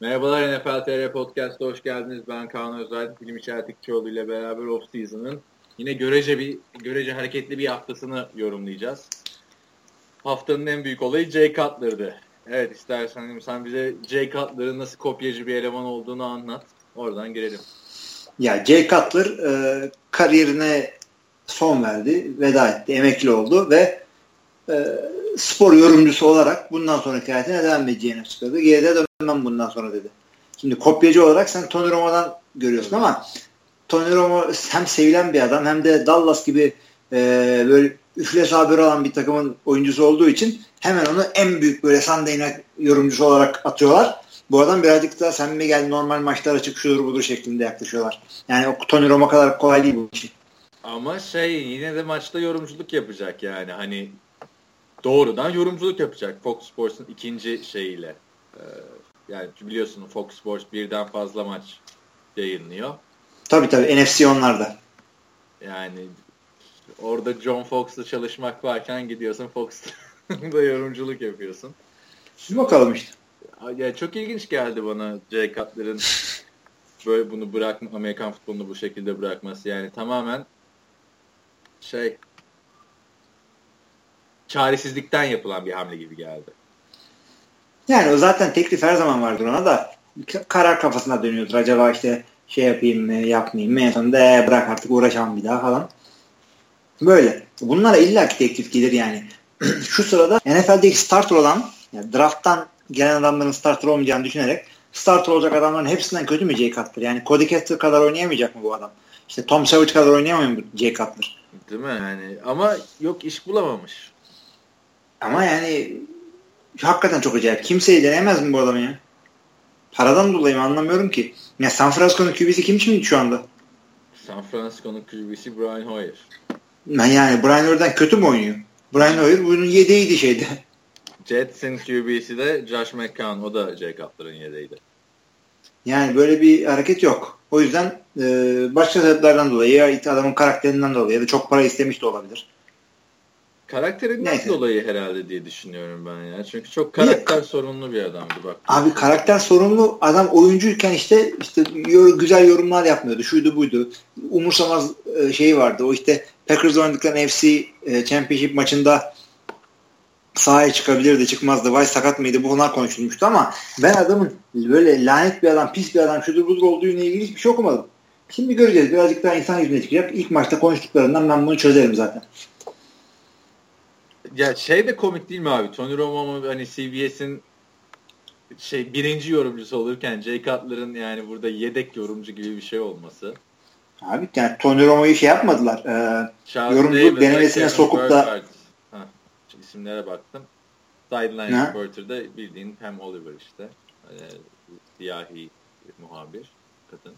Merhabalar, NFL TR Podcast'a hoş geldiniz. Ben Kaan Özel, Hilmi Çeltikçioğlu ile beraber off-season'ın yine görece hareketli bir haftasını yorumlayacağız. Haftanın en büyük olayı Jay Cutler'dı. Evet, istersen sen bize Jay Cutler'ın nasıl kopyacı bir eleman olduğunu anlat. Oradan girelim. Ya Jay Cutler kariyerine son verdi, veda etti, emekli oldu ve spor yorumcusu olarak bundan sonraki hayatına devam edeceğini açıkladı. Geride dönmem bundan sonra dedi. Şimdi kopyacı olarak sen Tony Romo'dan görüyorsun ama Tony Romo hem sevilen bir adam hem de Dallas gibi böyle üfle haberi olan bir takımın oyuncusu olduğu için hemen onu en büyük böyle Sunday Night yorumcusu olarak atıyorlar. Bu adam birazcık daha sen mi gel normal maçlara çık şudur budur şeklinde yaklaşıyorlar. Yani o Tony Romo kadar kolay değil bu işi. Ama yine de maçta yorumculuk yapacak yani hani doğrudan yorumculuk yapacak Fox Sports'un ikinci şeyiyle. Yani biliyorsun Fox Sports birden fazla maç yayınlıyor. Tabii NFC onlarda. Yani orada John Fox'la çalışmak varken gidiyorsun Fox'ta yorumculuk yapıyorsun. Bakalım işte. Ya çok ilginç geldi bana Jay Cutler'ın böyle bunu Amerikan futbolunu bu şekilde bırakması. Yani tamamen çaresizlikten yapılan bir hamle gibi geldi. Yani o zaten teklif her zaman vardır ona da karar kafasına dönüyordur. Acaba işte yapayım mı yapmayayım mı en sonunda bırak artık uğraşamam bir daha falan. Böyle. Bunlara illaki teklif gelir yani. Şu sırada NFL'deki starter olan yani drafttan gelen adamların starter olmayacağını düşünerek starter olacak adamların hepsinden kötü mü Jay Cutler? Yani Cody Kessler kadar oynayamayacak mı bu adam? İşte Tom Savage kadar oynayamıyor mu Jay Cutler? Değil mi yani? Ama yok iş bulamamış. Ama yani hakikaten çok acayip. Kimseyi denemez mi bu adamı ya? Paradan dolayı mı anlamıyorum ki. Ya San Francisco'nun QB'si kim şimdi şu anda? San Francisco'nun QB'si Brian Hoyer. Yani Brian Hoyer'den kötü mü oynuyor? Brian Hoyer bunun yedeğiydi şeyde. Jets'in QB'si de Josh McCown. O da Jay Cutler'ın yedeğiydi. Yani böyle bir hareket yok. O yüzden başka sebeplerden dolayı ya adamın karakterinden dolayı ya da çok para istemiş de olabilir. Karakterinden dolayı herhalde diye düşünüyorum ben ya. Çünkü çok karakter sorunlu bir adamdı bak. Abi karakter sorunlu adam oyuncuyken işte güzel yorumlar yapmıyordu. Şuydu buydu. Umursamaz vardı. O işte Packers oynadıkları NFC Championship maçında sahaya çıkabilirdi, çıkmazdı. Vay sakat mıydı? Bunlar konuşulmuştu ama ben adamın böyle lanet bir adam, pis bir adam, şudur budur olduğuyla ilgili hiçbir şey okumadım. Şimdi göreceğiz. Birazcık daha insan yüzüne çıkacak. İlk maçta konuştuklarından ben bunu çözerim zaten. Ya de komik değil mi abi? Tony Romo hani CBS'in birinci yorumcusu olurken Jay Cutler'ın yani burada yedek yorumcu gibi bir şey olması. Abi yani Tony Romo'yu yapmadılar. Yorumculuk denemesine sokup da isimlere baktım. Sideline Reporter'da bildiğin Pam Oliver işte. Siyahi muhabir kadın.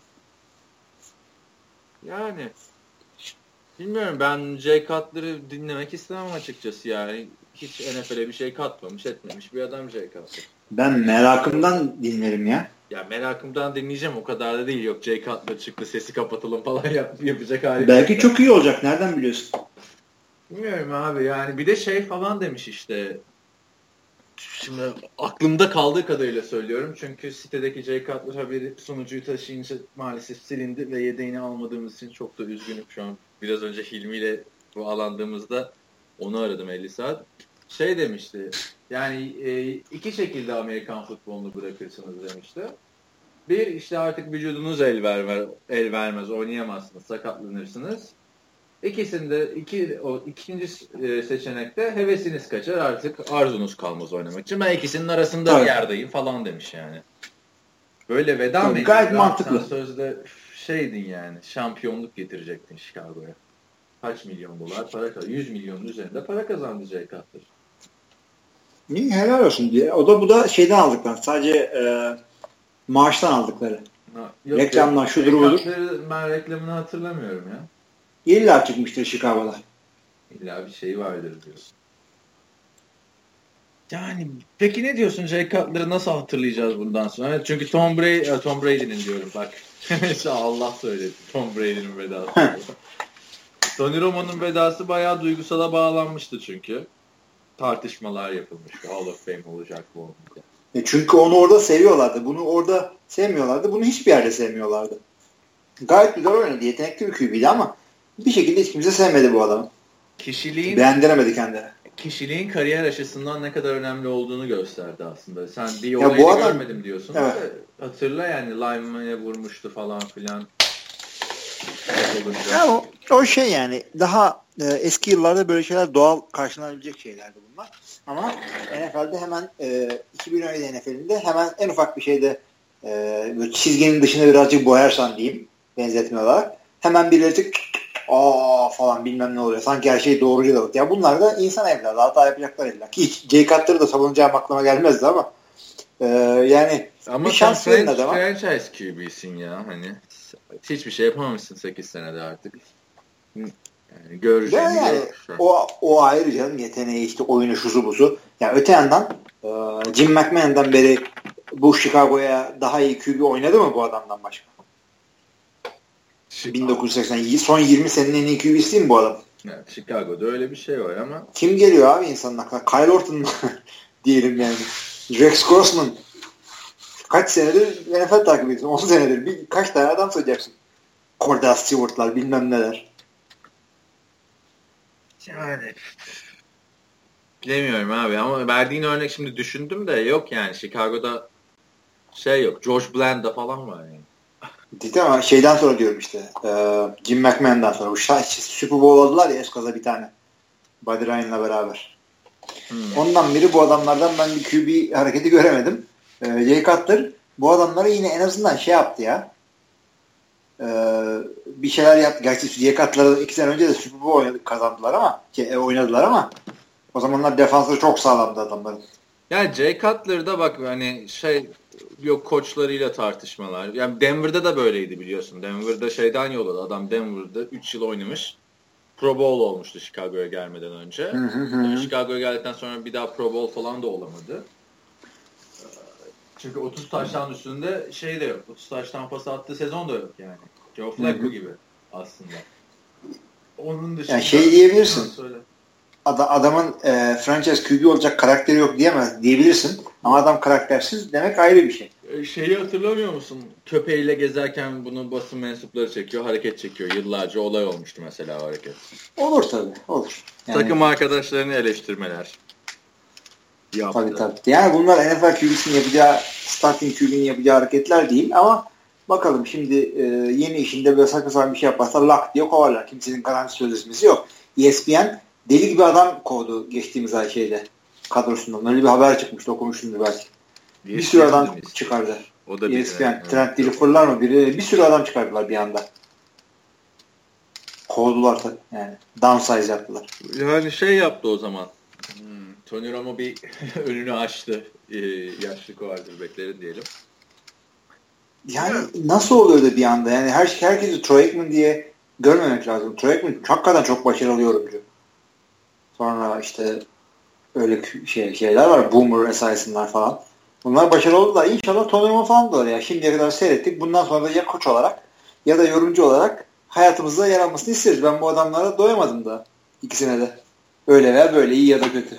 Yani bilmiyorum ben Jay Cutler'ı dinlemek istemem açıkçası yani. Hiç NFL'e bir şey katmamış etmemiş bir adam Jay Cutler. Ben merakımdan dinlerim ya. Ya merakımdan dinleyeceğim o kadar da değil. Yok Jay Cutler çıktı sesi kapatalım falan yapacak hali. Belki çok iyi olacak. Nereden biliyorsun? Bilmiyorum abi yani bir de falan demiş işte. Şimdi aklımda kaldığı kadarıyla söylüyorum. Çünkü sitedeki Jay Cutler haberi sunucuyu taşıyınca maalesef silindi ve yedeğini almadığımız için çok da üzgünüm şu an. Biraz önce Hilmi ile bağlandığımızda onu aradım 50 saat. Demişti. Yani iki şekilde Amerikan futbolunu bırakırsınız demişti. Bir işte artık vücudunuz el vermez, oynayamazsınız, sakatlanırsınız. İkinci seçenekte hevesiniz kaçar artık arzunuz kalmaz oynamak için. Ben ikisinin arasında bir yerdeyim falan demiş yani. Böyle veda mı? Gayet mantıklı. Sen sözde yani şampiyonluk getirecektin Chicago'ya. Kaç milyon dolar para kazandı? 100 milyonun üzerinde para kazandı Jay Cutler. İyi helal olsun diye. Bu da şeyden aldıklar. Sadece maaştan aldıkları. Reklamlar şudur budur. Ben reklamını hatırlamıyorum ya. İlla çıkmıştır Chicago'da. İlla bir şey vardır diyorsun. Yani peki ne diyorsun Jay Cutler'ı nasıl hatırlayacağız bundan sonra? Çünkü Tom Brady'nin diyorum bak. Allah söyledi. Tom Brady'nin vedası. Tony Romo'nun vedası bayağı duygusala bağlanmıştı çünkü. Tartışmalar yapılmıştı. Hall of Fame olacak bu olmayacak. Çünkü onu orada seviyorlardı. Bunu orada sevmiyorlardı. Bunu hiçbir yerde sevmiyorlardı. Gayet güzel oynadı. Yetenekli bir QB'ydi ama bir şekilde hiç kimse sevmedi bu adamı. Beğendiremedi kendine. Kişiliğin kariyer açısından ne kadar önemli olduğunu gösterdi aslında. Sen bir olayını görmedim diyorsun. Evet. Hatırla yani lineman'e vurmuştu falan filan. Ya o şey yani daha eski yıllarda böyle şeyler doğal karşılanabilecek şeylerdi bunlar. Ama NFL'de hemen 2017 NFL'inde hemen en ufak bir şeyde böyle çizginin dışına birazcık boyarsan diyeyim benzetme olarak hemen birileri falan bilmem ne oluyor. Sanki her şey doğrucu da. Ya bunlar da insan evladı. Hata yapacaklar illa. Hiç Jay Cutler'ı da savunacağım aklıma gelmezdi ama yani ama bir şans verin adama. Franchise QB'sin ya hani. Hiçbir şey yapamamışsın 8 senede artık. Yani göreceğim yani o ayrı canım yeteneği işte oyunu şusu busu. Yani öte yandan Jim McMahon'dan beri bu Chicago'ya daha iyi QB oynadı mı bu adamdan başka? 1980 son 20 senenin en iyi QB'si değil mi bu adam? Evet, Chicago'da öyle bir şey var ama. Kim geliyor abi insanın aklına? Kyle Orton diyelim yani. Rex Grossman. Kaç senedir NFL takip ediyorsun? 10 senedir. Kaç tane adam sayacaksın? Cordell Stewart'lar bilmem neler. Yani bilemiyorum abi ama verdiğin örnek şimdi düşündüm de yok yani Chicago'da şey yok. George Blanda falan var yani. Değil ama şeyden sonra diyorum işte Jim McMahon'dan sonra. Bu Super Bowl aldılar ya eskaza bir tane. Buddy Ryan'la beraber. Ondan beri bu adamlardan ben bir QB hareketi göremedim. Jay Cutler bu adamlara yine en azından şey yaptı ya. Bir şeyler yaptı. Gerçi Jay Cutler'ı 2 sene önce de Super Bowl kazandılar ama oynadılar ama o zamanlar defansları çok sağlamdı adamların. Yani Jay Cutler'da bak hani şey yok koçlarıyla tartışmalar. Yani Denver'da da böyleydi biliyorsun. Denver'da şeyden yolladı. Adam Denver'da 3 yıl oynamış. Pro Bowl olmuştu Chicago'ya gelmeden önce. Chicago'ya geldikten sonra bir daha Pro Bowl falan da olamadı. Çünkü 30 taştan üstünde şey de yok. 30 taştan pas attığı sezon da yok yani. Joe Flacco gibi aslında. Onun dışında... Yani şey diyebilirsin. Adamın franchise QB olacak karakteri yok diyebilirsin. Ama adam karaktersiz demek ayrı bir şey. Şeyi hatırlamıyor musun? Köpeğiyle gezerken bunu basın mensupları çekiyor, hareket çekiyor. Yıllarca olay olmuştu mesela o hareket. Olur tabii, olur. Yani... Takım arkadaşlarını eleştirmeler. Yaptı. Tabii. Yani bunlar NFL QB'sinin yapacağı, starting QB'nin yapacağı hareketler değil ama bakalım şimdi yeni işinde böyle saçma sapan bir şey yaparsa lak diye kovarlar. Kimsenin garanti sözleşmesi yok. ESPN deli gibi adam kovdu geçtiğimiz ay şeyde kadrosundan. Öyle bir haber çıkmıştı, okumuşsundur belki. Bir sürü adam çıkardı. O da ESPN, Trent Dilfer'lar mı? Bir sürü adam çıkardılar bir anda. Kovdular tabii yani. Downsize yaptılar. Yani şey yaptı o zaman. Tony Romo bir önünü açtı. Yaşlı quarterback'lerin diyelim. Yani nasıl oluyor da bir anda? Yani herkesi Troy Aikman diye görmemek lazım. Troy Aikman hakikaten çok başarılı yorumcu. Sonra işte öyle şeyler var. Boomer Esiason'lar falan. Bunlar başarılı oldular. İnşallah Tony Romo falan da olur ya. Şimdiye kadar seyrettik. Bundan sonra da ya koç olarak ya da yorumcu olarak hayatımızda yer almasını isteriz. Ben bu adamlara doyamadım da. İkisine de. Öyle veya böyle iyi ya da kötü.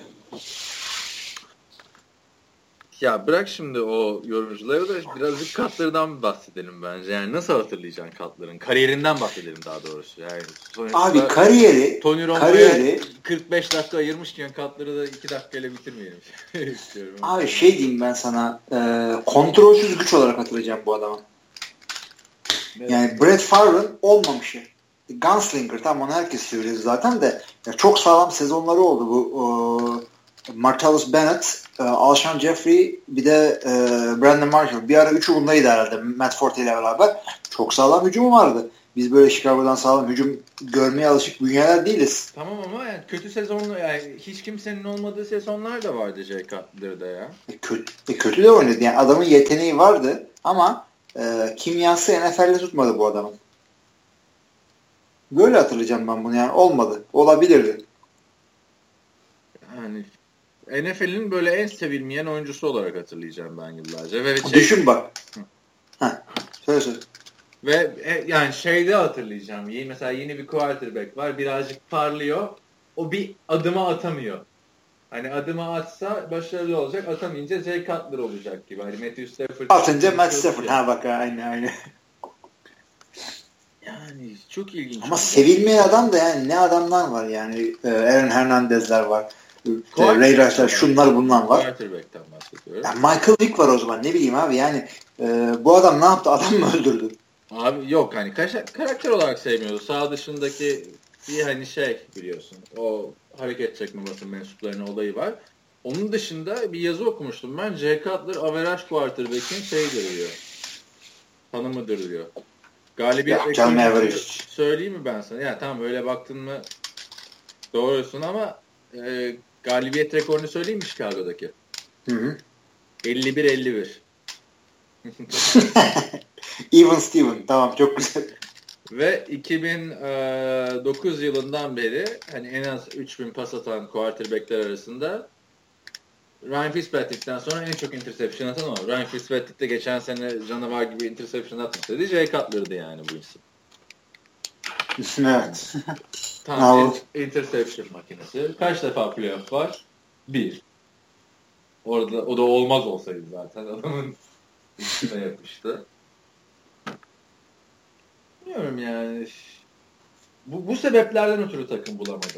Ya bırak şimdi o yorumcuları da birazcık Cutler'dan bahsedelim bence. Yani nasıl hatırlayacaksın Cutler'ın? Kariyerinden bahsedelim daha doğrusu. Yani abi kariyeri Tony Romo'ya 45 dakika ayırmışken Cutler'ı da 2 dakikayla bitirmeyelim istiyorum. Abi şey diyeyim ben sana kontrolsüz güç olarak hatırlayacağım bu adamı. Evet. Yani Brett Favre'ın olmamışı. Gunslinger tamam onu herkes söylüyor zaten de ya çok sağlam sezonları oldu bu Martellus Bennett, Alshon Jeffrey bir de Brandon Marshall. Bir ara üçü bundaydı herhalde Matt Forte ile beraber. Çok sağlam hücumu vardı. Biz böyle Chicago'dan sağlam hücum görmeye alışık bünyeler değiliz. Tamam ama yani kötü sezonlu yani hiç kimsenin olmadığı sezonlar da vardı Jay Cutler'da ya. Kötü de oynadı. Yani adamın yeteneği vardı ama kimyası NFL'de tutmadı bu adamın. Böyle hatırlayacağım ben bunu yani. Olmadı. Olabilirdi. Yani NFL'in böyle en sevilmeyen oyuncusu olarak hatırlayacağım ben yıllarca. Ve düşün bak. Söyle. Ve yani şeyde hatırlayacağım. Mesela yeni bir quarterback var. Birazcık parlıyor. O bir adıma atamıyor. Hani adımı atsa başarılı olacak. Atamayınca Jay Cutler olacak gibi. Hani Matthew Stafford. Atınca Matt Stafford. Ha bak aynı. Yani çok ilginç. Ama sevilmeyen adam da yani ne adamlar var yani. Aaron Hernandez'ler var. Ray Rice'lar şunlar bunlar var. Quarterback'ten bahsediyorum. Yani Michael Vick var o zaman ne bileyim abi yani bu adam ne yaptı? Adam mı öldürdü? Abi yok hani karakter olarak sevmiyordu. Sağ dışındaki bir hani biliyorsun. O hareket çekme basın mensuplarının olayı var. Onun dışında bir yazı okumuştum ben. Jay Cutler average quarterback'in diyor. Tanımıdır diyor. Galibiyet rekorunu söyleyeyim mi ben sana? Ya tamam öyle baktın mı doğrusun ama galibiyet rekorunu söyleyeyim mi Chicago'daki? 51-51. Even Steven. Tamam çok güzel. Ve 2009 yılından beri hani en az 3000 pas atan quarterbackler arasında Ryan Fitzpatrick'ten sonra en çok interception atan o. Ryan Fitzpatrick de geçen sene canavar gibi interception atmasaydı Jay Cutler'dı yani bu isim. Evet. Tam interception makinesi. Kaç defa playoff var? 1. Orada o da olmaz olsaydı zaten adamın üstüne yapıştı. Bilmiyorum yani. Bu sebeplerden ötürü takım bulamadı.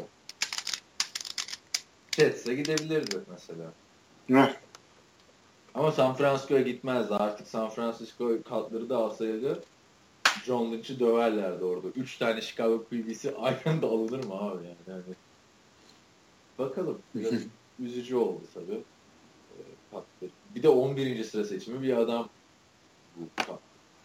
Jets'e gidebilirdi mesela. Ne? Ama San Francisco'ya gitmezdi. Artık San Francisco Cutler'ı da alsaydı John Lynch'i döverlerdi orada. 3 tane Chicago QB'si aynı anda alınır mı abi yani? Bakalım. Biraz üzücü oldu tabii. Cutler. Bir de 11. sıra seçimi bir adam bu Cutler.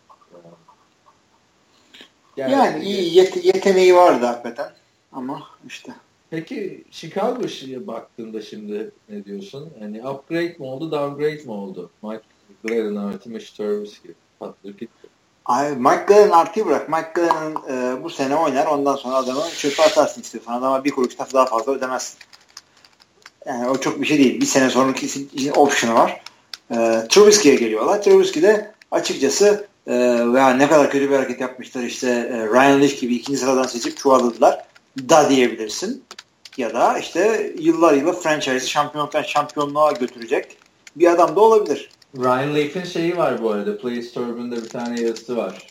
Yani iyi yeteneği vardı hakikaten ama işte. Peki Chicago'ya baktığında şimdi ne diyorsun? Yani upgrade mi oldu, downgrade mi oldu? Mike Glennon artı Mitch Trubisky. Mike Glennon artıyı bırak. Mike Glennon bu sene oynar. Ondan sonra adamı çöpe atarsın istiyorsan. Adama bir kuruş daha fazla ödemezsin. Yani o çok bir şey değil. Bir sene sonraki için option'ı var. Trubisky'ye geliyorlar. Trubisky de açıkçası veya ne kadar kötü bir hareket yapmışlar işte Ryan Leaf gibi ikinci sıradan seçip çuvalladılar da diyebilirsin. Ya da işte yıllar yılı franchise'i şampiyonluğa götürecek bir adam da olabilir. Ryan Leaf'in var bu arada. Play Store'unda bir tane yazısı var.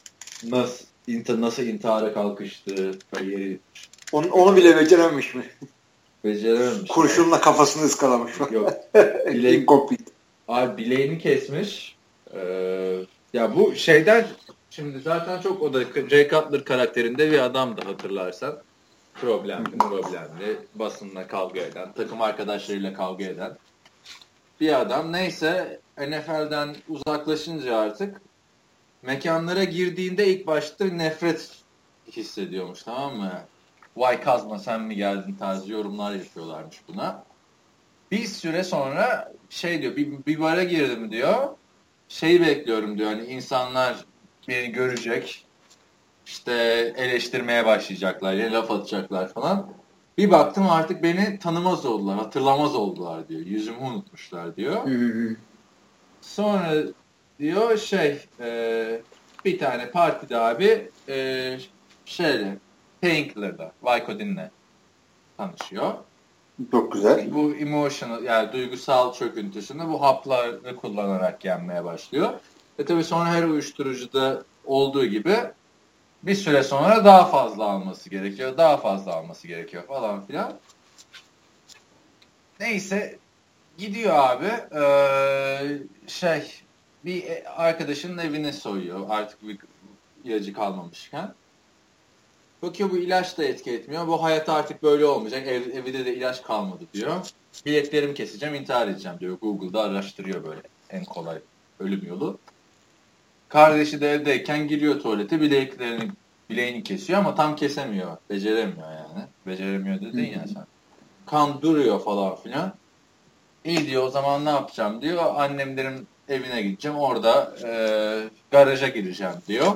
Nasıl intihara kalkıştı, kariyeri. Onu bile becerememiş mi? Becerememiş. Kurşunla kafasını ıskalamış. Yok. Bileğini kesmiş. Ya bu şimdi zaten çok o da Jay Cutler karakterinde bir adamdı hatırlarsan. Problemli, basınla kavga eden, takım arkadaşlarıyla kavga eden bir adam. Neyse NFL'den uzaklaşınca artık mekanlara girdiğinde ilk başta nefret hissediyormuş, tamam mı? Vay kazma sen mi geldin tarzı yorumlar yapıyorlarmış buna. Bir süre sonra diyor bir bara girdim diyor. Bekliyorum diyor hani insanlar beni görecek işte eleştirmeye başlayacaklar ya laf atacaklar falan. Bir baktım artık beni tanımaz oldular, hatırlamaz oldular diyor. Yüzümü unutmuşlar diyor. Sonra diyor bir tane partide abi Painkiller'da Vicodin'le tanışıyor. Çok güzel. Bu emotional yani duygusal çöküntüsünü bu hapları kullanarak yenmeye başlıyor. Tabii sonra her uyuşturucuda olduğu gibi bir süre sonra daha fazla alması gerekiyor falan filan. Neyse gidiyor abi bir arkadaşının evini soyuyor artık bir ilacı kalmamışken. Bakıyor bu ilaç da etki etmiyor. Bu hayat artık böyle olmayacak. Evde de ilaç kalmadı diyor. Bileklerimi keseceğim, intihar edeceğim diyor. Google'da araştırıyor böyle en kolay ölüm yolu. Kardeşi de evdeyken giriyor tuvalete bileğini kesiyor ama tam kesemiyor. Beceremiyor yani. Beceremiyor dedin ya sen. Kan duruyor falan filan. İyi diyor o zaman ne yapacağım diyor. Annemlerin evine gideceğim. Orada garaja gireceğim diyor.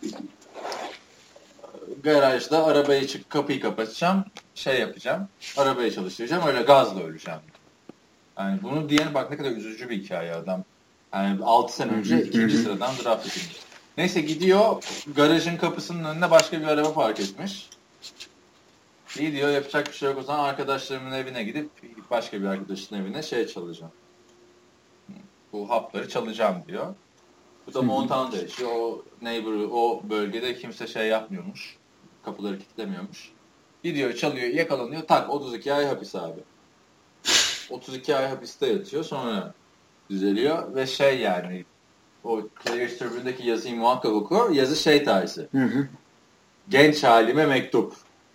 Garajda arabayı kapıyı kapatacağım. Yapacağım. Arabayı çalıştıracağım. Öyle gazla öleceğim. Yani bunu diyen bak ne kadar üzücü bir hikaye adam. Yani 6 sene önce ikinci sıradan draft edilmiş. Neyse gidiyor garajın kapısının önüne başka bir araba park etmiş. İyi diyor, yapacak bir şey yok, o zaman arkadaşlarımın evine gidip başka bir arkadaşın evine çalacağım. Bu hapları çalacağım diyor. Bu da Montana'da yaşıyor. O bölgede kimse yapmıyormuş. Kapıları kilitlemiyormuş. Gidiyor, çalıyor, yakalanıyor. Tak, 32 ay hapis abi. 32 ay hapiste yatıyor. Sonra düzeliyor ve yani o Players Tribune'daki yazıyı muhakkak oku. Yazı tarzı. Genç halime mektup.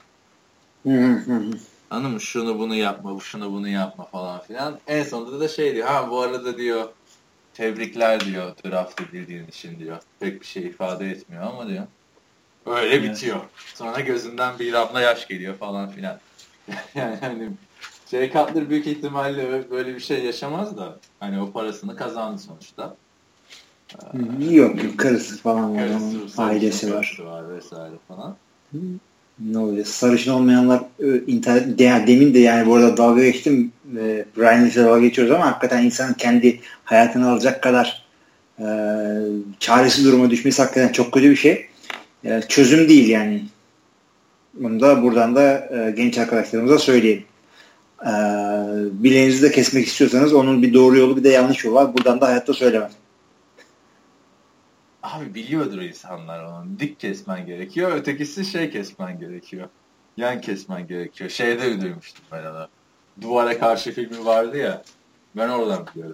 Anladın mı? Şunu bunu yapma, şunu bunu yapma falan filan. En sonunda da diyor. Bu arada diyor, tebrikler diyor draft edildiğin için diyor. Pek bir şey ifade etmiyor ama diyor. Öyle bitiyor. Sonra gözünden bir damla yaş geliyor falan filan. Yani hani Jay Cutler büyük ihtimalle böyle bir şey yaşamaz da hani o parasını kazandı sonuçta. Yok karısı falan var. Ailesi var vesaire falan. Ne oluyor? Sarışın olmayanlar internet demin de yani bu arada dalga geçtim. Brian Lee'se dalga geçiyoruz ama hakikaten insanın kendi hayatını alacak kadar çaresiz duruma düşmesi hakikaten çok kötü bir şey. Çözüm değil yani. Bunu da buradan da genç arkadaşlarımıza söyleyelim. Bileğinizi de kesmek istiyorsanız onun bir doğru yolu bir de yanlış yolu var. Buradan da hayatta söylemem. Abi biliyordur insanlar onu. Dik kesmen gerekiyor. Ötekisi kesmen gerekiyor. Yan kesmen gerekiyor. Şeyde duymuştum ben onu. Duvara Karşı filmi vardı ya. Ben oradan biliyorum.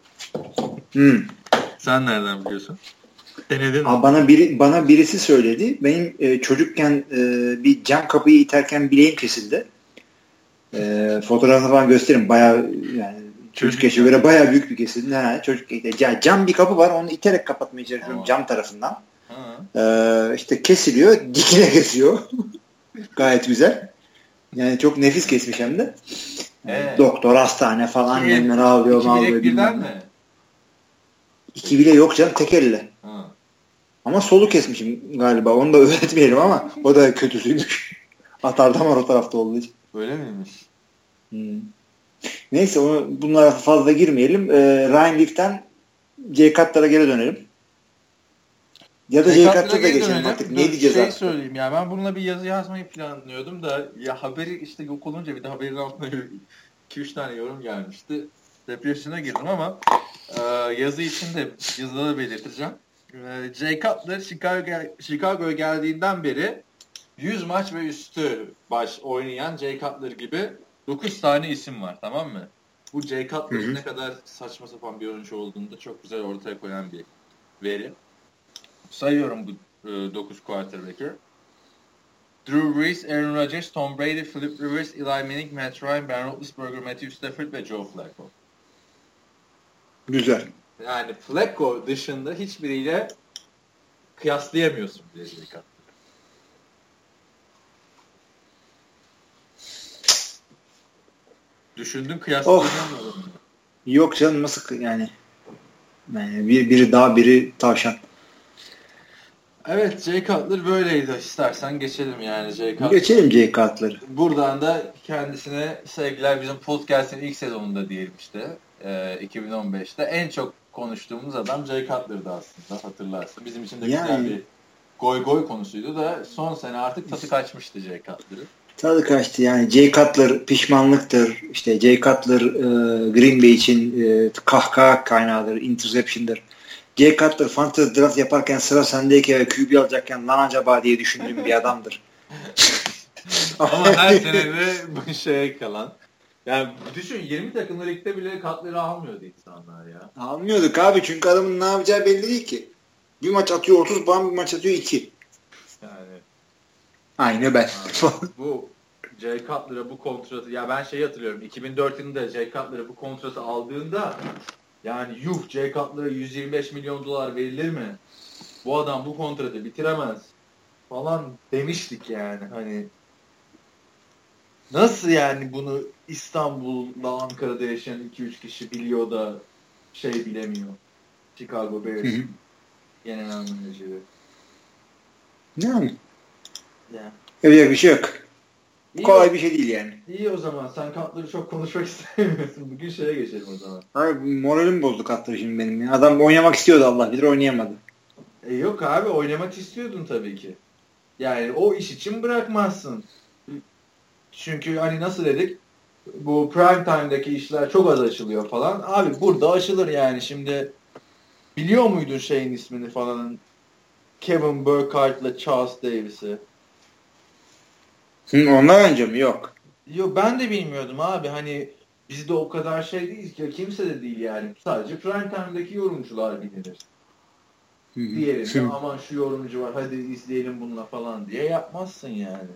Sen nereden biliyorsun? Denedin mi? Bana birisi söyledi. Benim çocukken bir cam kapıyı iterken bileğim kesildi. Fotoğrafını falan gösteririm. Bayağı yani çocuk yaşı göre bayağı büyük bir kesildi. Çocuk cam bir kapı var. Onu iterek kapatmaya çalışıyorum cam tarafından. İşte kesiliyor. Dikine kesiyor. Gayet güzel. Yani çok nefis kesmiş hem de. Doktor, hastane falan annemler ağlıyor. İki bilek birden mi? İki bile yok canım, tek elle. Ama solu kesmişim galiba. Onu da öğretmeyelim ama o da kötüsüymüş. Atar damar o tarafta olduğu için. Öyle miymiş? Neyse bunlara fazla girmeyelim. Ryan Leaf'ten Jay Cutler'a geri dönelim. Ya da Jay Cutler'a geçelim artık. Ne diyeceğiz söyleyeyim ya. Ben bununla bir yazı yazmayı planlıyordum da ya haberi işte yok olunca bir de haberin altına 2-3 tane yorum gelmişti. Depresyona girdim ama yazı için de yazıda da belirteceğim. Jay Cutler Chicago'ya geldiğinden beri 100 maç ve üstü oynayan Jay Cutler gibi 9 tane isim var, tamam mı? Bu Jay Cutler'ın ne kadar saçma sapan bir oyuncu olduğunu da çok güzel ortaya koyan bir veri. Sayıyorum bu 9 quarterback'ı. Drew Brees, Aaron Rodgers, Tom Brady, Philip Rivers, Eli Manning, Matt Ryan, Ben Roethlisberger, Matthew Stafford ve Joe Flacco. Güzel. Yani Flacco dışında hiçbiriyle kıyaslayamıyorsun bile Jay Cutler'ı. Düşündün, kıyaslayamıyorum. Yok canım, nasıl yani biri dağ biri tavşan. Evet, Jay Cutler böyleydi. İstersen geçelim yani Jay Cutler. Geçelim Jay Cutler'ı. Buradan da kendisine sevgiler. Bizim podcast'in ilk sezonunda diyelim işte. 2015'te en çok konuştuğumuz adam Jay Cutler'dı aslında, hatırlarsın. Bizim için de güzel bir goy konusuydu da son sene artık tadı kaçmıştı Jay Cutler'ı. Tadı kaçtı yani. Jay Cutler pişmanlıktır. İşte Jay Cutler Green Bay için kahkaha kaynağıdır, interception'dır. Jay Cutler fantasy draft yaparken sıra sendeyken ve QB alacakken lan acaba diye düşündüğüm bir adamdır. Ama her sene de bu kalan. Yani düşün, 20 takımlı ligde bile Cutler'ı almıyordu insanlar ya. Almıyorduk abi, çünkü adamın ne yapacağı belli değil ki. Bir maç atıyor 30 puan, bir maç atıyor 2. Yani. Aynı ben. Bu Jay Cutler'a bu kontratı, ya ben hatırlıyorum, 2004 yılında Jay Cutler'a bu kontratı aldığında yani Jay Cutler'a 125 milyon dolar verilir mi? Bu adam bu kontratı bitiremez falan demiştik yani. Hani nasıl yani bunu İstanbul'da, Ankara'da yaşayan 2-3 kişi biliyor da bilemiyor. Chicago Bears genel menajeri. Yani. Ya. Yapacak bir şey yok. Kolay bir şey değil yani. İyi o zaman. Sen Cutler'ı çok konuşmak istemiyorsun. Bugün geçelim o zaman. Abi moralim bozdu Cutler şimdi benim ya. Adam oynamak istiyordu, Allah bilir oynayamadı. Yok abi, oynamak istiyordun tabii ki. Yani o iş için bırakmazsın. Çünkü hani nasıl dedik, bu prime time'daki işler çok az açılıyor falan. Abi burada açılır yani. Şimdi biliyor muydun şeyin ismini falan? Kevin Burkhart'la Charles Davis'i. Ondan önce mi? Yok. Yo, ben de bilmiyordum abi. Hani biz de o kadar şey değiliz ki. Kimse de değil yani. Sadece prime time'daki yorumcular bilinir. Diğerinde aman şu yorumcu var hadi izleyelim bununla falan diye yapmazsın yani.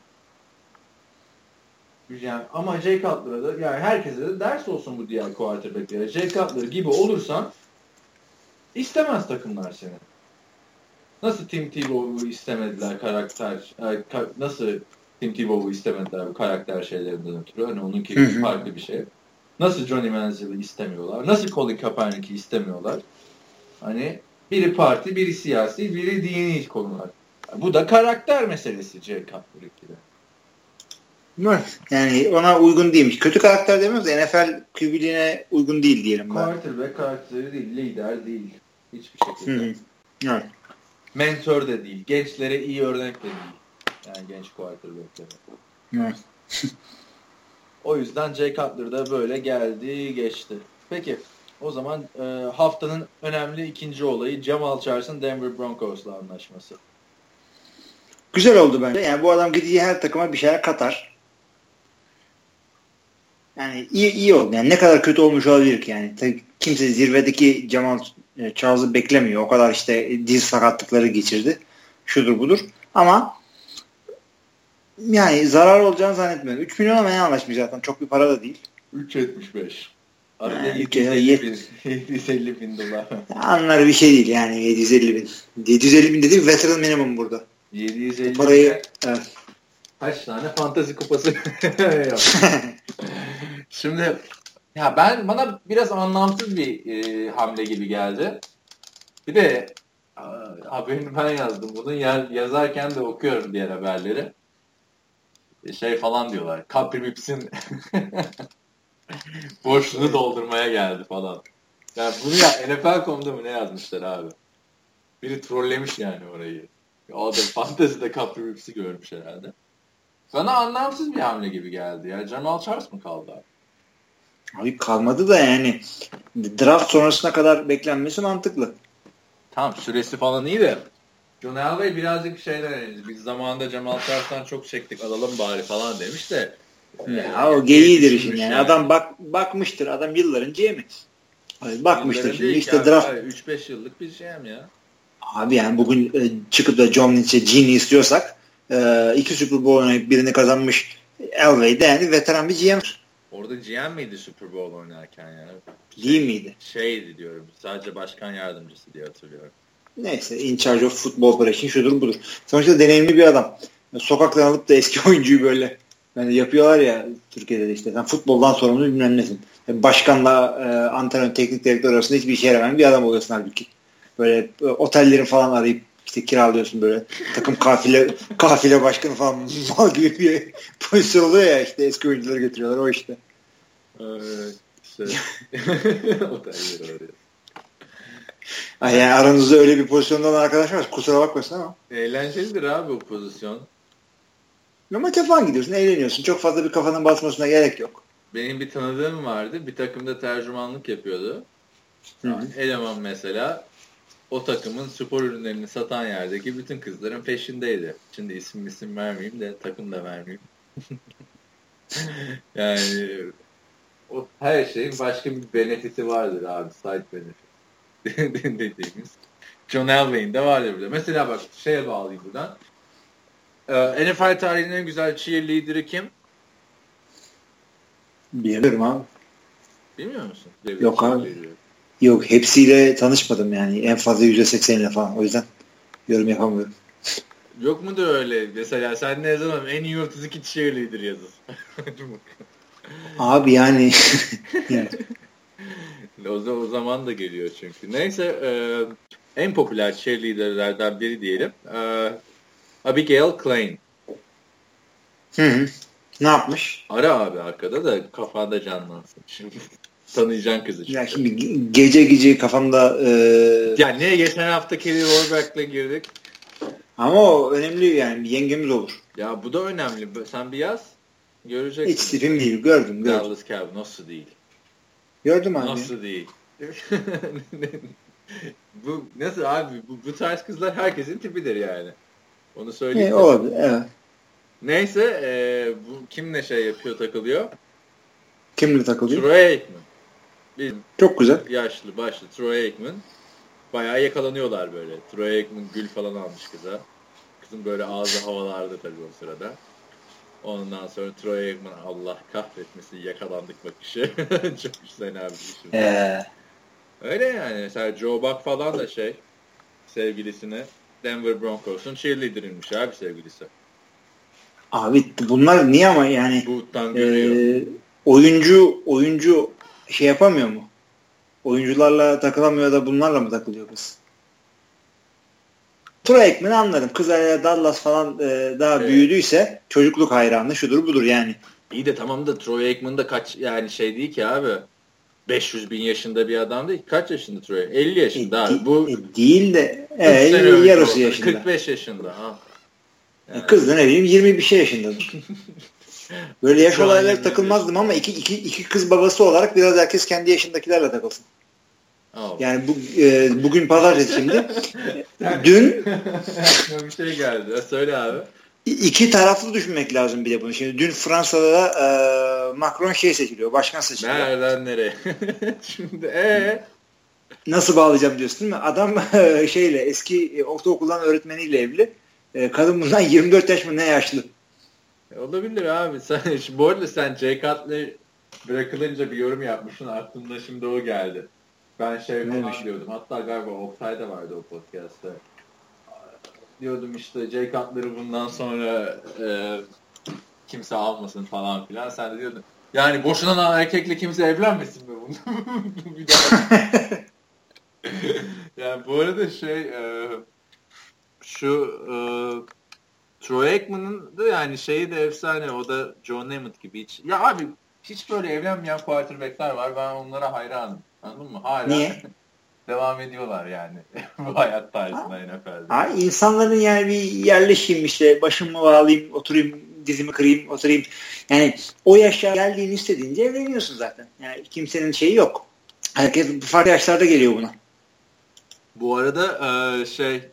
Yani ama Jay Cutler'a da yani herkese de ders olsun bu diğer quarterback'lere. Jay Cutler gibi olursan istemez takımlar seni. Nasıl Tim Tebow'u istemediler karakter, nasıl Tim Tebow'u istemediler bu karakter şeylerinden ötürü. Hani onunki farklı bir şey. Nasıl Johnny Manziel'i istemiyorlar? Nasıl Colin Kaepernick'i istemiyorlar? Hani biri parti, biri siyasi, biri dini konular. Bu da karakter meselesi Jay Cutler ikili. Yani ona uygun değilmiş. Kötü karakter demiyoruz da NFL QB'liğine uygun değil diyelim. Quarterback karakteri değil, lider değil. Hiçbir şekilde. Evet. Mentor da değil. Gençlere iyi örnek de değil. Yani genç quarterback'lere. Evet. O yüzden Jay Cutler da böyle geldi, geçti. Peki, o zaman haftanın önemli ikinci olayı Jamal Charles'ın Denver Broncos'la anlaşması. Güzel oldu bence. Yani bu adam gideceği her takıma bir şeyler katar. Yani iyi oldu. Yani ne kadar kötü olmuş olabilir ki yani. Tabii kimse zirvedeki Jamal Charles'ı beklemiyor. O kadar işte diz sakatlıkları geçirdi. Şudur budur. Ama yani zarar olacağını zannetmiyorum. 3 milyon ama ne anlaşmış zaten. Çok bir para da değil. 3.75. Arada Yani 750 bin dolar. Anlar bir şey değil yani 750 bin. 750 bin dedi veteran minimum burada. 750 parayı evet. Kaç tane fantasy kupası Şimdi ya bana biraz anlamsız bir hamle gibi geldi. Bir de haberini ben yazdım. Bunu yazarken de okuyorum diğer haberleri. Şey falan diyorlar. Capri Mips'in boşluğunu doldurmaya geldi falan. Yani bunu ya NFL.com'da mı ne yazmışlar abi? Biri trollemiş yani orayı. O da fantezide Capri Mips'i görmüş herhalde. Bana anlamsız bir hamle gibi geldi ya. Jamal Charles mı kaldı abi? Abi kalmadı da yani draft sonrasına kadar beklenmesi mantıklı. Tamam süresi falan iyi de John Elway birazcık şeyler biz zamanında Jamal Charles'tan çok çektik alalım bari falan demiş de ya o geyiğidir işin yani. Adam bakmıştır. Adam yılların GM'i. Bakmıştır şimdi işte draft. 3-5 yıllık bir GM ya. Abi yani bugün çıkıp da John Lynch'e Genie istiyorsak 2 Super Bowl oynayıp birini kazanmış Elway de yani veteran bir GM'dir. Orada GM miydi Super Bowl oynarken ya? Değil miydi? Şeydi diyorum. Sadece başkan yardımcısı diye hatırlıyorum. Neyse in charge of football operation şudur budur. Sonuçta deneyimli bir adam. Sokaktan alıp da eski oyuncuyu böyle yani yapıyorlar ya Türkiye'de de işte. Sen futboldan sorumlu bilmem nesin. Başkanla antrenör teknik direktör arasında hiçbir işe yaramayan bir adam oluyorsun halbuki. Böyle otelleri falan arayıp işte kiralıyorsun böyle. Takım kafile başkanı falan mal gibi bir pozisyon oluyor ya işte eski oyuncuları getiriyorlar o işte. Otelleri arıyor. Yani aranızda öyle bir pozisyonda olan arkadaş var. Kusura bakmasın ama. Eğlencelidir abi o pozisyon. Maça falan gidiyorsun, eğleniyorsun. Çok fazla bir kafanın basmasına gerek yok. Benim bir tanıdığım vardı. Bir takımda tercümanlık yapıyordu. Yani eleman mesela o takımın spor ürünlerini satan yerdeki bütün kızların peşindeydi. Şimdi isim vermeyeyim de takım da vermeyeyim. Yani o her şeyin başka bir benefiti vardır abi. Side benefit dediğimiz. John Elway'in de vardır burada. Mesela bak şeye bağlayayım buradan. NFL tarihinin en güzel cheerleader'ı kim? Bilmiyorum abi. Bilmiyor musun? Yok abi. Yok hepsiyle tanışmadım yani. En fazla %80'ile falan. O yüzden yorum yapamıyorum. Yok mu da öyle? Mesela sen ne zaman en iyi 32 cheerleader yazın. Abi yani. O zaman da geliyor çünkü. Neyse en popüler cheerleaderlerden biri diyelim. Abigail Klein. Ne yapmış? Ara abi arkada da kafanda canlansın. Şimdi tanıyacaksın kızı. Ya şimdi gece kafamda yani niye geçen hafta Kelly Warback'la girdik? Ama o önemli yani yengemiz olur. Ya bu da önemli. Sen bir yaz. Göreceksin. Hiç tipim değil. Gördüm. Dallas Cowboys nasıl değil? Gördüm abi. Nasıl değil? Bu nasıl abi? Bu tarz kızlar herkesin tipidir yani. Onu söyleyeyim. Olabilir. Evet. Neyse bu kimle şey yapıyor, takılıyor? Kimle takılıyor? Troy Aikman. Bizim çok güzel. Yaşlı başlı Troy Aikman. Bayağı yakalanıyorlar böyle. Troy Aikman gül falan almış kıza. Kızın böyle ağzı havalarda tabii o sırada. Ondan sonra Troy Aikman Allah kahretmesin yakalandık bakışı. Çok güzel abi. Öyle yani. Mesela Joe Buck falan da sevgilisine Denver Broncos'un cheerleader'ıymış abi sevgilisi. Abi bunlar niye ama yani oyuncu şey yapamıyor mu? Oyuncularla takılamıyor da bunlarla mı takılıyor kız? Troy Aikman'ı anladım. Kız Dallas falan daha büyüdüyse çocukluk hayranı şudur budur yani. İyi de tamam da Troy Aikman da kaç yani şey değil ki abi. 500 bin yaşında bir adam değil. Kaç yaşında Troy? 50 yaşında abi. Bu değil de yarısı yaşında. 45 yaşında. Ha. Yani. Kız da ne bileyim 20 bir şey yaşındadır. Böyle yaş olaylara takılmazdım ama iki kız babası olarak biraz herkes kendi yaşındakilerle takılsın. Yani bugün pazartesi şimdi. Dün bir şey geldi. Söyle abi. İki taraflı düşünmek lazım bir de bunu. Şimdi dün Fransa'da da Macron seçiliyor. Başkan seçiliyor. Nereden nereye? Şimdi nasıl bağlayacağım diyorsun değil mi? Adam eski ortaokuldan öğretmeniyle evli. Kadın bundan 24 yaş mı ne yaşlı? Olabilir abi. Bu arada sen Jay Cutler bırakılınca bir yorum yapmışsın. Aklımda şimdi o geldi. Ben falan diyordum. Hatta galiba Oktay da vardı o podcast'ta. Diyordum işte Jay Cutler'ı bundan sonra kimse almasın falan filan. Sen de diyordun. Yani boşanan erkekle kimse evlenmesin mi bunu? Bir daha. Yani bu arada Troy Aikman'ın da yani şeyi de efsane. O da John Namath gibi hiç. Ya abi hiç böyle evlenmeyen quarterback'ler var. Ben onlara hayranım. Anladın mı? Hala niye? Devam ediyorlar yani. Bu hayat tarzına NFL'de. Abi insanların yani bir yerleşeyim işte başımı bağlayayım, oturayım, dizimi kırayım, oturayım. Yani o yaşa geldiğini istediğince evleniyorsun zaten. Yani kimsenin şeyi yok. Herkes farklı yaşlarda geliyor buna. Bu arada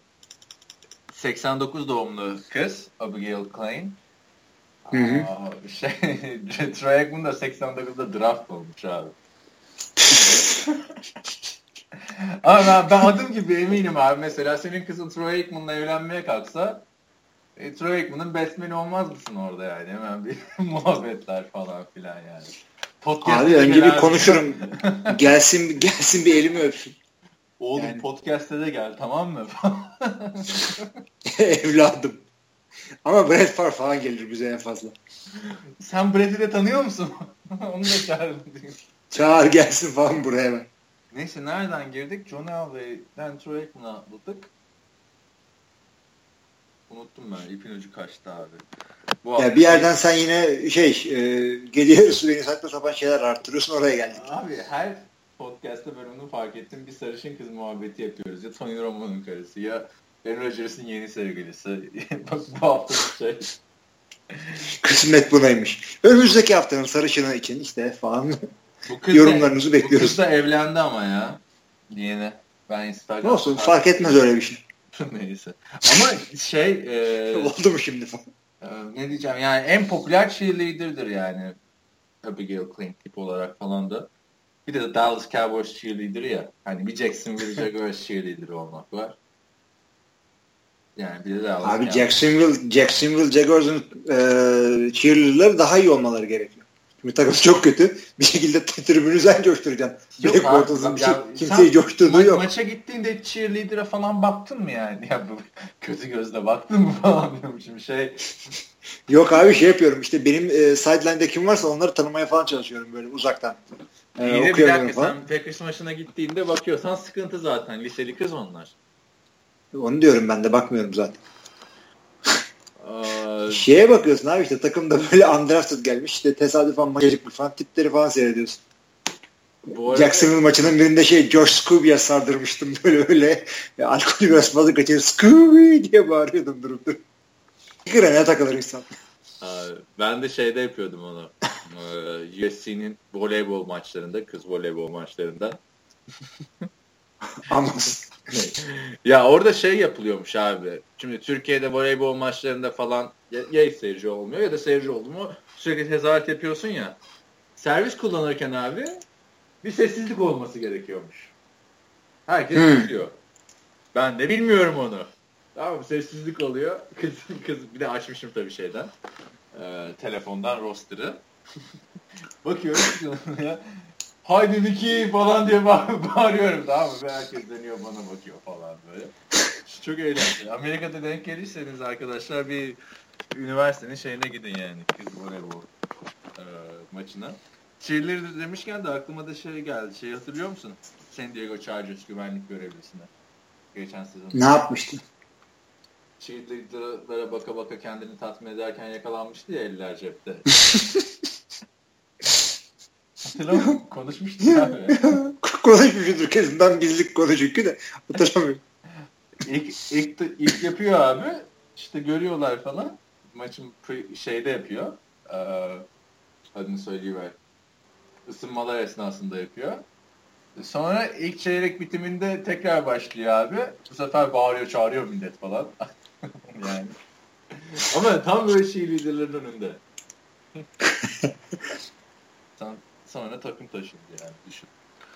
89 doğumlu kız Abigail Klein. Troy Aikman da 89'da draft olmuş abi. Ama ben adım gibi eminim abi. Mesela senin kızın Troy Aikman'la evlenmeye kalksa Troy Aikman'ın bestmeni olmaz mısın orada yani? Hemen bir muhabbetler falan filan yani. Abi önce bir konuşurum. gelsin bir elimi öpsün. Oğlum yani. Podcast'te de gel tamam mı? Evladım. Ama Brett Favre falan gelir bize en fazla. Sen Brett'i de tanıyor musun? Onu da çağırın. Çağır gelsin falan buraya ben. Neyse nereden girdik? John Elway'den Troy Aikman'a atladık. Unuttum ben. İpin ucu kaçtı abi. Ya bir yerden sen yine geriye süreni saçma sapan şeyler arttırıyorsun oraya geldik. Abi her podcast'ta ben onu fark ettim. Bir sarışın kız muhabbeti yapıyoruz. Ya Tony Romo'nun karısı ya Ben Rodgers'ın yeni sevgilisi. Bak bu hafta bir Kısmet bunaymış. Önümüzdeki haftanın sarışını için işte falan yorumlarınızı bekliyoruz. Bu kız da evlendi ama ya. Yeni. Ben Instagram'da. Olsun fark etmez öyle bir şey. Neyse. Ama oldu mu şimdi falan? Ne diyeceğim yani en popüler cheerleader'dır yani. Abigail Klein tip olarak falan da. Bir de Dallas Cowboys cheerleader'ı ya. Hani bir Jacksonville Jaguars cheerleader'ı olmak var. Yani bir de Dallas abi Jacksonville Jaguars'ın cheerleader'ları daha iyi olmaları gerekiyor. Şimdi takım çok kötü. Bir şekilde tribünü sen coşturacaksın. Yok abi. Kimseyi coşturduğu yok. Maça gittiğinde cheerleader'a falan baktın mı yani? Ya bu kötü gözle baktın mı falan diyorum şimdi Yok abi yapıyorum işte benim sideline'de kim varsa onları tanımaya falan çalışıyorum böyle uzaktan. İyi de bir dakika sen Packers maçına gittiğinde bakıyorsan sıkıntı zaten. Liseli kız onlar. Onu diyorum ben de bakmıyorum zaten. Bakıyorsun abi işte takımda böyle undrafted gelmiş işte tesadüfen maça çıkmış falan tipleri falan seyrediyorsun. Jacksonville maçının birinde Josh Scooby'ye sardırmıştım böyle alkolü biraz fazla kaçırıyor Scooby diye bağırıyordum durup. Grene takılır insan. Ben de şeyde yapıyordum onu. USC'nin voleybol maçlarında, kız voleybol maçlarında. Ya orada şey yapılıyormuş abi. Şimdi Türkiye'de voleybol maçlarında falan ya seyirci olmuyor ya da seyirci oldu mu sürekli tezahürat yapıyorsun ya. Servis kullanırken abi bir sessizlik olması gerekiyormuş. Herkes biliyor. Ben de bilmiyorum onu. Tamam, sessizlik oluyor. Kız bir de açmışım tabii şeyden. Telefondan roster'ı. Bakıyorum ya. Haydi Niki falan diye bağırıyorum, tamam mı? Ve herkes dönüyor bana bakıyor falan böyle. Çok eğlenceli. Amerika'da denk gelirseniz arkadaşlar bir üniversitenin şeyine gidin yani. Kız voleybol maçına. Cheerleader demişken de aklıma da şey geldi. Şey hatırlıyor musun? San Diego Chargers güvenlik görevlisine. Geçen sezon. Ne yapmıştın? Cheerleader'lara baka baka kendini tatmin ederken yakalanmıştı ya, eller cepte. Hatırlamıyorum. Konuşmuştuk abi. Konuşmuştur kesin. Ben bizlik konuşuyor de hatırlamıyorum. İlk yapıyor abi. İşte görüyorlar falan. Maçın şeyde yapıyor. Adını söyleyiver. Isınmalar esnasında yapıyor. Sonra ilk çeyrek bitiminde tekrar başlıyor abi. Bu sefer bağırıyor çağırıyor millet falan. Yani. Ama tam böyle liderlerin önünde. Sonra takım taşındı yani, düşün.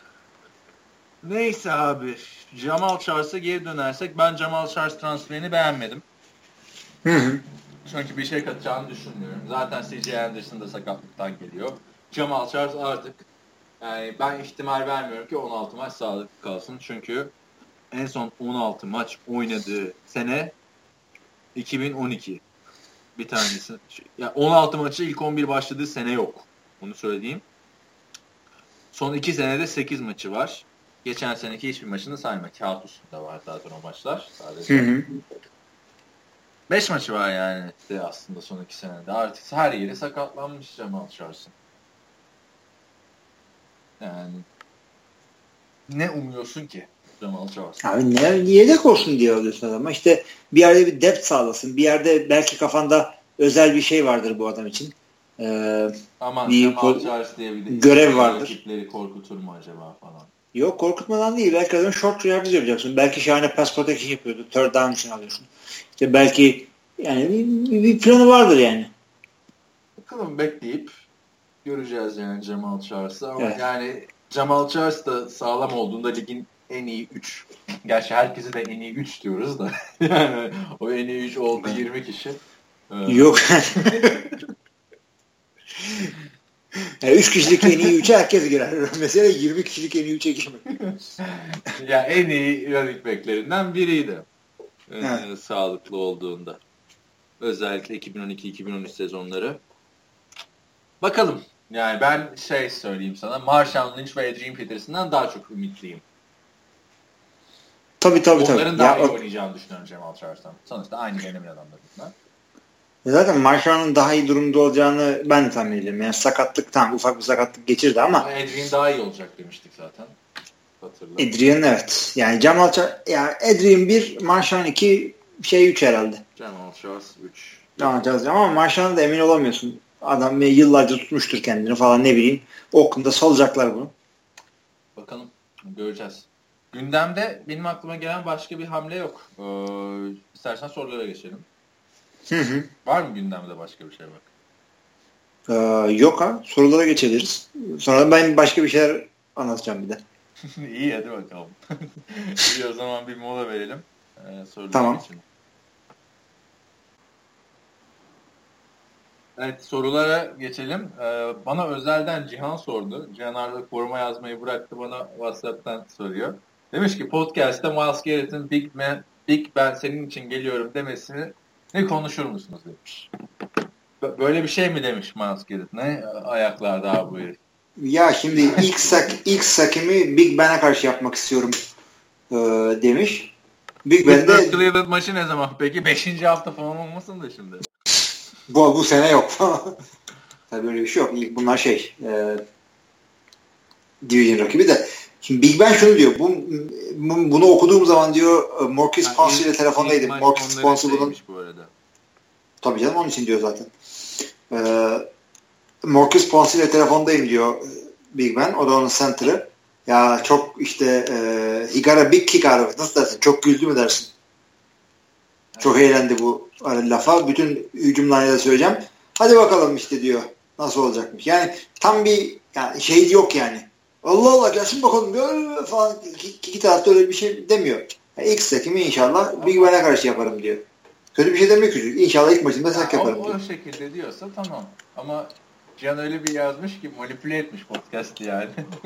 Neyse abi. Jamal Charles'a geri dönersek, ben Jamal Charles transferini beğenmedim. Çünkü bir şey katacağını düşünmüyorum. Zaten C.J. Anderson da sakatlıktan geliyor. Jamal Charles artık, yani ben ihtimal vermiyorum ki 16 maç sağlıklı kalsın. Çünkü en son 16 maç oynadığı sene 2012. Bir tanesi. Yani 16 maçı ilk 11 başladığı sene yok. Onu söyleyeyim. Son 2 senede 8 maçı var. Geçen seneki hiçbir maçını sayma. Kağıt üstünde var zaten o maçlar. Sadece. 5 maçı var yani aslında son 2 senede. Artık her yeri sakatlanmış Jamal Charles'ın. Yani ne umuyorsun ki Jamal Charles? Abi ne yedek olsun diye alıyorsun adama. İşte bir yerde bir depth sağlasın. Bir yerde belki kafanda özel bir şey vardır bu adam için. Aman Jamal Charles diye bir de görev vardır. Rakipleri korkutur mu acaba falan? Yok, korkutmadan değil. Belki adam short yardımcı yapacaksın. Belki şahane pass protection yapıyordu. Third down için alıyorsun. İşte belki yani bir planı vardır yani. Bakalım, bekleyip göreceğiz yani Jamal Charles'ı. Ama evet, yani Jamal Charles da sağlam olduğunda ligin en iyi 3. Gerçi herkese de en iyi 3 diyoruz da. Yani o en iyi 3 oldu 20 kişi. Yok. Yani 3 kişilik en iyi 3'e herkes girer. Mesela 20 kişilik en iyi 3'e girmek. Ya en iyi running back'lerinden biriydi. Sağlıklı olduğunda. Özellikle 2012-2013 sezonları. Bakalım. Yani ben söyleyeyim sana. Marshawn Lynch ve Adrian Peterson'dan daha çok ümitliyim. Tabii. Onların daha iyi oynayacağını düşünüyorum Jamal Charles'tan. Sonuçta aynı dönemin adamlarından. Zaten Marshall'ın daha iyi durumda olacağını ben de tahmin ediyorum. Yani sakatlık, tamam, ufak bir sakatlık geçirdi ama Adrian daha iyi olacak demiştik zaten. Hatırladım. Adrian evet. Yani Jamal Charles, yani Adrian 1, Marshall 2, 3 herhalde. Jamal Charles 3. Jamal Charles ama Marshall'da da emin olamıyorsun. Adam yıllarca tutmuştur kendini falan, ne bileyim. Oakland'da salacaklar bunu. Bakalım. Göreceğiz. Gündemde benim aklıma gelen başka bir hamle yok. İstersen sorulara geçelim. Var mı gündemde başka bir şey bak? Yok ha. Sorulara geçebiliriz. Sonra ben başka bir şeyler anlatacağım bir de. İyi, hadi bakalım. İyi, o zaman bir mola verelim. Sorulara tamam. geçelim. Evet, sorulara geçelim. Bana özelden Cihan sordu. Cihan Arda forma yazmayı bıraktı, bana WhatsApp'tan soruyor. Demiş ki podcast'te Myles Garrett'in Big Ben senin için geliyorum demesini ne konuşur musunuz demiş. Böyle bir şey mi demiş Myles Garrett? Ne ayaklarda abi bu herif? Ya şimdi ilk sakimi Big Ben'e karşı yapmak istiyorum demiş. Big Ben'de Cleveland maçı ne zaman? Peki 5. hafta falan olmasın da şimdi. Bu sene yok. Tabii böyle bir şey yok. İlk bunlar division rakibi de. Şimdi Big Ben şunu diyor. Bunu okuduğum zaman diyor Marcus Ponce ile telefondaydım. Marcus Ponce bunun. Bu arada. Tabii canım, onun için diyor zaten. Marcus Ponce ile telefondayım diyor Big Ben. O da onun center'ı. Ya çok işte he got a big kick out of it. Nasıl dersin? Çok güldü mü dersin? Çok eğlendi bu lafa. Bütün hücumlarıyla söyleyeceğim. Hadi bakalım işte diyor. Nasıl olacakmış. Yani tam bir yani şey yok yani. Allah Allah gelsin bakalım falan. İki tarafta öyle bir şey demiyor. Yani ilk sekimi inşallah Big Ben'e karşı yaparım diyor. Kötü bir şey demiyor ki. İnşallah ilk maçında sak yaparım diyor. O şekilde diyorsa tamam. Ama Can öyle bir yazmış ki manipüle etmiş podcast'ı yani.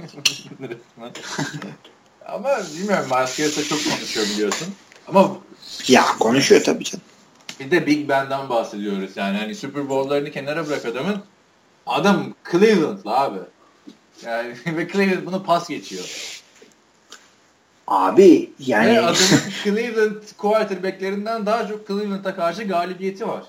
Ama bilmiyorum. Marquez'e çok konuşuyor biliyorsun. Ama ya konuşuyor tabii canım. Bir de Big Ben'den bahsediyoruz. Yani hani Super Bowl'larını kenara bırak adamın. Adam Cleveland'lı abi. Yani ve Cleveland bunu pas geçiyor. Abi yani ve adamın Cleveland quarterbacklerinden daha çok Cleveland'a karşı galibiyeti var.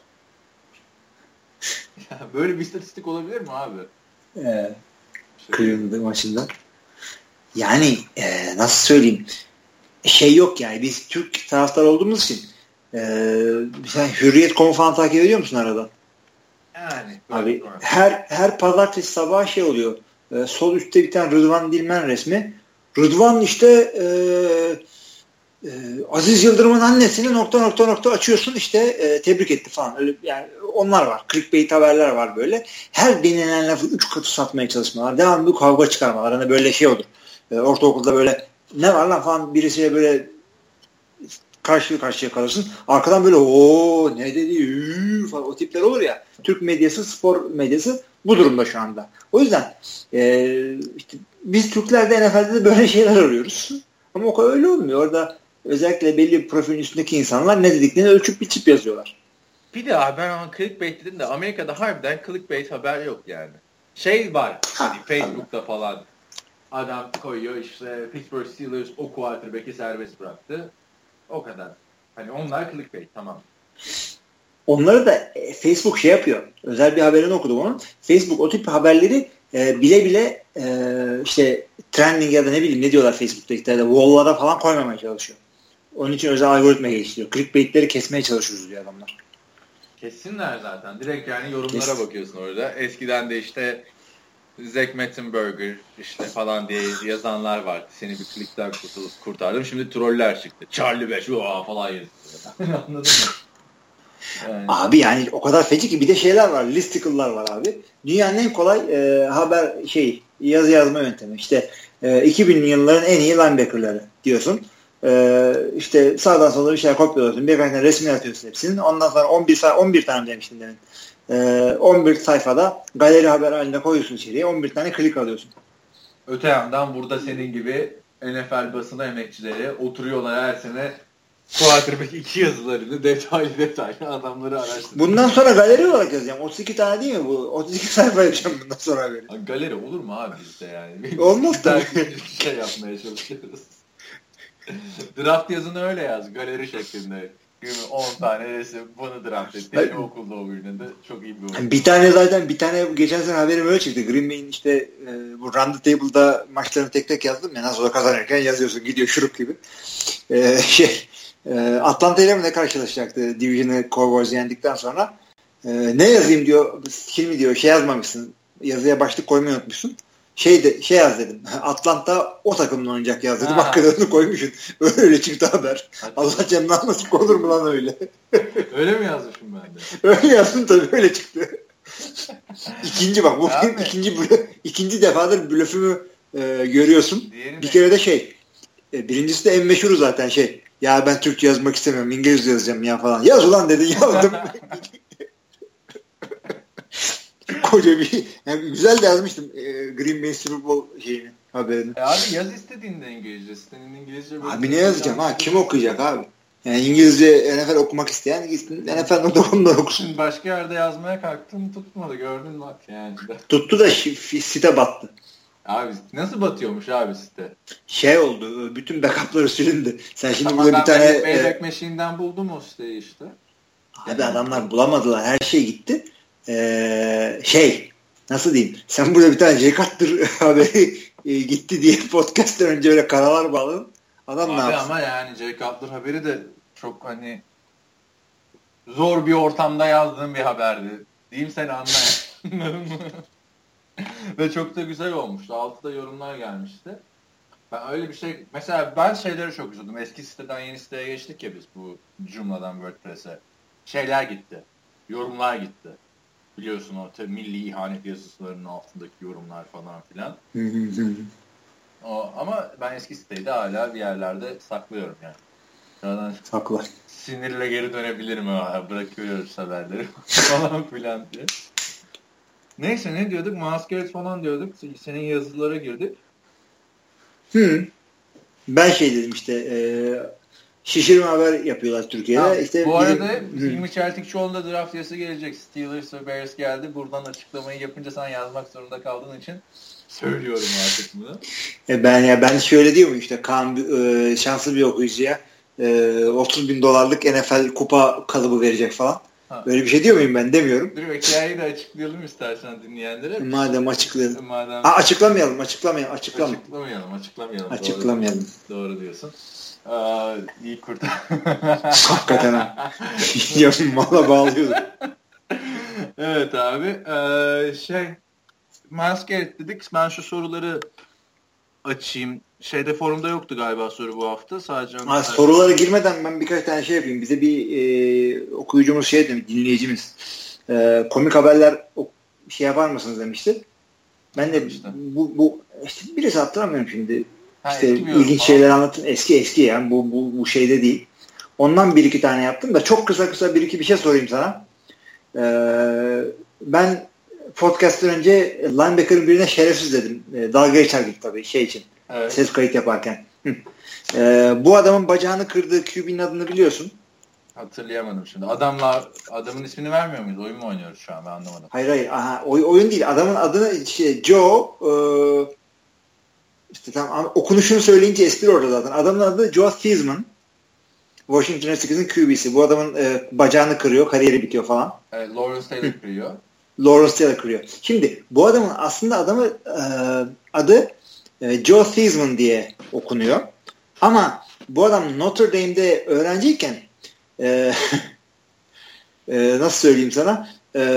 Ya böyle bir istatistik olabilir mi abi? Cleveland maçında. Yani nasıl söyleyeyim? Şey yok yani. Biz Türk taraftar olduğumuz için sen Hürriyet.com falan takip ediyor musun arada? Yani. Abi her pazartesi sabahı şey oluyor. Sol üstte bir tane Rıdvan Dilmen resmi. Rıdvan işte Aziz Yıldırım'ın annesini nokta açıyorsun işte tebrik etti falan. Öyle yani onlar var. Clickbait haberler var böyle. Her denilen lafı 3 katı satmaya çalışmalar. Devamlı bir kavga çıkarmalar. Hani böyle şey olur. Ortaokulda böyle ne var lan falan birisiyle böyle karşı karşıya kalırsın. Arkadan böyle o ne dedi falan o tipler olur ya. Türk medyası, spor medyası bu durumda şu anda. O yüzden işte biz Türkler de NFL'de de böyle şeyler arıyoruz. Ama o kadar öyle olmuyor. Orada özellikle belli bir profilin üstündeki insanlar ne dediklerini ölçüp biçip yazıyorlar. Bir de abi ben ama clickbait dedim de Amerika'da harbiden clickbait haber yok yani. Şey var hani Facebook'ta falan adam koyuyor işte Pittsburgh Steelers o quarterback'i serbest bıraktı. O kadar. Hani onlar clickbait tamam. Onları da Facebook şey yapıyor. Özel bir haberini okudum onun. Facebook o tip haberleri bile bile işte trending ya da ne bileyim ne diyorlar Facebook'ta wall'lara falan koymamaya çalışıyor. Onun için özel algoritma geliştiriyor. Clickbait'leri kesmeye çalışıyoruz diyor adamlar. Kessinler zaten. Direkt yani yorumlara bakıyorsun orada. Eskiden de işte Zach Mettenberger işte falan diye yazanlar vardı. Seni bir klikten kurtardım. Şimdi troller çıktı. Charlie Beş falan yazıyor. Anladın mı? Yani. Abi yani o kadar feci ki bir de şeyler var. Listicle'lar var abi. Dünyanın en kolay haber yazı yazma yöntemi. İşte 2000'li yılların en iyi linebacker'ları diyorsun. İşte sağdan sola bir şeyler kopyalıyorsun. Bir tane resmini atıyorsun hepsinin. Ondan sonra 11 tane demiştim demin. 11 sayfada galeri haber halinde koyuyorsun içeriye. 11 tane klik alıyorsun. Öte yandan burada senin gibi NFL basını emekçileri oturuyorlar her sene quarterback 2 yazılarını detaylı adamları araştırıyor. Bundan sonra galeri olarak yazacağım. 32 tane değil mi bu? 32 sayfa yapacağım bundan sonra haberi. Galeri olur mu abi bizde yani? Olmaz tabii. Şey yapmaya çalışıyoruz. Draft yazını öyle yaz. Galeri şeklinde. 10 tane resim bunu draft etti. Okulda o birine de çok iyi bir oyun. Bir tane geçen sene haberim öyle çıktı. Green Bay'in işte bu Run the Table'da maçlarını tek tek yazdım ya. Nasıl da kazanırken yazıyorsun. Gidiyor şurup gibi. Atlanta ile mi ne karşılaşacaktı Division'ı Cowboys yendikten sonra. Ne yazayım diyor. Hilmi diyor şey yazmamışsın. Yazıya başlık koymayı unutmuşsun. Şey yaz dedim. Atlanta o takımla oynayacak yaz dedim. Hakikaten koymuşsun. Öyle çıktı haber. Allah canına almasın olur mu lan öyle? Öyle mi yazmışım ben de? Öyle yazdım tabii öyle çıktı. İkinci bak bu ikinci defadır blöfümü görüyorsun. Bir kere de birincisi de en meşhuru zaten ya ben Türkçe yazmak istemiyorum İngilizce yazacağım ya falan. Yaz ulan dedin yazdım. Koca bir güzel de yazmıştım Green Bay Super Bowl haberini. Abi yaz istediğinde İngilizce. Senin İngilizce abi ne yazacağım ha? Kim okuyacak abi? Yani İngilizce NFL okumak isteyen gitsin NFL.com'dan okusun. Başka yerde yazmaya kalktım tutmadı gördün bak yani. Tuttu da site battı. Abi nasıl batıyormuş abi site? Oldu. Bütün backup'ları silindi. Sen şimdi burada bir tane Wayback Machine'den buldum o siteyi işte. Abi adamlar bulamadılar. Her şey gitti. Nasıl diyeyim? Sen burada bir tane Jay Cutler haberi gitti diye podcast'ten önce öyle karalar bağladın. Adam abi ne yapsın? Ama yani Jay Cutler haberi de çok hani zor bir ortamda yazdığım bir haberdi. Diyeyim sen anla. Ve çok da güzel olmuştu. Altta yorumlar gelmişti. Ben öyle bir şey... Mesela ben şeyleri çok üzüldüm. Eski siteden yeni siteye geçtik ya biz bu Joomla'dan WordPress'e. Şeyler gitti. Yorumlar gitti. Biliyorsun o milli ihanet yazılarının altındaki yorumlar falan filan. Ama ben eski siteyi de hala bir yerlerde saklıyorum yani. Sonradan Haklı. sinirle geri dönebilirim ha. Bırakıyoruz haberleri falan filan diye. Neyse ne diyorduk? Masquerade falan diyorduk. Senin yazılara girdik. Ben şey dedim işte şişirme haber yapıyorlar Türkiye'de. Ha, işte bu arada Hilmi Çeltikçioğlu'nda draft yazısı gelecek. Steelers ve Bears geldi. Buradan açıklamayı yapınca sen yazmak zorunda kaldığın için söylüyorum artık bunu. Ben şöyle diyorum işte Kaan şanslı bir okuyucuya $30,000 NFL kupa kalıbı verecek falan. Ha. Öyle bir şey diyor muyum ben? Demiyorum. Dur hikayeyi de açıklayalım istersen dinleyenlere. Madem açıklayalım. Açıklamayalım. Açıklamayalım. Doğru diyorsun. İyi kurtar. Hakikaten ha. Mala bağlıyordum. Evet abi. Masquerade dedik. Ben şu soruları açayım. Forumda yoktu galiba soru bu hafta. Sadece sorulara girmeden ben birkaç tane şey yapayım. Bize bir okuyucumuz dinleyicimiz komik haberler yapar mısınız demişti. Ben de işte. bu işte birisi hatırlamıyorum şimdi. İlginç şeyler anlatın. Eski yani bu şeyde değil. Ondan bir iki tane yaptım da çok kısa bir iki bir şey sorayım sana. Ben podcast'tan önce linebacker'ın birine şerefsiz dedim. Dalga geçer gibi tabii için. Evet. Ses kayıt yaparken. Bu adamın bacağını kırdığı QB'nin adını biliyorsun. Hatırlayamadım şimdi. Adamın ismini vermiyor muyuz? Oyun mu oynuyoruz şu an? Ben anlamadım. Hayır. Aha, oyun değil. Adamın adını Joe işte tam okunuşunu söyleyince espri orada zaten. Adamın adı Joe Theismann. Washington Redskins'in QB'si. Bu adamın bacağını kırıyor. Kariyeri bitiyor falan. Evet, Lawrence Taylor kırıyor. Lawrence Taylor kırıyor. Şimdi bu adamın aslında adı Joe Theismann diye okunuyor. Ama bu adam Notre Dame'de öğrenciyken nasıl söyleyeyim sana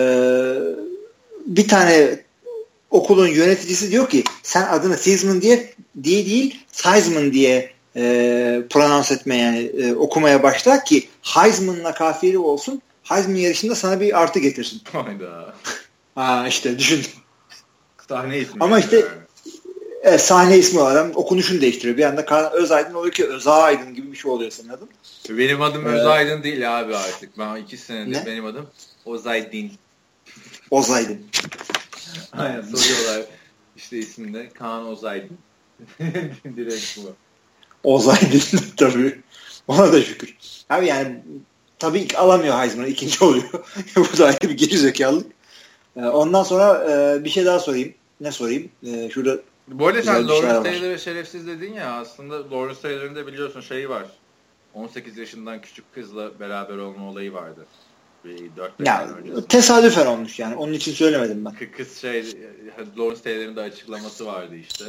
bir tane okulun yöneticisi diyor ki sen adını Theismann diye değil Theismann diye pronounce etmeye okumaya başla ki Heisman'la kafiyeli olsun. Heisman yarışında sana bir artı getirsin. Hayda. İşte düşün. Sahne ismi. Ama işte sahne ismi var. Okunuşunu değiştiriyor. Bir anda Kaan Özaydın oluyor ki Özaydın gibi bir şey oluyor senin adın. Benim adım Özaydın değil abi artık. Ben 2 senedir benim adım Ozaydin. Ozaydın. Aynen soruyorlar işte isminde Kaan Ozaydın. Direkt bu. Ozaydın tabii. Ona da şükür. Abi yani tabii alamıyor Heisman'ı. İkinci oluyor. Bu da ayrı bir gerizekalılık. Ondan sonra bir şey daha sorayım. Ne sorayım? Şurada bu arada sen Lawrence Taylor'a şerefsiz dedin ya, aslında Lawrence Taylor'ın da biliyorsun şeyi var. 18 yaşından küçük kızla beraber olma olayı vardı. Bir 4-5 sene öncesinde. Tesadüfen olmuş yani. Onun için söylemedim ben. Kız Lawrence Taylor'ın da açıklaması vardı işte.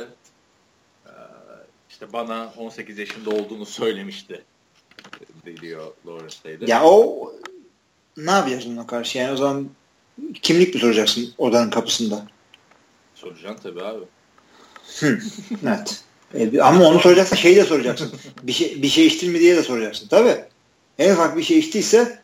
İşte bana 18 yaşında olduğunu söylemişti diyor Lawrence Taylor. Ya o ne yapacaksın o karşı? Yani o zaman kimlik mi soracaksın odanın kapısında? Soracaksın tabii abi. Evet. Ama onu soracaksan şeyi de soracaksın. bir şey içtin mi diye de soracaksın. Tabii. En ufak bir şey içtiyse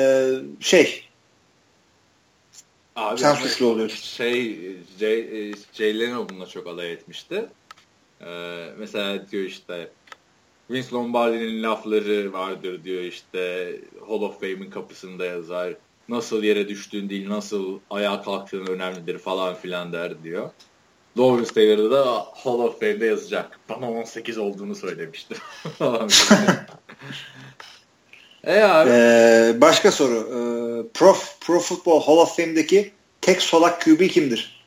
abi sen suçlu oluyorsun. Jay Leno bununla çok alay etmişti. Mesela diyor işte Vince Lombardi'nin lafları vardır diyor işte Hall of Fame'in kapısında yazar. Nasıl yere düştüğün değil, nasıl ayağa kalktığın önemlidir falan filan der diyor. Lawrence Taylor'da da Hall of Fame'de yazacak. Bana 18 olduğunu söylemişti. Abi. Başka soru. Pro Football Hall of Fame'deki tek solak QB kimdir?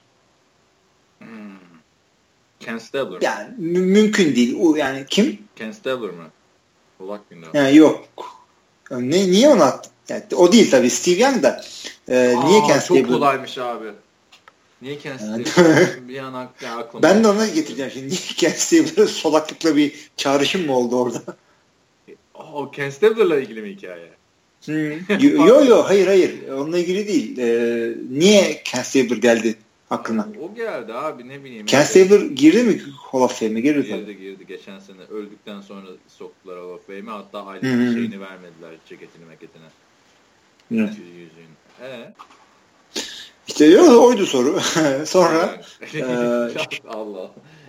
Ken Stabler. Yani mümkün değil. Yani kim? Ken Stabler mı? Solak mı? Yani yok. Niye onu attın? Yani, o değil tabii. Steve Young da. Niye Ken Stabler? Çok kolaymış abi. Niye Ken Stabler? Bir an aklıma. Ben de ona getireceğim şimdi. Niye Ken Stabler'ın solaklıkla bir çağrışım mı oldu orada? Ken Stabler'la ilgili mi hikaye? Yo hayır. Onunla ilgili değil. Niye Ken Stabler geldi aklına? O geldi abi, ne bileyim. Ken Stabler girdi mi Hall of Fame'e? Girdi. Geçen sene öldükten sonra soktular Hall of Fame'e. Hatta ailenin şeyini vermediler. Ceketini meketine. Yüzüğünü. İşte oydu soru. Sonra Allah.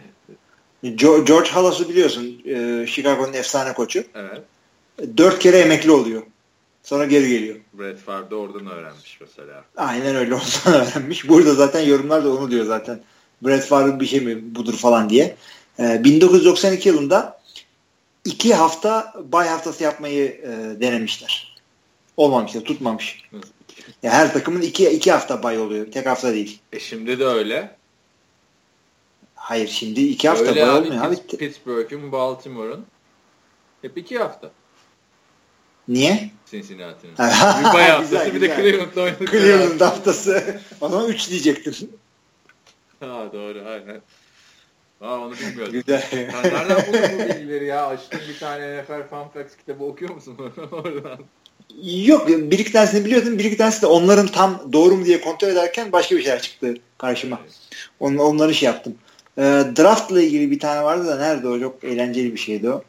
George Halas'ı biliyorsun. Chicago'nun efsane koçu. Evet. 4 kere emekli oluyor. Sonra geri geliyor. Brett Favre de oradan öğrenmiş mesela. Aynen öyle, oradan öğrenmiş. Burada zaten yorumlar da onu diyor zaten. Brett Favre bir şey mi budur falan diye. 1992 yılında 2 hafta bay haftası yapmayı denemişler. Olmamış da, tutmamış. Ya her takımın 2 hafta bay oluyor. Tek hafta değil. Şimdi de öyle. Hayır, şimdi 2 hafta öyle bay abi, olmuyor abi. Pittsburgh'ün, Baltimore'un hep 2 hafta. Niye? Cincinnati'nin. Bir bay haftası, bir de Cleveland'da oynadık. Cleveland haftası. O zaman 3 diyecektim. Doğru, aynen. Onu bilmiyordum. Güzel. Sen nereden buldun bu bilgileri ya? Açtın bir tane NFL Fun Facts kitabı, okuyor musun oradan? Yok, bir iki tanesini biliyordum. Bir iki tanesi de onların tam doğru mu diye kontrol ederken başka bir şeyler çıktı karşıma. Onları şey yaptım. Draft'la ilgili bir tane vardı da nerede o? Çok eğlenceli bir şeydi o.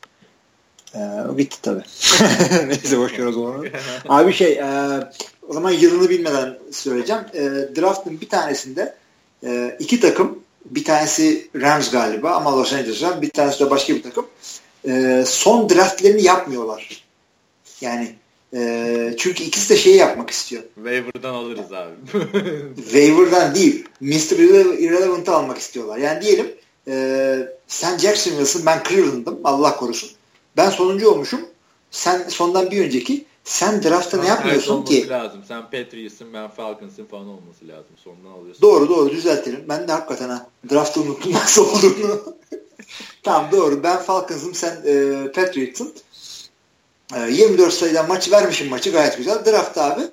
O bitti tabii. Neyse, boşver o zaman. Abi o zaman yılını bilmeden söyleyeceğim. Draft'ın bir tanesinde 2 takım, bir tanesi Rams galiba ama Los Angeles Rams, bir tanesi de başka bir takım, son draftlerini yapmıyorlar. Yani çünkü ikisi de şeyi yapmak istiyor. Waiver'dan alırız abi. Waiver'dan değil. Mr. Irrelevant'ı almak istiyorlar. Yani diyelim sen Jacksonville'sın, ben Cleveland'ım. Allah korusun. Ben sonuncu olmuşum. Sen sondan bir önceki. Sen draft'ta ne yapmıyorsun ki? Lazım. Sen Patriots'ın, ben Falcons'ın falan olması lazım. Sondan alıyorsun. Doğru düzeltelim. Ben de hakikaten draft'ı unuttum nasıl olduğunu. Tamam, doğru. Ben Falcons'ım, sen Patriots'ın. 24 sayıdan maçı vermişim, maçı gayet güzel. Draft'ta abi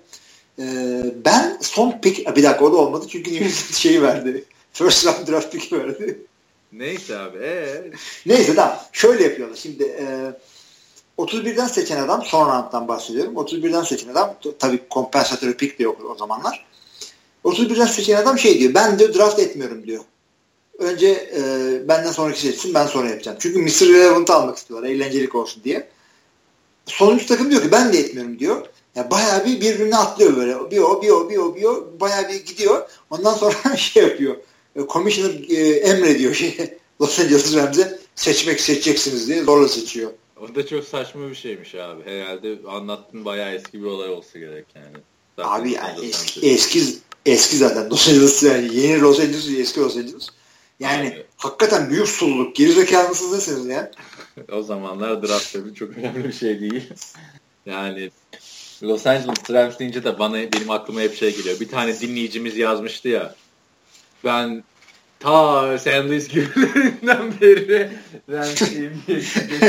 ben son pick, bir dakika o da olmadı çünkü şeyi verdi. First round draft pick'i verdi. Neyse abi. Neyse, tamam. Şöyle yapıyorlar. Şimdi 31'den seçen adam, son round'dan bahsediyorum. 31'den seçen adam, tabii kompensatörü pick de yok o zamanlar. 31'den seçen adam şey diyor. Ben de draft etmiyorum diyor. Önce benden sonraki seçsin, ben sonra yapacağım. Çünkü Mr. Relevant'ı almak istiyorlar. Eğlencelik olsun diye. Sonuncu takım diyor ki ben de etmiyorum diyor. Ya bayağı bir birbirine atlıyor böyle. Bir o bayağı bir gidiyor. Ondan sonra şey yapıyor. Commissioner emrediyor Los Angeles Rams'e seçeceksiniz diye zorla seçiyor. O da çok saçma bir şeymiş abi. Herhalde anlattın, bayağı eski bir olay olsa gerek yani. Zaten abi yani eski zaten Los Angeles, yani yeni Los Angeles, eski Los Angeles. Yani hakikaten büyük sululuk. Gerizekalı mısınız deseniz yani. O zamanlar draft tabii çok önemli bir şey değil. Yani Los Angeles Rams deyince de benim aklıma hep şey geliyor. Bir tane dinleyicimiz yazmıştı ya. Ben ta St. Louis gibilerinden beri Rams'iyim diye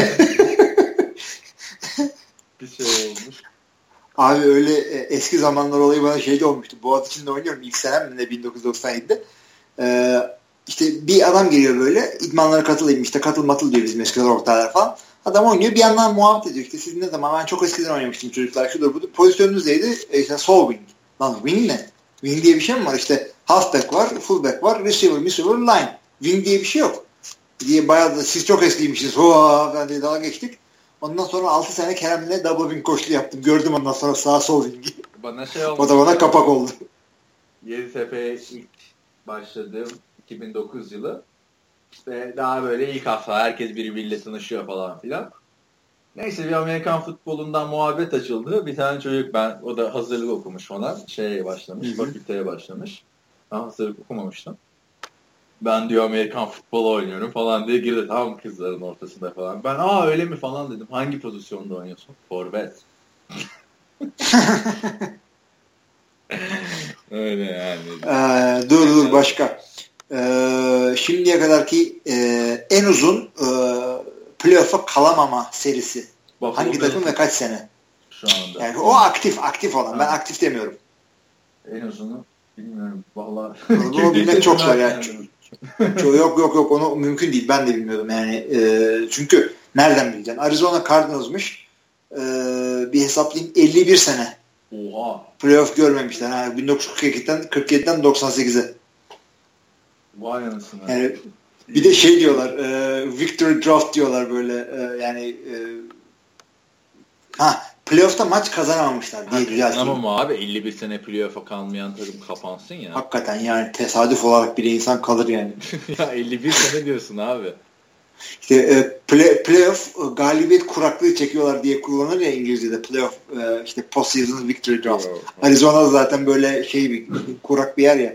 bir şey olmuş. Abi öyle eski zamanlar olayı bana şeyde olmuştu. Boğaziçi'nde oynuyorum ilk senem de 1997'de. İşte bir adam geliyor böyle, idmanlara katılayım, işte katıl diyor bizim eskiler ortağlar falan. Adam oynuyor, bir yandan muhabbet ediyor. İşte siz ne zaman, ben çok eskiden oynamıştım çocuklar, şudur budur. Pozisyonunuz neydi? İşte sol wing. Lan wing ne? Wing diye bir şey mi var? İşte halfback var, fullback var, receiver, line. Wing diye bir şey yok. Diye bayağı da siz çok eskiymişsiniz. Ben diye dalga geçtik. Ondan sonra 6 sene Kerem'le double wing koçluğu yaptım. Gördüm ondan sonra sağ sol wing'i. Bana şey oldu. O da bana kapak oldu. Yeditepe'ye ilk başladığım 2009 yılı. İşte daha böyle ilk hafta herkes birbiriyle tanışıyor falan filan. Neyse, bir Amerikan futbolundan muhabbet açıldı. Bir tane çocuk, o da hazırlık okumuş falan. Fakülteye başlamış. Ben hazırlık okumamıştım. Ben diyor Amerikan futbolu oynuyorum falan diye girdi, tam kızların ortasında falan. Ben öyle mi falan dedim. Hangi pozisyonda oynuyorsun? Forvet. Öyle yani. Dur başka. Şimdiye kadarki en uzun playoff'a kalamama serisi. Buffalo hangi takım ve kaç sene? Şu anda. Yani o aktif olan. Ben aktif demiyorum. En uzunu bilmiyorum. Vallahi. Onu bilmek çok zor yani. Yok onu mümkün değil. Ben de bilmiyordum yani. Çünkü nereden bileceksin? Arizona Cardinals'mış. bir hesaplayayım 51 sene. Oha. Playoff görmemişler. Ha, 1947'den 98'e. Vay anasını. Yani bir de şey diyorlar, victory draft diyorlar böyle, yani playoff'ta maç kazanamamışlar diye düzelteyim. Tamam abi, 51 sene playoff'a kalmayan takım kapansın ya. Hakikaten yani tesadüf olarak bile insan kalır yani. Ya 51 sene diyorsun abi. İşte playoff galibiyet kuraklığı çekiyorlar diye kullanır ya İngilizce'de playoff, işte postseason victory draft. Arizona zaten böyle bir kurak bir yer ya.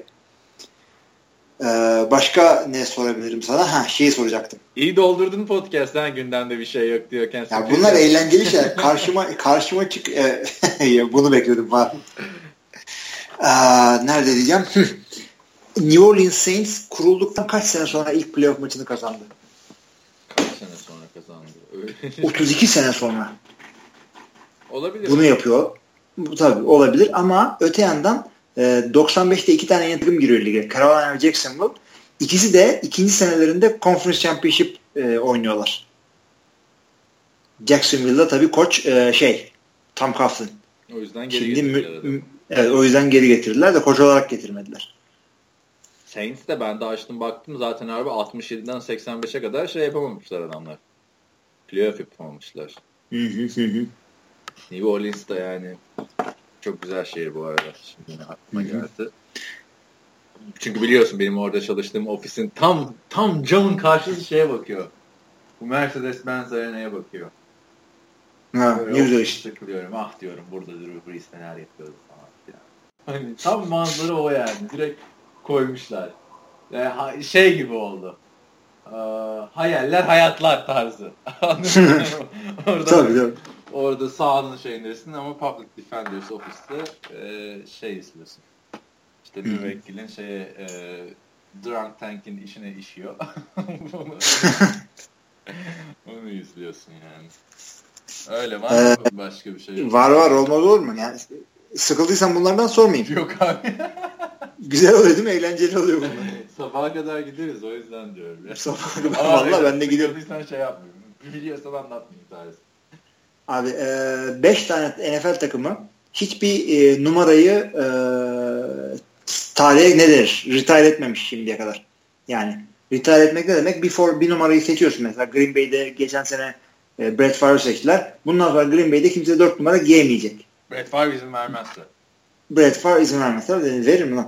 Başka ne sorabilirim sana? Şeyi soracaktım. İyi doldurdun podcast'ten, gündemde bir şey yok diyorken. Ya bunlar eğlenceli şeyler. Karşıma çık. Bunu bekliyordum falan. Nerede diyeceğim? New Orleans Saints kurulduktan kaç sene sonra ilk playoff maçını kazandı? Kaç sene sonra kazandı? 32 sene sonra. Olabilir. Bunu yapıyor. Bu tabii olabilir ama öte yandan 95'te 2 tane yeni takım giriyor lige. Carolina ve Jacksonville. İkisi de ikinci senelerinde Conference Championship oynuyorlar. Jacksonville'da tabii koç Tom Coughlin. O yüzden geri getirdiler. Evet, o yüzden geri getirdiler de koç olarak getirmediler. Saints de ben de açtım baktım zaten abi 67'den 85'e kadar yapamamışlar adamlar. Playoff yapamamışlar. New Orleans da yani çok güzel şehir bu arada. Şimdi yine aklıma geldi. Çünkü biliyorsun benim orada çalıştığım ofisin tam camın karşısı bakıyor. Bu Mercedes-Benz Arena'ya bakıyor. Ne güzel işte. Takılıyorum. Diyorum burada Drew Brees neler yapıyordu falan filan. Hani tam manzara o yani. Direkt koymuşlar. Yani gibi oldu. Hayaller hayatlar tarzı. Orada, tabii. Orada sağının şeyindesin ama Public Defenders ofiste izliyorsun. İşte müvekkilin Drunk Tank'in işine işiyor. Onu izliyorsun yani. Öyle var mı? Başka bir şey yok. Var olmaz olur mu? Yani sıkıldıysan bunlardan sormayayım. Yok abi. Güzel oluyor değil mi? Eğlenceli oluyor bunlar. Sabaha kadar gideriz o yüzden diyorum. Ya. Sabaha kadar. Valla ben de gidiyorum. Sıkıldıysan yapmayayım. Biliyorsan anlatmayayım sadece. Abi 5 tane NFL takımı hiçbir numarayı tarihe ne denir? Retire etmemiş şimdiye kadar. Yani retire etmek ne demek? Bir numarayı seçiyorsun mesela. Green Bay'de geçen sene Brett Favre seçtiler. Bundan sonra Green Bay'de kimse 4 numara giyemeyecek. Brett Favre izin vermezse. Brett Favre izin vermezse verir mi lan?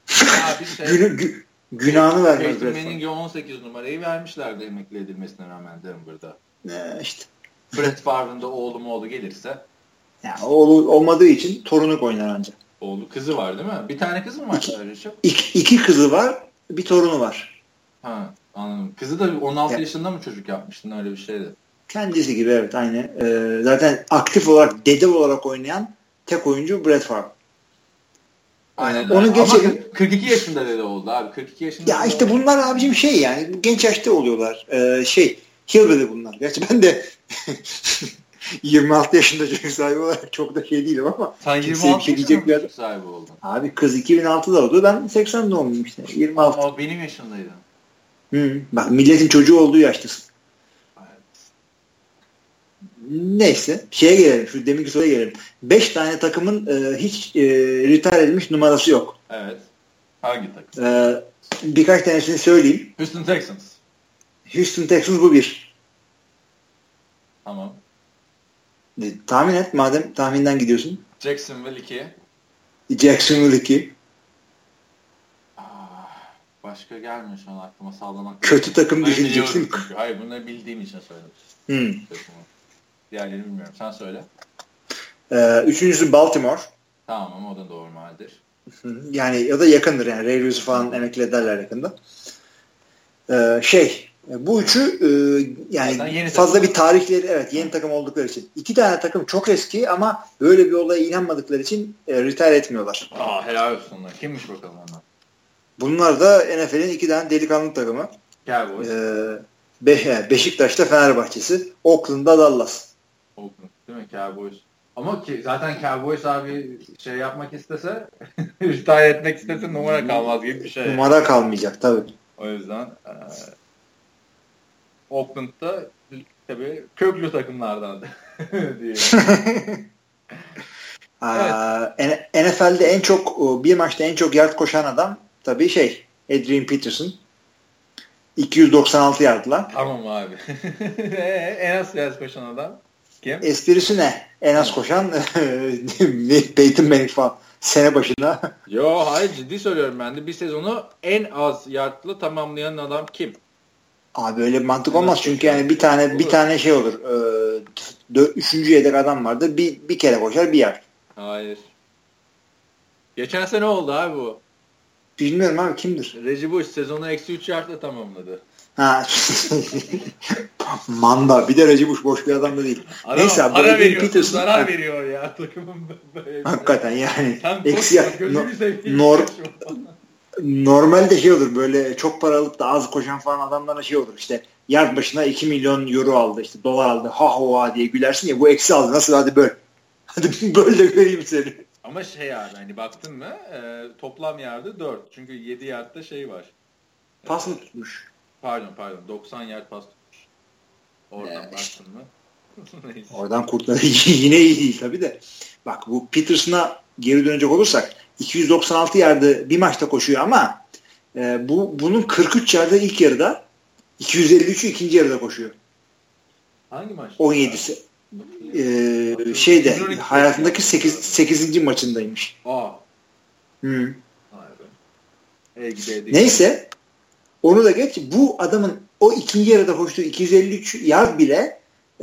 Günahını vermez Brett Favre. Peyton Manning'e 18 numarayı vermişlerdi emekli edilmesine rağmen Denver'da. İşte. Brett Favre'ın da oğlu gelirse. Yani oğlu olmadığı için torunu oynar ancak. Oğlu kızı var değil mi? Bir tane kızı mı var? İki kızı var, bir torunu var. Ha, anladım. Kızı da 16 yaşında mı çocuk yapmıştın, öyle bir şeydi. Kendisi gibi evet aynı. Zaten aktif olarak dede olarak oynayan tek oyuncu Brett Favre. Aynen. Onu geçelim. Ama 42 yaşında dede oldu abi. 42 yaşında. Ya işte bunlar abicim yani genç yaşta oluyorlar. Hillbilly bunlar. Gerçi ben de 26 yaşında çocuk sahibi olarak çok da değilim ama. Sen 26 yaşında çocuk sahibi oldun. Abi kız 2006'da oldu. Ben 80 doğumluyum işte. 26. Ama benim yaşımdaydı. Bak milletin çocuğu olduğu yaştasın. Evet. Neyse. Gelelim. Şu deminki soruya gelelim. 5 tane takımın hiç retire edilmiş numarası yok. Evet. Hangi takım? Birkaç tanesini söyleyeyim. Houston Texans. Houston Texans bu bir. Tamam. Tahmin et madem tahminden gidiyorsun. Jacksonville 2. Jacksonville 2. Başka gelmiyor şu an aklıma, sallamak. Kötü takım düşüneceksin. Hayır, bunları bildiğim için söyledim. Diğerlerini bilmiyorum. Sen söyle. Üçüncüsü Baltimore. Tamam, o da normaldir. Yani ya da yakındır yani. Ray Lewis'i falan emekli ederler yakında. Bu üçü yani fazla bir tarihleri yeni takım oldukları için. 2 tane takım çok eski ama böyle bir olaya inanmadıkları için retire etmiyorlar. Helal olsun onlar. Kimmiş bakalım onlar? Bunlar da NFL'in 2 tane delikanlı takımı. Cowboys. Beşiktaş'ta Fenerbahçe'si. Oakland'da Dallas. Oakland değil mi? Cowboys. Ama zaten Cowboys abi yapmak istese retire etmek istese numara kalmaz gibi bir şey. Numara kalmayacak tabii. O yüzden Oakland'da tabii köklü takımlardan diye. Evet. NFL'de en çok bir maçta en çok yard koşan adam tabii Adrian Peterson. 296 yardla. Tamam abi. En az yard koşan adam kim? Esprisi ne? En az koşan Peyton Manning falan. Sene başına. Yo hayır, ciddi söylüyorum ben de. Bir sezonu en az yardla tamamlayan adam kim? Abi öyle bir mantık olmaz çünkü yani bir tane şey olur. Üçüncü yedek adam vardır. Bir kere koşar bir yard. Hayır. Geçen sene oldu abi bu. Bilmiyorum abi kimdir? Reggie Bush sezonu -3 yardla tamamladı. Ha. Manda. Bir de Reggie Bush boş bir adam da değil. Adam neyse abi. Para veriyor. Zarar veriyor ya takımın. Hakikaten yani. Eksi normalde olur böyle çok para alıp da az koşan falan adamlara olur işte yard başına 2 milyon euro aldı işte dolar aldı ha diye gülersin ya bu eksi aldı nasıl hadi böl. Hadi böl de göreyim seni. Ama abi hani baktın mı toplam yardı 4 çünkü 7 yardta var. Pas mı tutmuş? Pardon 90 yard pas tutmuş. Oradan baktın mı? Oradan kurtları yine iyi değil tabii de. Bak bu Peterson'a geri dönecek olursak 296 yardı bir maçta koşuyor ama bunun 43 yardı ilk yarıda 253'ü ikinci yarıda koşuyor. Hangi maç? 17'si. Hayatındaki 8. maçındaymış. Neyse onu da geç. Bu adamın o ikinci yarıda koştuğu 253 yard bile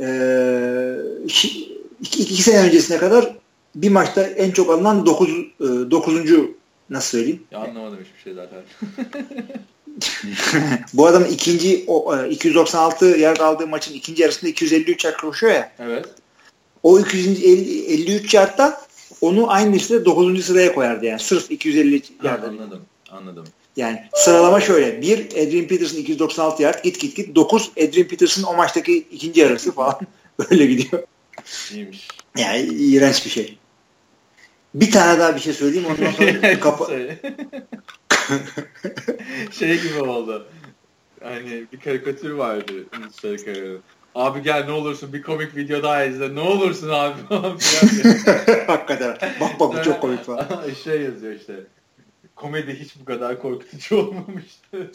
2 sene öncesine kadar bir maçta en çok alınan 9. nasıl söyleyeyim? Ya anlamadım hiçbir şey zaten. Bu adam 296 yard aldığı maçın ikinci yarısında 253 yard koşuyor ya. Evet. O 253 yardta onu aynı listede 9. sıraya koyardı yani. Sırf 250 yard. Anladım. Yani sıralama şöyle. 1 Adrian Peterson 296 yard git. 9 Adrian Peterson o maçtaki ikinci yarısı falan. Öyle gidiyor. İyiymiş. Yani iğrenç bir şey. Bir tane daha bir şey söyleyeyim ondan sonra gibi oldu. Hani bir karikatür vardı. Abi gel ne olursun bir komik video daha izle. Ne olursun abi falan. Hakikaten. Bak bu çok komik falan. Yazıyor işte. Komedi hiç bu kadar korkutucu olmamıştı.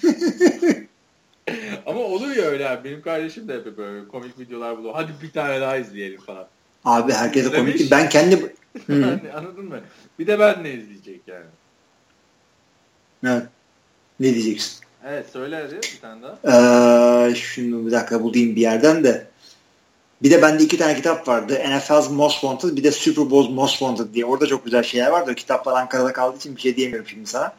Ama olur ya öyle abi. Benim kardeşim de hep böyle komik videolar buluyor. Hadi bir tane daha izleyelim falan. Abi herkese komik değil. Ben kendi... Anladın mı? Bir de ben ne izleyecek yani. Evet. Ne diyeceksin? Evet söyle hadi bir tane daha. Şimdi bir dakika bulayım bir yerden de. Bir de bende 2 tane kitap vardı. NFL's Most Wanted bir de Super Bowl's Most Wanted diye. Orada çok güzel şeyler vardı. O kitaplar Ankara'da kaldığı için bir şey diyemiyorum şimdi sana.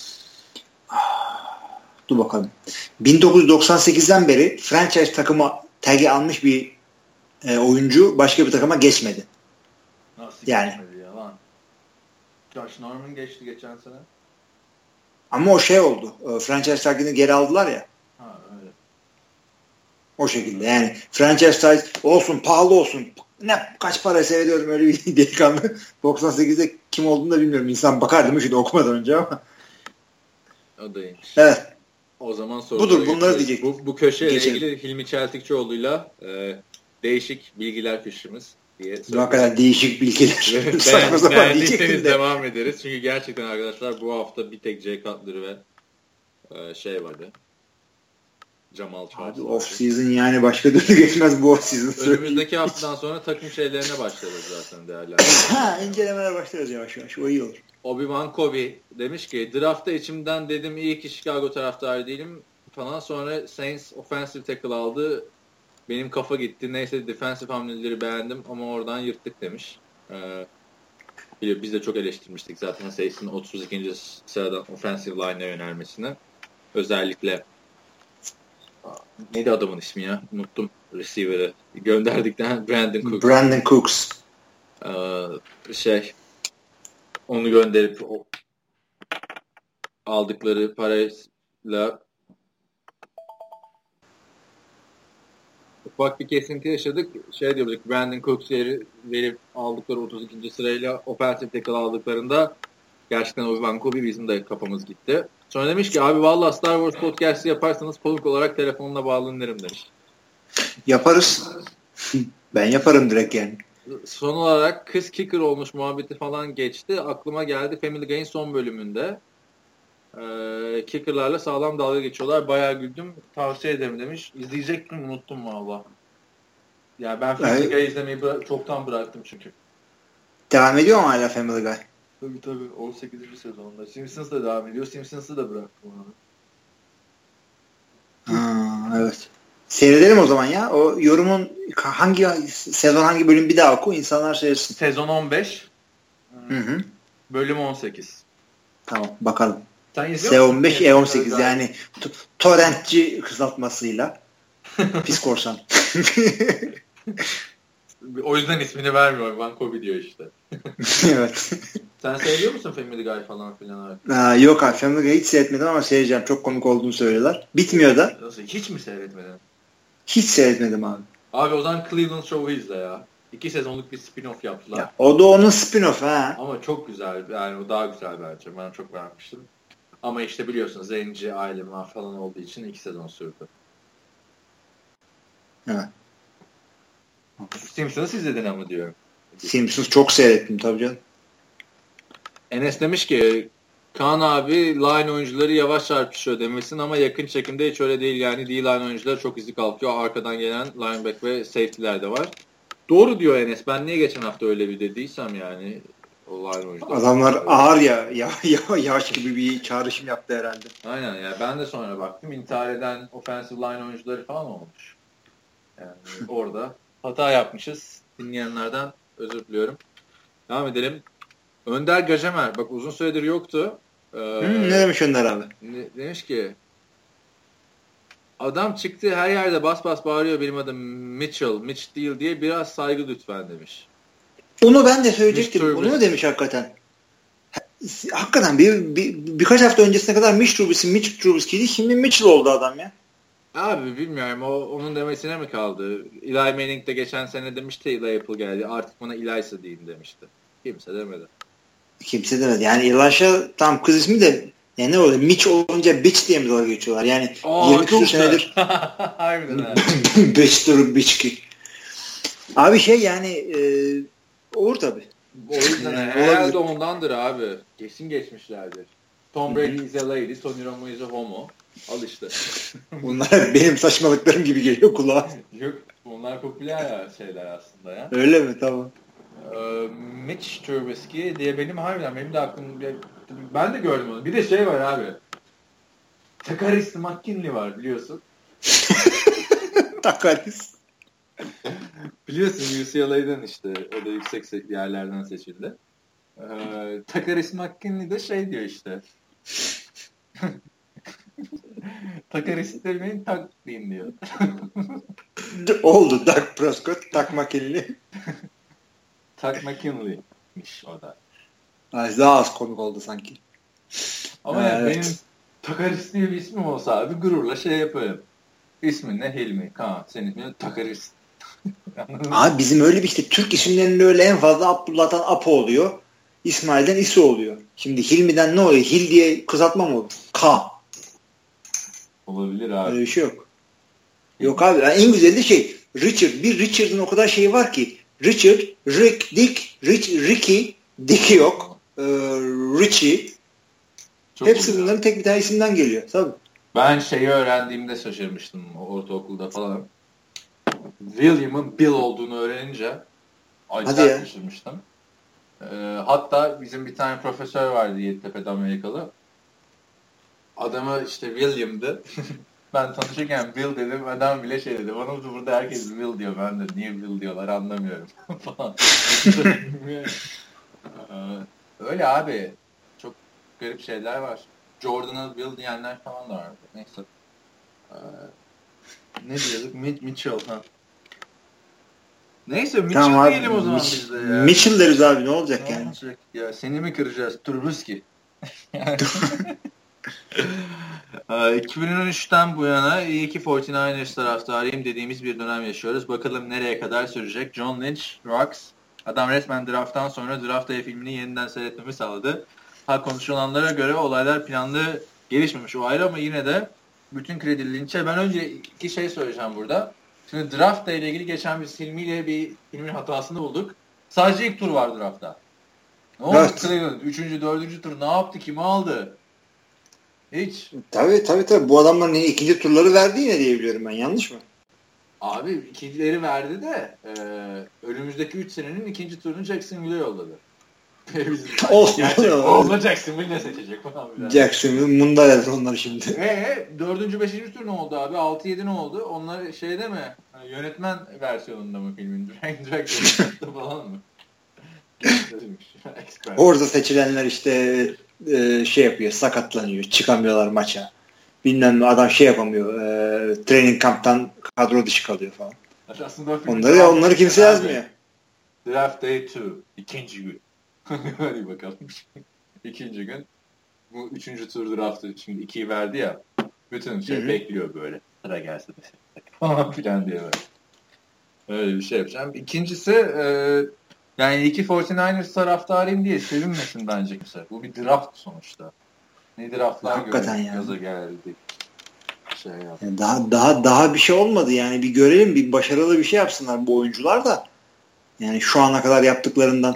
Dur bakalım. 1998'den beri franchise takıma tagi almış bir oyuncu başka bir takıma geçmedi. Nasıl yani. Geçmedi ya lan? Josh Norman geçti geçen sene. Ama o oldu. Franchise tagini geri aldılar ya. Ha öyle. O şekilde yani franchise tag olsun pahalı olsun kaç para seviyorum öyle bir delikanlı. 98'de kim olduğunu da bilmiyorum. İnsan bakar değil mi şimdi okumadan önce ama. O da iyiymiş. Evet. O zaman budur bunları diyecek. Bu köşeyle ilgili Hilmi Çeltikçioğlu'yla değişik bilgiler köşemiz diye. Hakikaten değişik bilgiler. Beğendiyseniz devam ederiz. Çünkü gerçekten arkadaşlar bu hafta bir tek Jay Cutler ve vardı. Jamal Charles. Abi off season yani başka türlü geçmez bu off season. Önümüzdeki haftadan sonra takım şeylerine başlarız zaten değerlendirmeye. İncelemelere başlarız yavaş yavaş. O iyi olur. Obi-Wan Kobe demiş ki draftta içimden dedim iyi ki Chicago taraftarı değilim falan. Sonra Saints offensive tackle aldı. Benim kafa gitti. Neyse defensive hamleleri beğendim ama oradan yırttık demiş. Biz de çok eleştirmiştik zaten Saints'in 32. sıradan offensive line'e yönelmesini. Özellikle neydi adamın ismi ya? Unuttum receiver'ı. Gönderdikten Brandon Cooks. Onu gönderip aldıkları parayla ufak bir kesinti yaşadık. Diyorduk Brandon Cooks'u verip aldıkları 32. sırayla offensive tackle aldıklarında gerçekten Obi-Wan Kobe bizim de kafamız gitti. Sonra demiş ki abi vallahi Star Wars podcast'ı yaparsanız konuk olarak telefonla bağlanırım demiş. Yaparız. Ben yaparım direkt yani. Son olarak kız kicker olmuş muhabbeti falan geçti. Aklıma geldi Family Guy'in son bölümünde. Kicker'larla sağlam dalga geçiyorlar. Bayağı güldüm. Tavsiye ederim demiş. İzleyecektim, unuttum valla. Yani ben Family Guy izlemeyi çoktan bıraktım çünkü. Devam ediyor mu hala Family Guy? Tabii 18. sezonda. Simpsons da devam ediyor. Simpsons'ı da bıraktım onu. Evet. Seyredelim o zaman ya. O yorumun hangi sezon hangi bölüm bir daha oku, insanlar seyretsin. Sezon 15. Hı. Bölüm 18. Tamam bakalım. S15 E18 yani torrentçi kısaltmasıyla. Pis korsan. O yüzden ismini vermiyorum. Vankobi diyor işte. Evet. Sen seviyor musun Family Guy falan filan? Yok abi, Family Guy'ı hiç seyretmedim ama seyredeceğim. Çok komik olduğunu söylüyorlar. Bitmiyor da. Nasıl? Hiç mi seyretmedin? Hiç seyretmedim abi. Abi o zaman Cleveland Show'u izle ya. 2 sezonluk bir spin-off yaptılar. Ya, o da onun spin-off ha. Ama çok güzel. Yani o daha güzel bence. Ben çok beğenmiştim. Ama işte biliyorsun zenci aile falan olduğu için 2 sezon sürdü. Evet. Simpsons izledin ama diyorum. Simpsons çok seyrettim tabii canım. Enes demiş ki Kaan abi line oyuncuları yavaş çarpışıyor demesin ama yakın çekimde hiç öyle değil yani. D-line oyuncuları çok izi kalkıyor. Arkadan gelen lineback ve safety'ler de var. Doğru diyor Enes. Ben niye geçen hafta öyle bir dediysem yani. O line oyuncular. Adamlar ağır yavaş gibi bir çağrışım yaptı herhalde. Aynen ya. Ben de sonra baktım. İntihar eden offensive line oyuncuları falan olmuş. Yani orada hata yapmışız. Dinleyenlerden özür diliyorum. Devam edelim. Önder Gacemer. Bak uzun süredir yoktu. Ne demiş Önder abi? Demiş ki adam çıktı her yerde bas bas bağırıyor benim adım Mitch değil diye biraz saygı lütfen demiş. Onu ben de söyleyecektim. Onu mu demiş hakikaten? Hakikaten birkaç hafta öncesine kadar Mitch Trubisky'ydi. Şimdi Mitchell oldu adam ya. Abi bilmiyorum onun demesine mi kaldı? Eli Manning de geçen sene demişti Eli Apple geldi. Artık bana Eli'sa deyin demişti. Kimse demedi. Kimse demedi. Yani Elisha tam kız ismi de yani ne oluyor? Mitch olunca bitch diye mi dalga geçiyorlar? Yani 20 küsur senedir harbiden bitch. Abi yani olur tabii. O yüzden herhalde ondandır abi. Kesin geçmişlerdir. Tom Brady is a lady, Tony Romo is a homo. Al işte. Bunlar benim saçmalıklarım gibi geliyor kulağa. Yok, bunlar popüler şeyler aslında ya. Öyle mi? Tamam. Mitch Trubisky diye benim de aklım ben de gördüm onu. Bir de şey var abi. Takaris McKinley var biliyorsun. Takaris. Biliyorsun UCLA'dan işte. O da yüksek yerlerden seçildi. Takaris McKinley de şey diyor işte. Takaris demeyin tak deyin diyor. Oldu. Dak Prescott, Tak McKinley. Tak McKinley'miş o da. Daha az komik oldu sanki. Ama yani evet. Benim Takaris diye bir ismim olsa abi gururla şey yaparım. İsmin ne? Hilmi. Kaan. Senin ismin Takaris. Abi bizim öyle bir işte Türk isimlerinde öyle en fazla Abdullah'tan Apo oluyor. İsmail'den İso oluyor. Şimdi Hilmi'den ne oluyor? Hil diye kısaltma mı olur? K. Olabilir abi. Öyle bir şey yok. Yok abi. Yani en güzeli de Richard. Bir Richard'ın o kadar şeyi var ki. Richard, Rick, Dick, Ricky, Dick yok. Richie. Çok hepsi bunların ya. Tek bir tane isimden geliyor. Tabii. Ben şeyi öğrendiğimde şaşırmıştım ortaokulda falan. William'ın Bill olduğunu öğrenince acayip şaşırmıştım. Hatta bizim bir tane profesör vardı Yeditepe'de Amerikalı. Adamı işte William'dı. Ben tanışırken Will dedim. Adam bile şey dedi. Bana burada herkes Will diyor. Ben de niye Will diyorlar anlamıyorum. falan. Öyle abi. Çok garip şeyler var. Jordan'a Will diyenler falan da var. Neyse. Ne diyorduk? Mitchell. Ha. Neyse Mitchell tamam, diyelim o zaman biz de ya. Mitchell deriz abi ne olacak ne yani? Olacak? Ya seni mi kıracağız? Trubisky. 2013'ten bu yana iyi ki 49ers taraftarıyım dediğimiz bir dönem yaşıyoruz. Bakalım nereye kadar sürecek. John Lynch, Rocks. Adam resmen drafttan sonra Draft Day filmini yeniden seyretmemi sağladı. Konuşulanlara göre olaylar planlı gelişmemiş o ayrı ama yine de bütün kredi Lynch'e. Ben önce iki şey söyleyeceğim burada. Şimdi draft ile ilgili geçen biz filmin hatasını bulduk. Sadece ilk tur var draftta. Ne oldu Evet. Cleveland? 3. 4. tur ne yaptı? Kimi aldı? Hiç. Tabii. Bu adamların ikinci turları verdi yine diye biliyorum ben. Yanlış mı? Abi ikincileri verdi de önümüzdeki 3 senenin ikinci turunu Jacksonville'e yolladı. Olsun. Olsa Jacksonville ne seçecek falan. Jacksonville mundar eder onları şimdi. 4. 5. tur ne oldu abi? 6-7 ne oldu? Onlar şeyde mi? Yönetmen versiyonunda mı filmin? Director'da falan mı? Orada seçilenler işte şey yapıyor, sakatlanıyor, çıkamıyorlar maça. Bilmem ne adam şey yapamıyor, training camp'tan kadro dışı kalıyor falan. Onları kimse yazmıyor. Draft Day 2. İkinci gün. Hadi bakalım. İkinci gün. Bu 3. tur draftı şimdi 2'yi verdi ya. Bütün şey bekliyor böyle. Sıra gelse de falan filan diye böyle. Öyle bir şey yapacağım. İkincisi yani 49ers taraftarıyım diye sevinmesin bence kimse. Bu bir draft sonuçta. Ne draftlar gördük, gaza geldik. Şey yani daha bir şey olmadı yani, bir görelim, bir başarılı bir şey yapsınlar bu oyuncular da. Yani şu ana kadar yaptıklarından.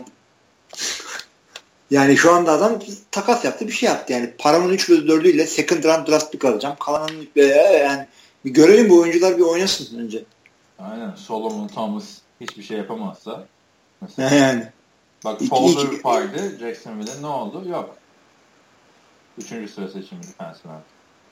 Yani şu anda adam takas yaptı, bir şey yaptı. Yani paramın 3/4'ü ile second round draft pick alacağım. Kalanın yani bir görelim, bu oyuncular bir oynasın önce. Aynen. Solomon Thomas hiçbir şey yapamazsa. Mesela. Yani. Bak Fowler vardı Jacksonville'de, ne oldu? Yok. 3. sıra seçimi defensive end.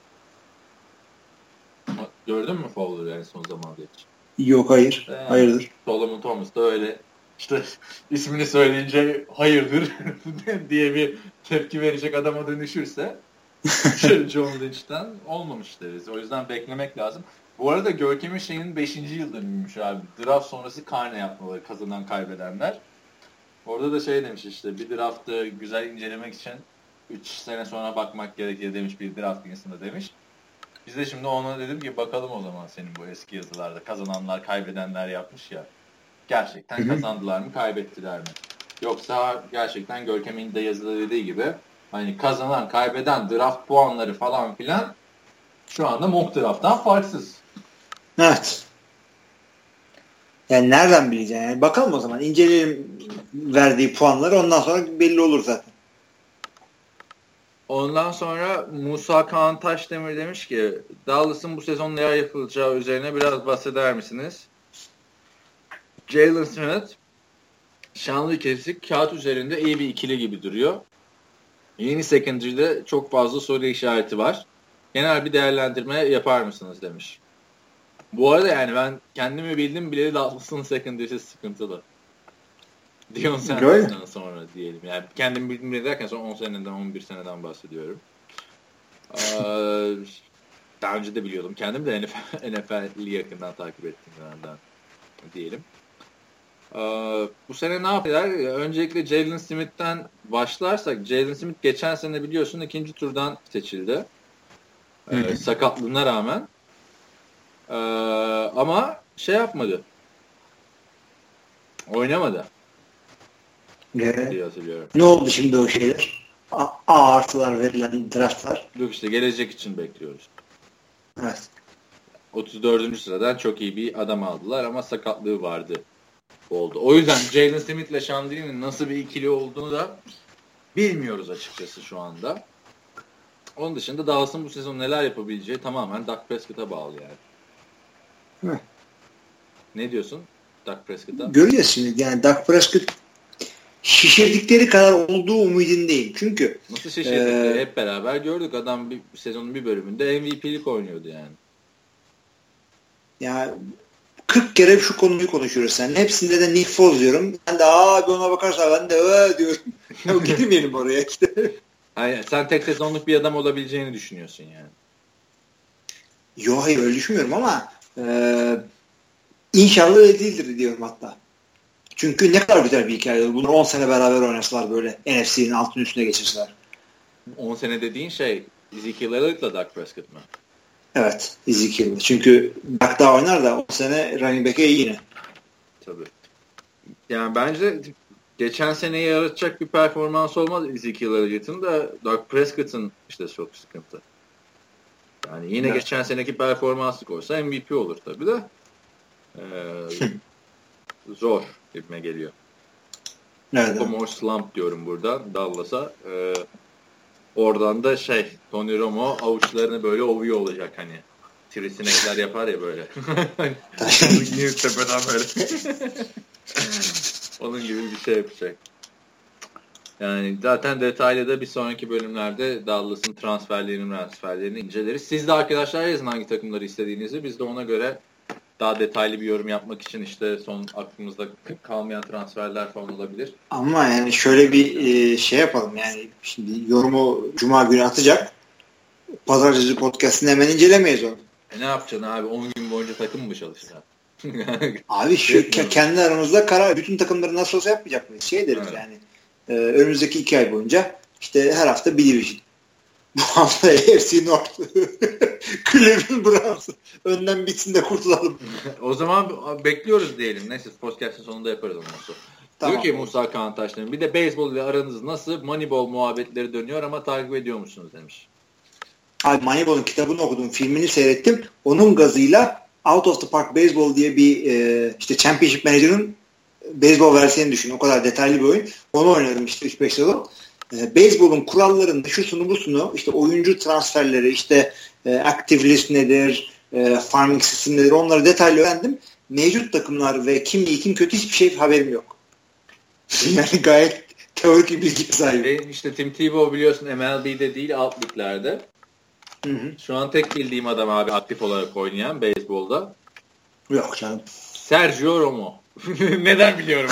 Gördün mü Fowler'ı en son zamanda hiç? Yok, hayır. Hayırdır. Solomon Thomas da öyle işte ismini söyleyince hayırdır diye bir tepki verecek adama dönüşürse John Lynch'ten olmamış deriz. O yüzden beklemek lazım. Bu arada Görkem'in şeyinin 5. yıl dönümüymüş abi. Draft sonrası karne yapmaları, kazanan kaybedenler. Orada da şey demiş işte, bir draftı güzel incelemek için 3 sene sonra bakmak gerekir demiş bir draft birisinde demiş. Biz de şimdi ona dedim ki bakalım o zaman senin bu eski yazılarda kazananlar kaybedenler yapmış ya. Gerçekten kazandılar mı, kaybettiler mi? Yoksa gerçekten Görkem'in de yazıda dediği gibi hani kazanan, kaybeden, draft puanları falan filan şu anda mock draft'tan farksız. Evet. Yani nereden bileceğim? Yani bakalım o zaman. İnceleyelim verdiği puanları, ondan sonra belli olur zaten. Ondan sonra Musa Kaan Taşdemir demiş ki Dallas'ın bu sezon neler yapılacağı üzerine biraz bahseder misiniz? Jalen Smith, Şanlı Kesik kağıt üzerinde iyi bir ikili gibi duruyor. Yeni secondary'de çok fazla soru işareti var. Genel bir değerlendirme yapar mısınız demiş. Bu arada yani ben kendimi bildim bile Dallas'ın secondary'si sıkıntılı. Dion Sanders'dan sonra diyelim. Yani kendimi bildim bile derken son 10 seneden 11 seneden bahsediyorum. Daha önce de biliyordum. Kendim de NFL'i yakından takip ettiğim dönemden diyelim. Bu sene ne yapıyorlar? Öncelikle Jalen Smith'ten başlarsak, Jalen Smith geçen sene biliyorsun 2. turdan seçildi. Sakatlığına rağmen. Ama şey yapmadı. Oynamadı. Diye hatırlıyorum. Ne oldu şimdi o şeyler? A artılar verilen draftlar. Yok işte gelecek için bekliyoruz. Evet. 34. sıradan çok iyi bir adam aldılar ama sakatlığı vardı. Oldu. O yüzden Jalen Smith ile Chandler'in nasıl bir ikili olduğunu da bilmiyoruz açıkçası şu anda. Onun dışında Dallas'ın bu sezon neler yapabileceği tamamen Dak Prescott'a bağlı yani. Ne diyorsun Dak Prescott'a? Göreceğiz şimdi. Yani Dak Prescott şişirdikleri kadar olduğu umudundayım. Çünkü nasıl şişirdikleri hep beraber gördük. Adam bir sezonun bir bölümünde MVP'lik oynuyordu yani. Ya 40 kere şu konuyu konuşuyoruz seninle. Hepsinde de Nick Foles diyorum. Ben de abi ona bakarsan ben de diyorum. Ya girmeyelim oraya işte. Aynen. Sen tek sezonluk bir adam olabileceğini düşünüyorsun yani. Yok, hayır öyle düşünmüyorum ama inşallah öyle değildir diyorum hatta. Çünkü ne kadar güzel bir hikaye. Bunlar 10 sene beraber oynasalar böyle NFC'nin altının üstüne geçirseler. 10 sene dediğin şey Ezekiel Elliott'la Dak Prescott mı? Evet. Ezekiel. Çünkü Dak daha oynar da 10 sene running back'e iyi yine. Tabii. Yani bence geçen seneyi yaratacak bir performans olmaz Ezekiel Elliott'ın da Dak Prescott'ın işte çok sıkıntı. Yani yine geçen seneki performansı koysa MVP olur tabii de. Zor gibime geliyor. Evet. Sophomore slump diyorum burada Dallas'a. Oradan da Tony Romo avuçlarını böyle ovuyor olacak hani. Tirisinekler yapar ya böyle. Tepeden böyle. Onun gibi bir şey yapacak. Yani zaten detaylı da bir sonraki bölümlerde Dallas'ın transferlerini inceleriz. Siz de arkadaşlar yazın hangi takımları istediğinizi. Biz de ona göre daha detaylı bir yorum yapmak için son aklımızda kalmayan transferler falan olabilir. Ama yani şöyle bir şey yapalım yani şimdi yorumu Cuma günü atacak. Pazartesi podcast'ını hemen incelemeyiz onu. Ne yapacaksın abi? 10 gün boyunca takım mı çalışacaksın? Abi kendi aramızda karar. Bütün takımları nasıl olsa yapmayacak mıyız? Deriz evet. Yani. Önümüzdeki 2 ay boyunca her hafta bir division. Bu hafta AFC North. Cleveland Browns. Önden bitsin de kurtulalım. O zaman bekliyoruz diyelim. Neyse podcast'ın sonunda yaparız ondan sonra. Tamam. Diyor ki Musa Kantaş'ın bir de beyzbol ile aranız nasıl? Moneyball muhabbetleri dönüyor ama takip ediyor musunuz demiş. Abi Moneyball'un kitabını okudum. Filmini seyrettim. Onun gazıyla Out of the Park Baseball diye bir Championship Manager'ın beyzbol versiyonu düşün. O kadar detaylı bir oyun. Onu oynadım 3-5 sezon. Beyzbolun kurallarını, şusunu busunu, oyuncu transferleri, active list nedir, farming sistem nedir, onları detaylı öğrendim. Mevcut takımlar ve kim iyi kim kötü hiçbir şey haberim yok. Yani gayet teorik bir bilgi sahibi. Tim Tebow biliyorsun MLB'de değil alt liglerde. Hı. Şu an tek bildiğim adam abi aktif olarak oynayan beyzbolda. Yok canım. Sergio Romo. Neden biliyorum?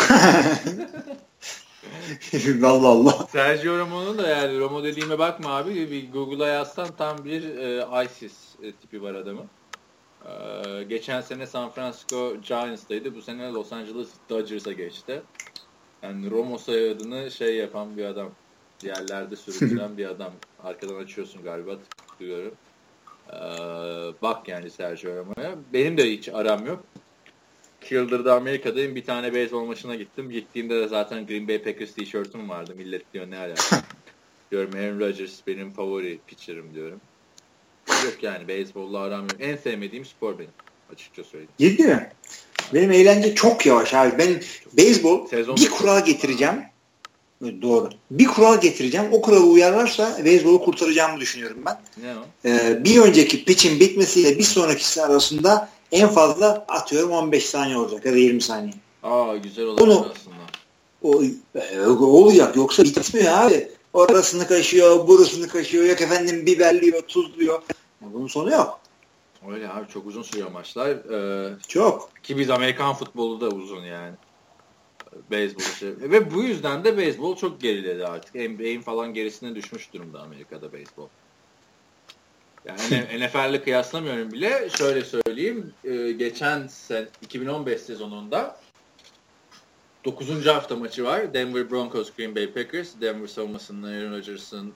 Allah Allah. Sergio Romo'nun da yani Romo dediğime bakma abi. Bir Google'a yazsan tam bir ISIS tipi var adamın. Geçen sene San Francisco Giants'taydı. Bu sene Los Angeles Dodgers'a geçti. Yani Romo soyadını yapan bir adam. Yerlerde sürülen bir adam. Arkadan açıyorsun galiba. Tıklıyorum. Bak yani Sergio Romo'ya. Benim de hiç aram yok. 2 yıldır da Amerika'dayım. Bir tane beyzbol maçına gittim. Gittiğimde de zaten Green Bay Packers tişörtüm vardı. Millet diyor ne alaka. Diyorum Aaron Rodgers benim favori pitcher'ım diyorum. Yok yani beyzbolla aram yok. En sevmediğim spor benim. Açıkça söyleyeyim. Ciddi mi? Benim eğlence çok yavaş abi. Ben beyzbol bir kural getireceğim. Doğru. Bir kural getireceğim. O kuralı uyarlarsa beyzbolu kurtaracağımı düşünüyorum ben. Ne o? Bir önceki pitch'in bitmesiyle bir sonrakisi arasında en fazla atıyorum 15 saniye olacak ya da 20 saniye. Güzel olabilir aslında. Olacak. Yoksa bitmiyor abi. Orasını kaşıyor, burasını kaşıyor. Yok efendim biberliyor, tuzluyor. Bunun sonu yok. Öyle abi çok uzun sürüyor maçlar. Çok. Ki biz Amerikan futbolu da uzun yani. Beyzbol ve bu yüzden de beyzbol çok geriledi artık. NBA'in falan gerisine düşmüş durumda Amerika'da beyzbol. Yani NFL'le kıyaslamıyorum bile. Şöyle söyleyeyim. Geçen 2015 sezonunda 9. hafta maçı var. Denver Broncos Green Bay Packers. Denver savunmasının Aaron Rodgers'ın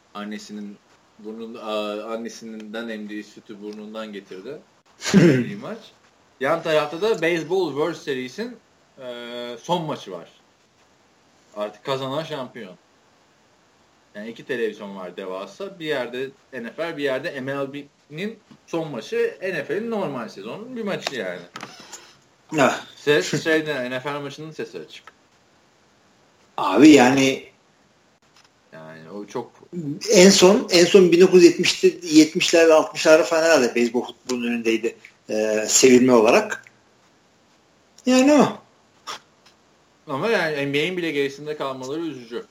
annesinden emdiği sütü burnundan getirdi. Bir maç. Yan tarafta da Baseball World Series'in son maçı var. Artık kazanan şampiyon. Yani 2 televizyon var devasa. Bir yerde NFL, bir yerde MLB'nin son maçı, NFL'in normal sezonun bir maçı yani. Ses NFL maçının sesi açık. Abi yani o çok en son 1970'lerde 60'larda falan herhalde beyzbol futbolunun önündeydi sevilme olarak. Yani o. Ama yani NBA'in bile gerisinde kalmaları üzücü.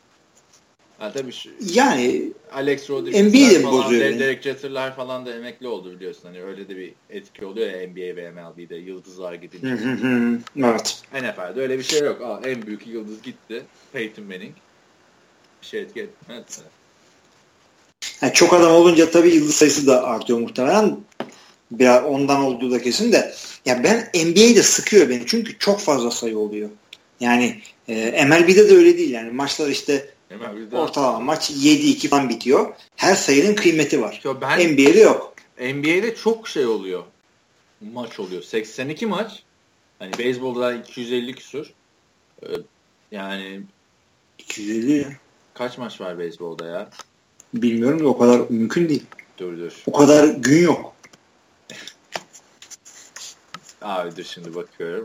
Yani Alex Rodriguez'ler falan, Derek Jeter'lar falan da emekli oldu biliyorsun. Hani öyle de bir etki oluyor ya NBA ve MLB'de yıldızlar gidince. Evet. NFL'de öyle bir şey yok. En büyük yıldız gitti. Peyton Manning. Bir şey etki etmez. Yani çok adam olunca tabii yıldız sayısı da artıyor muhtemelen. Biraz ondan olduğu da kesin de. Ya ben NBA'de sıkıyor beni. Çünkü çok fazla sayı oluyor. Yani MLB'de de öyle değil. Yani maçlar ortalama maç 7-2 falan bitiyor. Her sayının kıymeti var. NBA'de yok. NBA'de çok oluyor. Maç oluyor. 82 maç. Hani beyzbolda 250 küsur. Yani 250 kaç maç var beyzbolda ya? Bilmiyorum da o kadar mümkün değil. Dur. O kadar gün yok. Abi dur şimdi bakıyorum.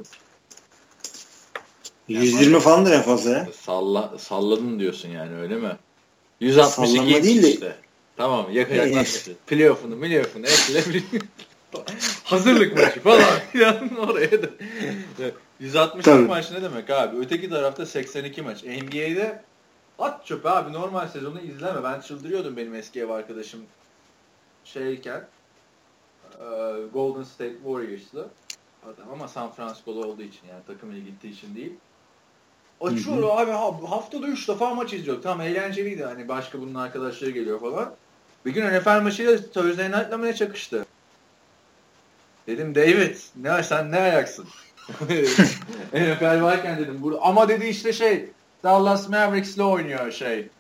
120 falandır en fazla ya. Salladın diyorsun yani öyle mi? 162 Sallama değil de. işte. Tamam yaklaşmışız. Playoff'unu ekle. Hazırlık maçı falan filan oraya da. 162 maç ne demek abi? Öteki tarafta 82 maç. NBA'de at çöpe abi, normal sezonu izleme. Ben çıldırıyordum benim eski ev arkadaşım şeyken Golden State Warriors'lı adam ama San Francisco'lu olduğu için, yani takımına gittiği için değil. Açıyor abi, haftada 3 defa maç izliyor. Tamam, eğlenceliydi hani, başka bunun arkadaşları geliyor falan. Bir gün NFL maçıyla Thursday Night'la mı ne çakıştı? Dedim David sen ne ayaksın? NFL varken dedim. Ama dedi işte Dallas Mavericks'le oynuyor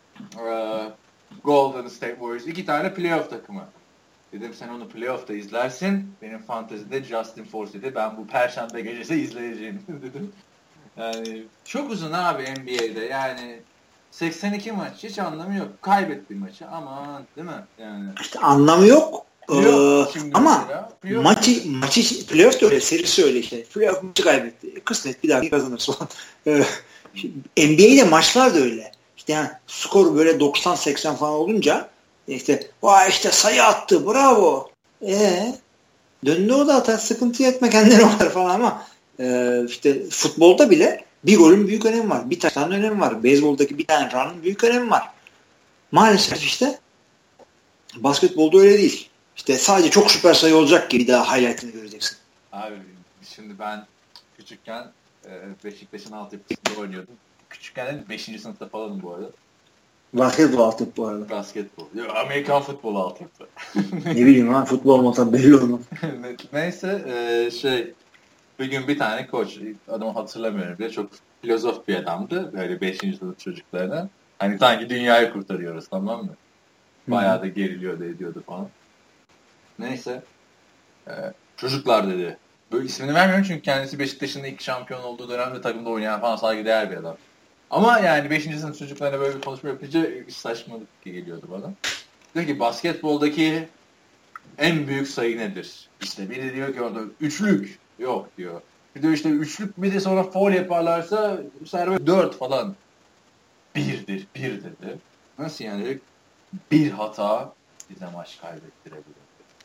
Golden State Warriors. 2 tane playoff takımı. Dedim sen onu playoff'ta izlersin. Benim fantezide Justin Forsey'de ben bu perşembe gecesi izleyeceğim dedim. Yani çok uzun abi NBA'de. Yani 82 maç hiç anlamı yok. Kaybet bir maçı aman, değil mi? Yani İşte anlamı yok. Ama mesela, maçı playoff da öyle, serisi öyle işte. Playoff maçı kaybetti. Kısmet bir daha kazanırız falan. NBA'de maçlar da öyle. İşte yani skor böyle 90-80 falan olunca işte vay işte sayı attı bravo. Döndü o da atar, sıkıntı etme kendine var falan ama işte futbolda bile bir golün büyük önemi var. Bir taştan önemi var. Beyzboldaki bir tane run'ın büyük önemi var. Maalesef işte basketbolda öyle değil. İşte sadece çok süper sayı olacak ki bir daha highlight'ını göreceksin. Abi şimdi ben küçükken Beşiktaş'ın altyapısında oynuyordum. Küçükken 5. sınıfta falanım bu arada. Basketbol altyapı bu arada. Basketbol. Amerikan futbolu altyapı. Ne bileyim ha, futbol olmasa belli olmaz. Neyse bir gün bir tane koç, adamı hatırlamıyorum bile, çok filozof bir adamdı. Böyle 5. sınıf çocuklarına. Hani sanki dünyayı kurtarıyoruz, tamam mı? Bayağı da geriliyordu ediyordu falan. Neyse. Çocuklar dedi. Böyle ismini vermiyorum çünkü kendisi Beşiktaş'ın ilk şampiyon olduğu dönemde takımda oynayan falan saygıdeğer bir adam. Ama yani 5. sınıf çocuklarına böyle bir konuşma yapınca saçmalık geliyordu bana. Diyor ki basketboldaki en büyük sayı nedir? İşte biri diyor ki orada üçlük. Yok diyor. Bir de işte üçlük, bir de sonra foul yaparlarsa serbest 4 falan. Bir dedi. Nasıl yani? Bir hata bize maç kaybettirebilir.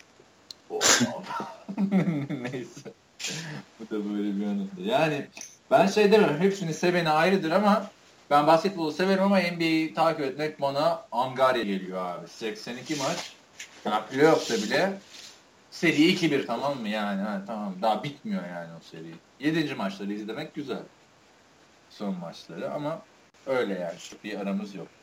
Neyse. Bu da böyle bir anımdı. Yani ben demiyorum, hepsini seveni ayrıdır ama ben basketbolu severim ama NBA'yi takip etmek bana angarya geliyor abi. 82 maç. Yani playoff'ta bile seri 2-1, tamam mı yani? Ha, tamam, daha bitmiyor yani o seri. 7. maçları izlemek güzel. Son maçları ama öyle yani. Bir aramız yok.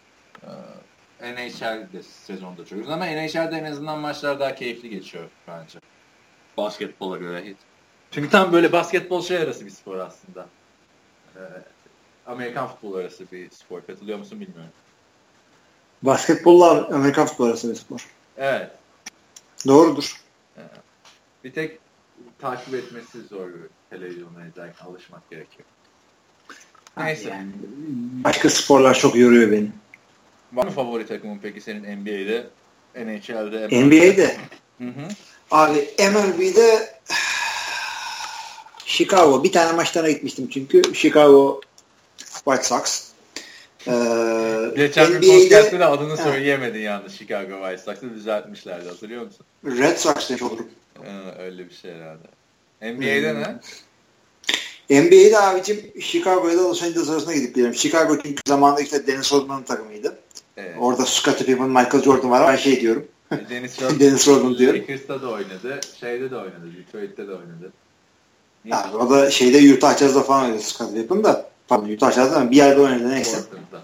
NHL'de sezonda çok güzel ama NHL'de en azından maçlar daha keyifli geçiyor bence. Basketbola göre hiç. Çünkü tam böyle basketbol arası bir spor aslında. Amerikan futbolu arası bir spor. Katılıyor musun bilmiyorum. Basketbolla Amerikan futbolu arası bir spor. Evet. Doğrudur. Bir tek takip etmesi zor, televizyonda izlerken alışmak gerekiyor. Neyse. Yani, başka sporlar çok yoruyor beni. Var mı favori takımın peki senin NBA'de? NHL'de? NBA'de? Hı. Abi MLB'de Chicago. Bir tane maçlarına gitmiştim çünkü. Chicago White Sox. Geçen bir podcast'ta da adını söyleyemedin yalnız, Chicago White Sox'ı düzeltmişlerdi, hatırlıyor musun? Red Sox demiş olurum. Öyle bir şey herhalde. NBA'de ne? NBA'de abicim Chicago'ya da Los Angeles arasında gidip geliyorum. Chicago çünkü zamanında işte Dennis Rodman'ın takımıydı. Evet. Orada Scottie Pippen, Michael Jordan var. Ben diyorum. Dennis Rodman diyorum. Lakers'ta da oynadı. Şeyde de oynadı. Detroit'te de oynadı. Yani o da Utah Jazz'da falan oynadı Scottie Pippen da. Pardon, Utah Jazz'da ama bir yerde oynadı neyse.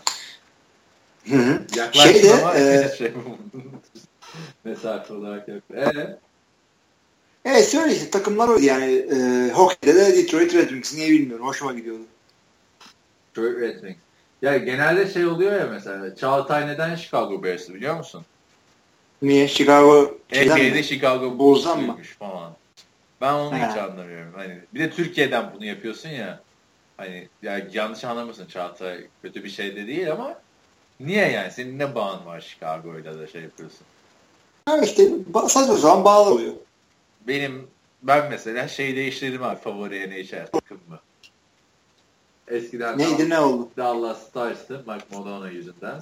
Yaklaştı ama mesafe olarak yaklaştı. Evet söyle işte, takımlar oydu yani. Hockey'de de Detroit Red Wings, niye bilmiyorum. Hoşuma gidiyordu. Detroit Red Wings. Ya genelde oluyor ya mesela. Çağatay neden Chicago Bears'ı biliyor musun? Niye? Chicago NBA'de Chicago Bulls'dan mı? Falan. Ben onu hiç anlamıyorum. Hani bir de Türkiye'den bunu yapıyorsun ya. Hani ya yanlış anlamasın, Çağatay kötü bir şey de değil ama niye yani? Senin ne bağın var Chicago'yla da yapıyorsun? Ha işte saçma zaman bağlı oluyor. Benim ben mesela şey değiştirdim abi, favori NHL takımımı. Eskiden neydi, ne oldu? Dallas Stars'tı Mike Modano yüzünden.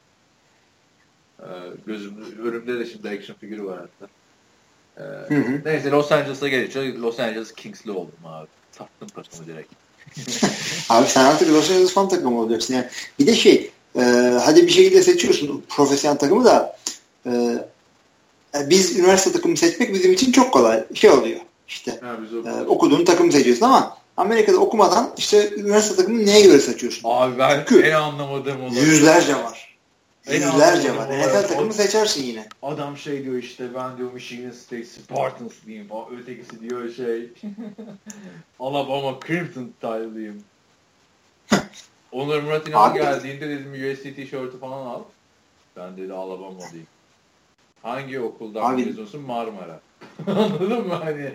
Önümde de şimdi action figürü var hatta. Neyse Los Angeles'a geçiyor. Los Angeles Kings'li oldum abi. Sattım takımı direkt. Abi sen artık Los Angeles fan takımı olacaksın yani. Bir de hadi bir şekilde seçiyorsun profesyonel takımı da biz üniversite takımı seçmek bizim için çok kolay. Oluyor işte. Okuduğun takımı seçiyorsun ama Amerika'da okumadan işte üniversite takımını neye göre seçiyorsun? Abi ben çünkü en anlamadığım olarak. Yüzlerce var. Yüzlerce var. NFL takımı seçersin yine. Adam diyor işte, ben diyor Michigan State Spartans diyeyim. Ötekisi diyor Alabama Crimson Tide'lıyım. Onur Murat İnal geldiğinde dedim USC tişörtü falan al. Ben dedi Alabama diyeyim. Hangi okuldan mezunsun? Marmara. Anladın mı? Hani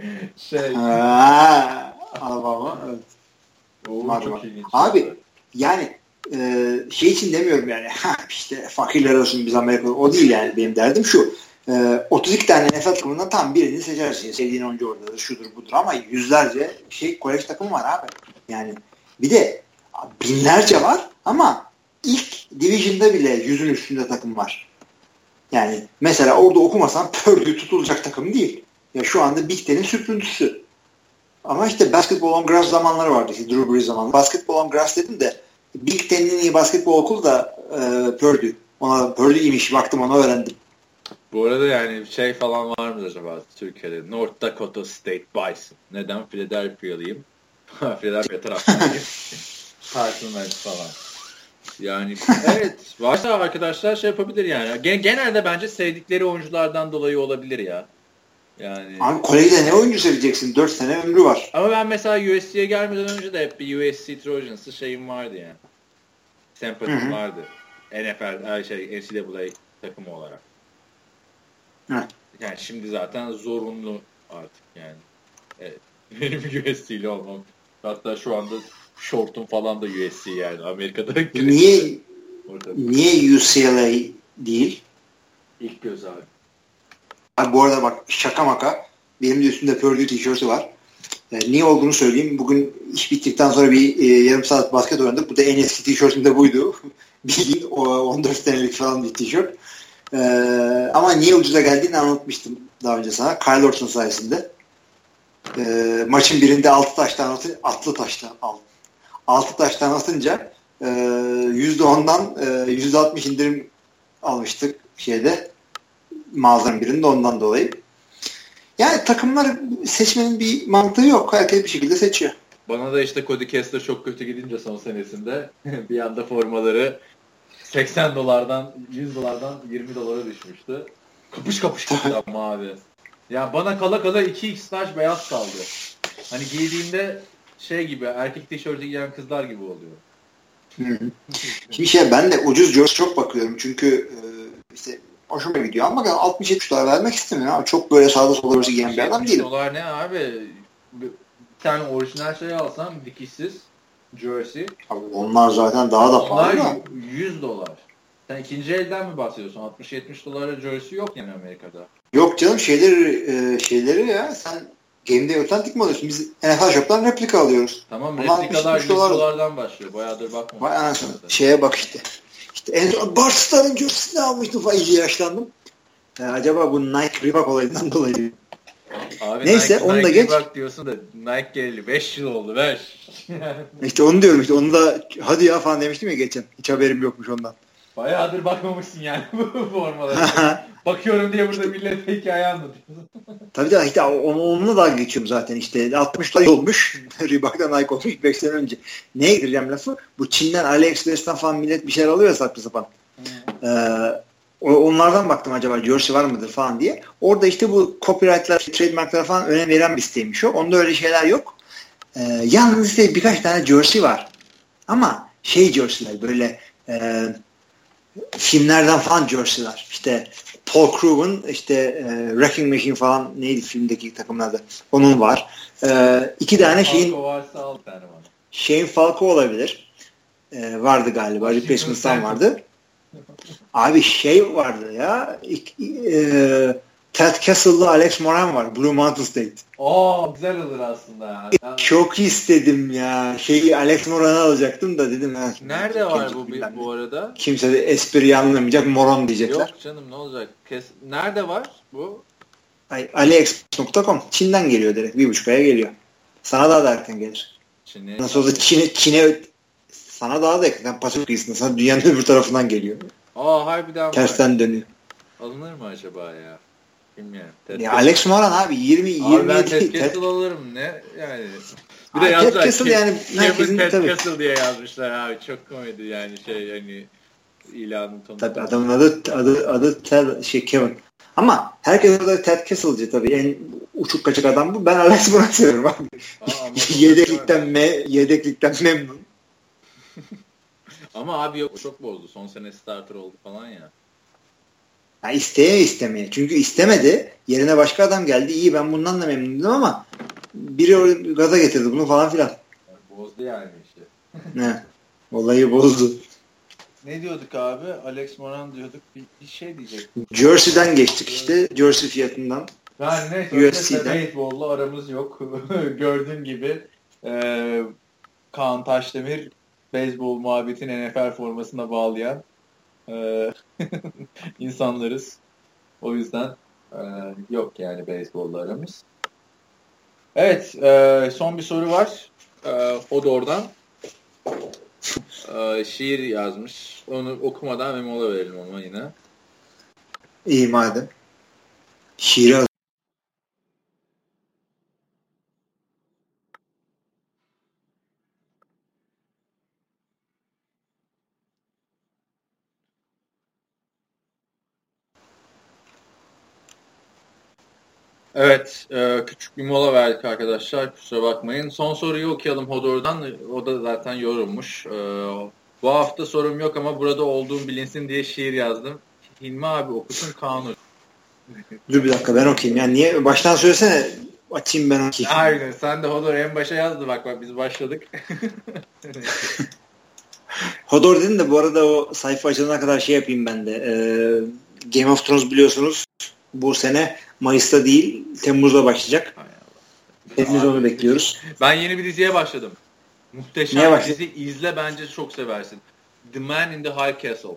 Alabama. Evet. Marmara. Abi yani için demiyorum yani işte fakirler olsun biz Amerika'da, o değil yani, benim derdim şu 32 tane NFL takımından tam birini seçersin, sevdiğin oyuncu oradadır, şudur budur, ama yüzlerce kolej takımı var abi yani, bir de binlerce var ama ilk division'da bile 100'ün üstünde takım var yani. Mesela orada okumasan Purdue tutulacak takım değil ya, şu anda Big Ten'in süprüntüsü, ama işte Basketball on Grass zamanları vardı, işte Drew Brees zamanı. Basketball on Grass dedim de Big Ten'in en iyi basketbol okulu da Purdue. Purdue'ymiş, baktım, onu öğrendim. Bu arada yani falan var mı acaba Türkiye'de? North Dakota State Bison. Neden? Philadelphia'lıyım. Philadelphia taraftarıyım. Parkland falan. Yani evet, varsa arkadaşlar yapabilir yani. Genelde bence sevdikleri oyunculardan dolayı olabilir ya. Yani. Abi kolejde ne oyuncu seveceksin? 4 sene ömrü var. Ama ben mesela USC'ye gelmeden önce de hep bir USC Trojans'ı şeyim vardı yani. Sempatim vardı. NFL, NCAA takımı olarak. Hı. Yani şimdi zaten zorunlu artık yani. Evet. Benim USC'li olmam. Hatta şu anda şortum falan da USC yani. Amerika'da. Niye UCLA değil? İlk göz abi. Abi bu arada bak, şaka maka, benim de üstümde Purdue tişörtü var. Niye olduğunu söyleyeyim. Bugün iş bittikten sonra bir yarım saat basket oynadık. Bu da en eski tişörtüm de buydu. Bildiğin 14 senelik falan bir tişört. Ama niye ucuza geldiğini anlatmıştım daha önce sana. Kyle Orton sayesinde. Maçın birinde 6 taştan atınca %10'dan %60 indirim almıştık mağazanın birinde, ondan dolayı. Yani takımlar seçmenin bir mantığı yok. Herkes bir şekilde seçiyor. Bana da işte Cody Kessler çok kötü gidince son senesinde bir anda formaları $80'dan $100'dan $20 düşmüştü. Kapış kapış gitti ama abi. Ya bana kala 2x large beyaz kaldı. Hani giydiğimde gibi erkek tişörtü giyen kızlar gibi oluyor. Şimdi ben de ucuz jersey çok bakıyorum. Çünkü işte hoşuma gidiyor ama $60-70 vermek istemiyorum abi. Çok böyle sağda solda jersey giyen bir adam değilim. $70 ne abi? Bir tane orijinal alsam dikişsiz jersey. Abi onlar zaten daha da pahalı. Onlar $100. Sen ikinci elden mi bahsediyorsun? $60-70 jersey yok yani Amerika'da. Yok canım, şeyleri ya, sen Game Day otantik mi alıyorsun? Biz NFL Shop'tan replika alıyoruz. Tamam, replikalar $100'dan başlıyor. Bayağıdır bakmadım. Vay anasını. Şeye bak işte. İşte en son Bart Starr'ın jersey'ini almıştım falan, iyice yaşlandım. Acaba bu Nike Reebok olayından dolayı. Abi neyse Nike, onu da geç. Bak diyorsun da Nike geldi. 5 yıl oldu 5. İşte onu diyorum, işte onu da hadi ya falan demiştim ya geçen. Hiç haberim yokmuş ondan. Bayağıdır bakmamışsın yani bu formalara. Bakıyorum diye burada millete hikaye anlatıyorsun. Tabii de işte onunla dalga geçiyorum zaten işte. $60 olmuş. Reebok'tan Nike olmuş 5 sene önce. Neye gireceğim lafı? Bu Çin'den, AliExpress'ten falan millet bir şeyler alıyor ya, saçma sapan. Onlardan baktım acaba jersey var mıdır falan diye. Orada işte bu copyright'lar, trademark'lara falan önem veren bir siteymiş o. Onda öyle şeyler yok. Yalnız işte birkaç tane jersey var. Ama jerseyler böyle filmlerden falan jerseyler. İşte Paul Krug'un Wrecking Machine falan neydi filmdeki takımlarda. Onun var. 2 tane Shane Falco olabilir. Vardı galiba. Replacement'tan vardı. Abi vardı ya. Ted Castle'lı Alex Moran var. Blue Mountain State. Güzel olur aslında. Çok istedim ya. Alex Moran'ı alacaktım da dedim. Nerede var bu arada? Kimse de espriyi anlamayacak. Moron diyecekler. Yok canım, ne olacak? Nerede var bu? AliExpress.com. Çin'den geliyor direkt. 1,5 aya geliyor. Sana daha da erken gelir. Nasıl olsa Çin'e sana daha da yakın. Pasifik kıyısında. Sana dünyanın öbür tarafından geliyor. Harbiden tersten dönüyor. Alınır mı acaba ya? Bilmiyorum. Ya Alex Moran abi 27 ben Ted Castle alırım ne yani. Bir de Ted Castle yani herkesin Ted Castle diye yazmışlar abi. Çok komedi yani hani ilanın tonu. Tabii adamın adı Kevin. Ama herkes orada Ted Castle'cı tabii. En uçuk kaçık adam bu. Ben Alex Moran seviyorum abi. Yedeklikten memnun. Ama abi yok, çok bozdu. Son sene starter oldu falan ya. Ya istemeye. Çünkü istemedi. Yerine başka adam geldi. İyi, ben bundan da memnundum ama biri gaza getirdi bunu falan filan. Bozdu yani işte. Ne? Olayı bozdu. Ne diyorduk abi? Alex Moran diyorduk. Bir şey diyecektim. Jersey'den geçtik işte. Jersey fiyatından. Yani neyse. UFC'den. Beyzbolla aramız yok. Gördüğün gibi Kaan Taşdemir beyzbol muhabbetini NFL formasına bağlayan insanlarız. O yüzden yok yani beyzbolla aramız. Evet. Son bir soru var. O da oradan. Şiir yazmış. Onu okumadan bir mola verelim ama yine. İyi madem. Şiir. Evet, küçük bir mola verdik arkadaşlar. Kusura bakmayın. Son soruyu okuyalım Hodor'dan. O da zaten yorulmuş. Bu hafta sorum yok ama burada olduğum bilinsin diye şiir yazdım. Hilmi abi okusun, Kanun. Dur bir dakika, ben okuyayım. Yani niye? Baştan söylesene. Açayım ben okuyayım. Aynen. Sen de Hodor en başa yazdı. Bak biz başladık. Hodor dedin de bu arada o sayfa açılana kadar şey yapayım ben de. Game of Thrones biliyorsunuz bu sene Mayıs'ta değil Temmuz'da başlayacak. Hepimiz onu bekliyoruz. Ben yeni bir diziye başladım. Muhteşem bir dizi. İzle, bence çok seversin. The Man in the High Castle.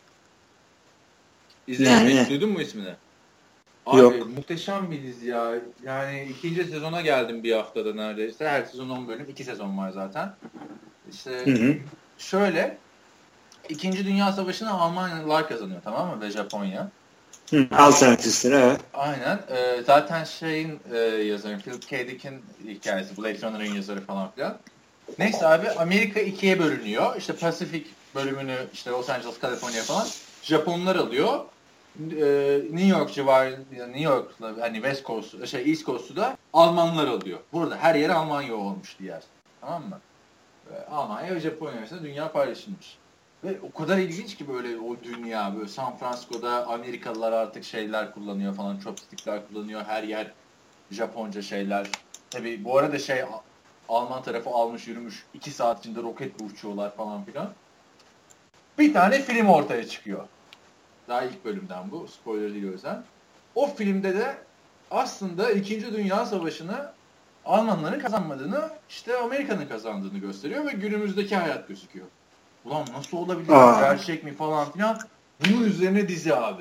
Duydun mu ismini? Abi, yok. Muhteşem bir dizi ya. Yani 2. sezona geldim bir haftada neredeyse. Her sezon 10 bölüm. 2 sezon var zaten. İşte şöyle. 2. Dünya Savaşı'nı Almanyalılar kazanıyor, tamam mı? Ve Japonya. Alternatifleri, evet. Aynen. Zaten yazarı, Philip K. Dick'in hikayesi. Blade Runner'ın yazarı falan filan. Neyse abi, Amerika 2'ye bölünüyor. İşte Pasifik bölümünü, işte Los Angeles, Kaliforniya falan Japonlar alıyor. New York civarı, New York'la hani West Coast, East Coast'u da Almanlar alıyor. Burada her yer Almanya olmuş diğer. Tamam mı? Almanya ve Japonya arasında dünya paylaşılmış. Ve o kadar ilginç ki böyle o dünya, böyle San Francisco'da Amerikalılar artık şeyler kullanıyor falan, chopstickler kullanıyor, her yer Japonca şeyler. Tabii bu arada Alman tarafı almış yürümüş, 2 saat içinde roketle uçuyorlar falan filan. Bir tane film ortaya çıkıyor. Daha ilk bölümden bu, spoiler değil o yüzden. O filmde de aslında 2. Dünya Savaşı'nı Almanların kazanmadığını, işte Amerika'nın kazandığını gösteriyor ve günümüzdeki hayat gözüküyor. Ulan nasıl olabilir? Gerçek mi falan filan. Bunun üzerine dizi abi.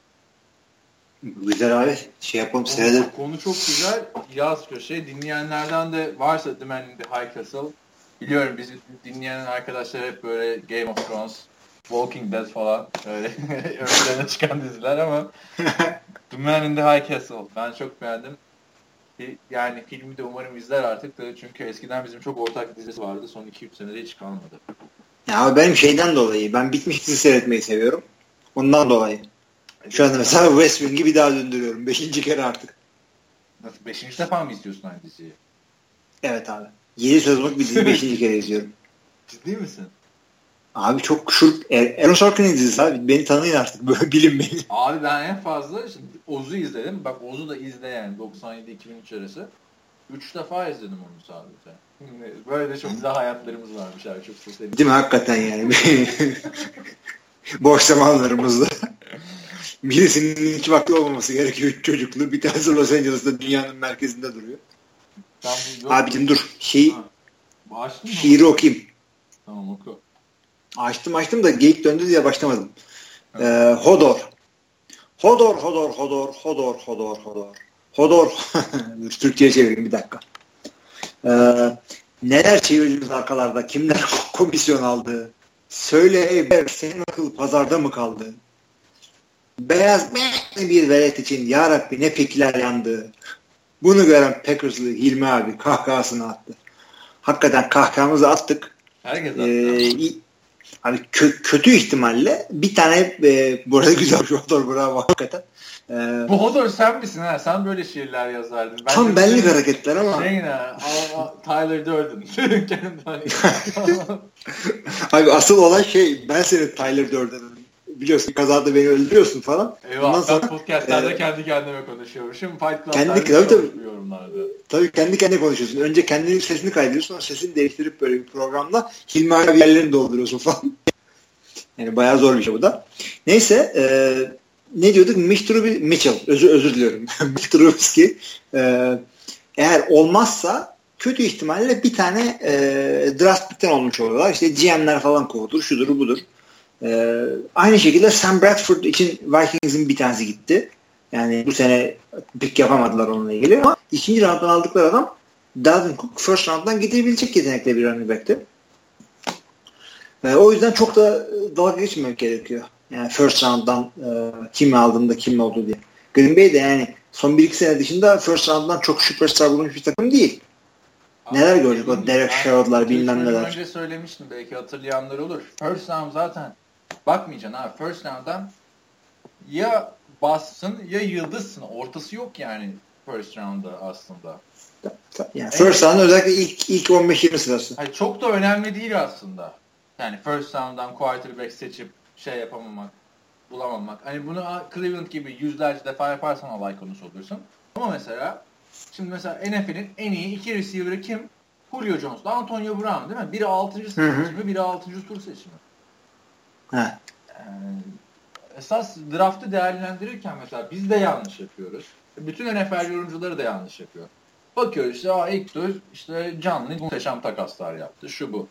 Güzel abi. Şey yapalım, seyredelim. Konu çok güzel. Yaz köşe. Dinleyenlerden de varsa The Man in the High Castle. Biliyorum bizi dinleyen arkadaşlar hep böyle Game of Thrones, Walking Dead falan öyle önlerine çıkan diziler ama The Man in the High Castle. Ben çok beğendim. Yani filmi de umarım izler artık da, çünkü eskiden bizim çok ortak dizisi vardı. Son 2-3 senede hiç kalmadı. Ya benim şeyden dolayı, ben bitmiş dizi seyretmeyi seviyorum. Ondan dolayı. Şu anda mesela West Wing'i bir daha döndürüyorum. 5. kere artık. Nasıl? 5. defa mı izliyorsun aynı diziyi? Evet abi. 7 sezonluk bir dizi 5. kere izliyorum. Ciddi misin? Abi çok Aaron Sorkin'in dizisi abi. Beni tanıyın artık. Böyle bilin beni. Abi ben en fazla Oz'u izledim. Bak Oz'u da izle yani. 97-2003 arası. 3 defa izledim onu sadece. Böyle de çok güzel hayatlarımız varmış abi. Çok sosyal. Değil mi? Hakikaten yani. Boş zamanlarımızda. Birisinin hiç vakti olmaması gerekiyor. 3 çocuklu. Bir tanesi Los Angeles'ta dünyanın merkezinde duruyor. Abicim dur. Şiiri okuyayım. Tamam oku. Açtım da geyik döndü diye başlamadım. Hodor. Hodor. Hodor. Türkçe'ye çevireyim bir dakika. Neler çevirdiniz arkalarda? Kimler komisyon aldı? Söyle ey senin akıl pazarda mı kaldı? Beyaz bir velet için ya Rabbi ne pekler yandı. Bunu gören Packers'lı Hilmi abi kahkahasını attı. Hakikaten kahkahamızı attık. Herkes attı. Hani kötü ihtimalle bir tane bu arada güzel bir Hodor, bravo hakikaten. Bu Hodor sen misin ha? Sen böyle şiirler yazardın. Tam benlik hareketler ama. Tyler Durden. Abi asıl olan ben senin Tyler Durden'ım. Biliyorsun kazada beni öldürüyorsun falan. Eyvah ben podcastlerde kendi kendime konuşuyormuşum. Fight Club'da yorumlarda. Tabii kendi kendine konuşuyorsun. Önce kendinin sesini kaydediyorsun, sonra sesini değiştirip böyle bir programda Hilmi abi yerlerini dolduruyorsun falan. Yani bayağı zor bir şey bu da. Neyse ne diyorduk? Mitchell. Özür diliyorum. Mitch Trubisky eğer olmazsa kötü ihtimalle bir tane draft pick'ten olmuş oluyorlar. İşte GM'ler falan kovudur. Şudur budur. Aynı şekilde Sam Bradford için Vikings'in bir tanesi gitti. Yani bu sene pick yapamadılar onunla ilgili ama ikinci rounddan aldıkları adam Dalvin Cook first rounddan gidebilecek yetenekli bir running back'ti. O yüzden çok da dalga geçmemek gerekiyor. Yani first round'dan kimi aldığında kim oldu diye. Green Bay de yani son 1-2 sene dışında first round'dan çok superstar bulmuş bir takım değil. Neler gördük o Derek Sherrod'lar bilmem neler. Önce söylemiştim belki hatırlayanlar olur. First round zaten bakmayacaksın abi. First round'dan ya bassın ya yıldızsın. Ortası yok yani first round'da aslında. Yani first round özellikle ilk 15-20 sırası. Hayır, çok da önemli değil aslında. Yani first round'dan quarterback seçip yapamamak, bulamamak. Hani bunu Cleveland gibi yüzlerce defa yaparsan alay konusu olursun. Ama şimdi NFL'in en iyi iki receiver'ı kim? Julio Jones'la Antonio Brown değil mi? Biri 6. sıra seçimi, biri 6. tur seçimi. Esas draft'ı değerlendirirken biz de yanlış yapıyoruz. Bütün NFL yorumcuları da yanlış yapıyor. Bakıyoruz ilk tur canlı muhteşem takaslar yaptı. Şu bu.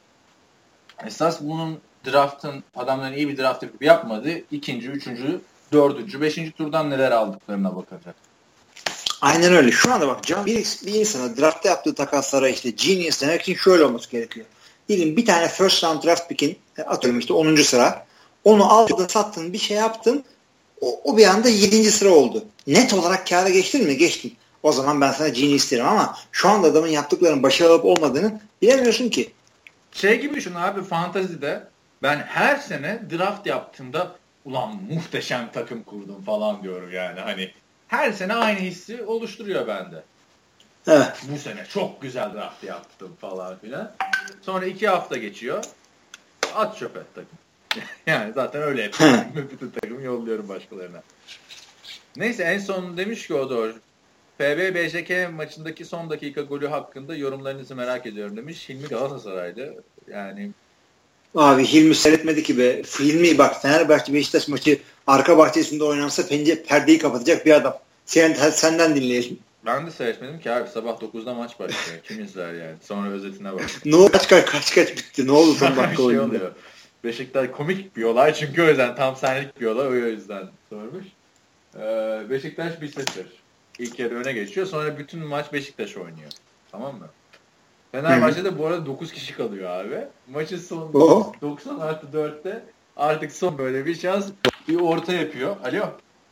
Esas bunun draft'ın adamların iyi bir draft yapmadı. 2., 3., 4., 5. turdan neler aldıklarına bakacak. Aynen öyle. Şu anda bak bir insana draftta yaptığı takaslara genius demek için şöyle olması gerekiyor. Diyelim bir tane first round draft pick'in atıyorum 10. sıra. Onu aldın, sattın, bir şey yaptın. O bir anda 7. sıra oldu. Net olarak kâra geçtin mi? Geçtin. O zaman ben sana genius derim ama şu anda adamın yaptıklarının başarılı olup olmadığını bilemiyorsun ki. Gibi düşün abi, fantazide ben her sene draft yaptığımda ulan muhteşem takım kurdum falan diyorum yani. Hani her sene aynı hissi oluşturuyor bende. Evet. Bu sene çok güzel draft yaptım falan filan. Sonra 2 hafta geçiyor. At çöpe takım. Yani zaten öyle yapıyorum. Bütün takımı yolluyorum başkalarına. Neyse en son demiş ki o doğru. FB BJK maçındaki son dakika golü hakkında yorumlarınızı merak ediyorum demiş. Hilmi Galatasaray'dı. Yani abi Hilmi seyretmedi ki be. Hilmi bak Fenerbahçe Beşiktaş maçı arka bahçesinde oynansa perdeyi kapatacak bir adam. Senden dinleyelim. Ben de seyretmedim ki abi. Sabah 9'da maç başlıyor. Kim izler yani? Sonra özetine bak. Ne oldu? Kaç bitti? Ne oldu son dakika oyunda? Oluyor. Beşiktaş komik bir olay çünkü o yüzden tam senlik bir olay, o yüzden sormuş. Beşiktaş 1-0. İlk yarı öne geçiyor. Sonra bütün maç Beşiktaş oynuyor. Tamam mı? Fenerbahçe'de bu arada 9 kişi kalıyor abi. Maçın son 90+4'te artık son böyle bir şans, bir orta yapıyor. Alo.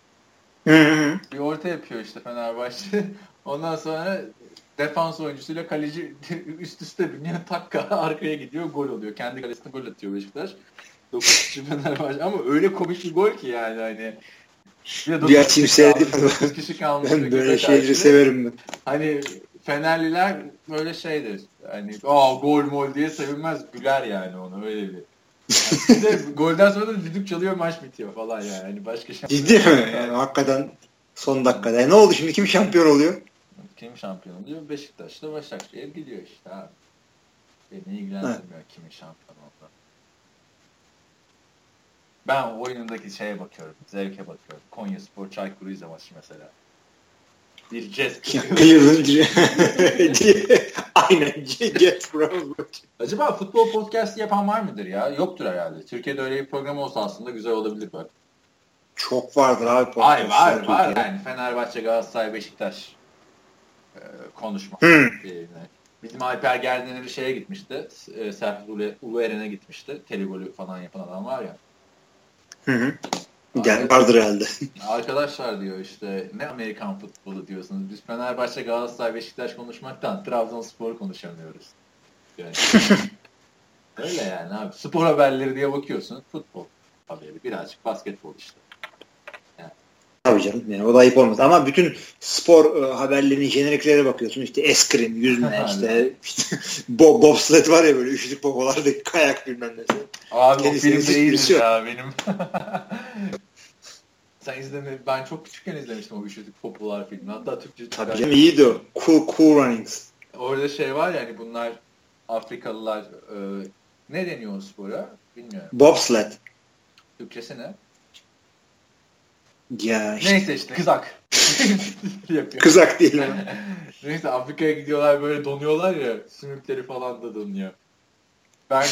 Bir orta yapıyor Fenerbahçe. Ondan sonra defans oyuncusuyla kaleci üst üste biniyor. Takka arkaya gidiyor. Gol oluyor. Kendi kalesine gol atıyor Beşiktaş. 9 kişi Fenerbahçe. Ama öyle komik bir gol ki yani hani. Bir açayım seyredip. 9 kişi kalmış. Ben böyle şeyleri severim ben. Hani Fenerliler böyle şeydir. Hani gol diye sevinmez. Güler yani onu öyle bir. Yani bir de golden sonra da düdük çalıyor, maç bitiyor falan yani. Hani başka şey. Ciddi mi? Yani hakikaten son dakikada. Ne oldu şimdi? Kim şampiyon oluyor? Kim şampiyon oluyor? Beşiktaş'ta Başakşehir gidiyor abi. Beni ilgilendirmiyor kimin şampiyon olduğu. Ben oyunundaki şeye bakıyorum. Zevke bakıyorum. Konyaspor Çaykur Rizespor maçı mesela. Bir Jazz Aynen Jazz Acaba futbol podcast yapan var mıdır ya? Yoktur herhalde. Türkiye'de öyle bir program olsa aslında güzel olabilir bak. Çok vardır abi podcast. Var yani. Fenerbahçe, Galatasaray, Beşiktaş konuşma. Bizim Alper Gerden'e bir şeye gitmişti. Serhat Ulueren'e gitmişti. Telegolü falan yapan adam var ya. Yani vardır herhalde. Arkadaşlar diyor işte ne Amerikan futbolu diyorsunuz. Biz Fenerbahçe, Galatasaray, Beşiktaş konuşmaktan Trabzonspor konuşamıyoruz. Yani. Öyle yani abi. Spor haberleri diye bakıyorsun. Futbol haberi. Birazcık basketbol işte. Tabii canım. Yani o da ayıp olmaz. Ama bütün spor haberlerinin jeneriklere bakıyorsun. İşte eskrim, yüzme, işte bobsled var ya böyle üşüdük popolardaki kayak bilmem ne. Abi o film de iyidir ya benim. Sen ben çok küçükken izlemiştim o üşüdük popolar filmi. Hatta Türkçe. Tabii canım iyiydi o. Cool Runnings. Orada şey var ya hani bunlar Afrikalılar ne deniyor o spora? Bilmiyorum. Bobsled. Türkçesi ne? Ya işte. Neyse işte kızak. Kızak değil mi? Neyse Afrika'ya gidiyorlar böyle donuyorlar ya sümükleri falan da donuyor. Ben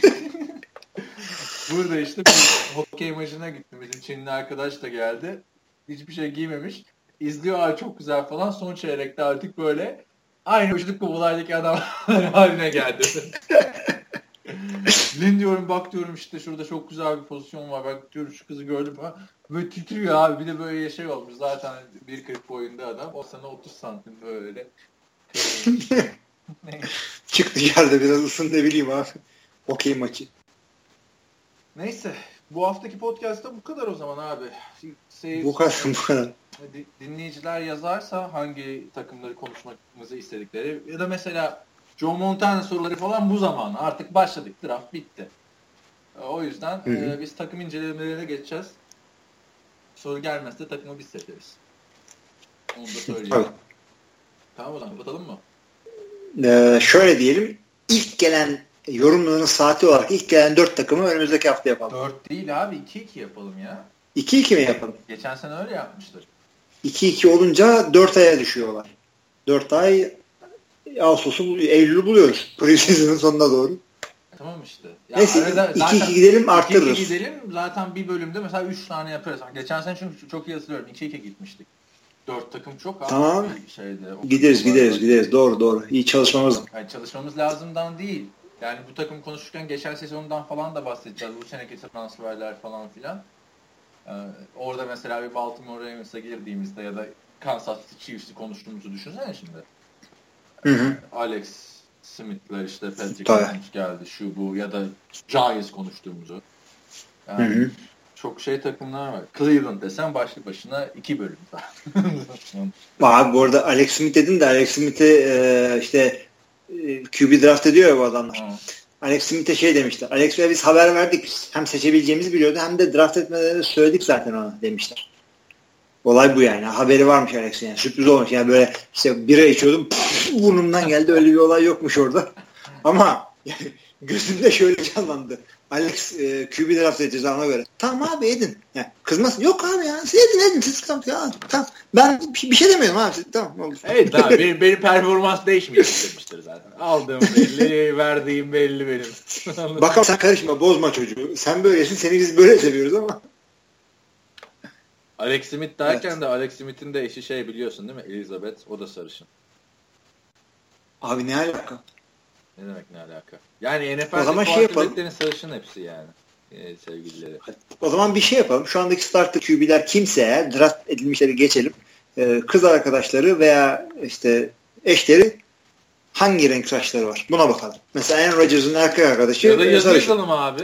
burada işte bir hokey maçına gittim. Bizim Çinli arkadaş da geldi. Hiçbir şey giymemiş. İzliyorlar çok güzel falan. Son çeyrekte artık böyle aynı üşüdük kovalardaki adamlar haline geldi. Lan diyorum bak diyorum işte şurada çok güzel bir pozisyon var. Bak diyorum şu kızı gördüm falan. Böyle titriyor abi. Bir de böyle şey olmuş. Zaten 1.40 boyunda adam. O sana 30 santim böyle. Çık dışarıda biraz ısın ne bileyim abi. Okey maçı. Neyse. Bu haftaki podcast'ta bu kadar o zaman abi. Bu kadar. Dinleyiciler yazarsa hangi takımları konuşmamızı istedikleri ya da mesela Joe Montana soruları falan bu zaman artık başladık. Draft bitti. O yüzden biz takım incelemelerine geçeceğiz. Soru gelmezse takımı biz seçeriz. Onu da söyleyeyim. Evet. Tamam o zaman kapatalım mı? Şöyle diyelim. İlk gelen yorumlarının saati olarak ilk gelen 4 takımı önümüzdeki hafta yapalım. 4 değil abi 2-2 yapalım ya. 2-2 mi yapalım? Geçen sene öyle yapmıştır. 2-2 olunca 4 aya düşüyorlar. 4 ay Ağustos'u Eylül'ü buluyoruz. Preseason'ın sonuna doğru. Tamam işte. Ya neyse 2-2 gidelim arttırırız. 2-2 gidelim zaten bir bölümde mesela 3 tane yaparız. Geçen sene çünkü çok iyi hatırlıyorum. 2-2 gitmiştik. 4 takım çok. Tamam. Gideriz. Doğru. İyi çalışmamız. Yani çalışmamız lazımdan değil. Yani bu takım konuşurken geçen sezondan falan da bahsedeceğiz. Bu seneki transferler falan filan. Orada mesela bir Baltimore Ravens'a girdiğimizde ya da Kansas City Chiefs'i konuştuğumuzu düşünsene şimdi. Alex Smith'ler işte Patrick Mahomes geldi şu bu ya da Giants konuştuğumuzu. Yani çok şey takımlar var. Cleveland desen başlı başına 2 bölüm var. Abi bu arada Alex Smith dedin de Alex Smith'i işte QB draft ediyor ya bu adamlar. Alex Smith'e şey demişler. Alex Bey'e biz haber verdik. Hem seçebileceğimizi biliyordu hem de draft etmelerini söyledik zaten ona demişler. Olay bu yani. Haberi varmış Alex'in. Yani sürpriz olmuş. Yani böyle işte bira içiyordum. Burnumdan geldi. Öyle bir olay yokmuş orada. Ama yani, gözümde şöyle canlandı. Alex QB draft edeceğiz ona göre. Tamam abi edin. Yani, kızmasın. Yok abi ya. Siz edin. Siz tamam. Ya, tamam. Ben bir şey demiyorum abi. Tamam oldu. Evet abi. Benim performans değişmeyecek demiştir zaten. Aldığım belli. Verdiğim belli benim. Bakalım sen karışma. Bozma çocuğu. Sen böylesin. Seni biz böyle seviyoruz ama. Alex Smith derken de Alex Smith'in de eşi şey biliyorsun değil mi? Elizabeth. O da sarışın. Abi ne alaka? Ne demek ne alaka? Yani NFL'de o zaman şey yapalım. sarışın hepsi yani. Sevgilileri. O zaman bir şey yapalım. Şu andaki starter QB'ler kimse eğer draft edilmişleri geçelim. Kız arkadaşları veya işte eşleri hangi renk saçları var? Buna bakalım. Mesela Aaron Rodgers'ın erkek arkadaşı ya da yazalım abi.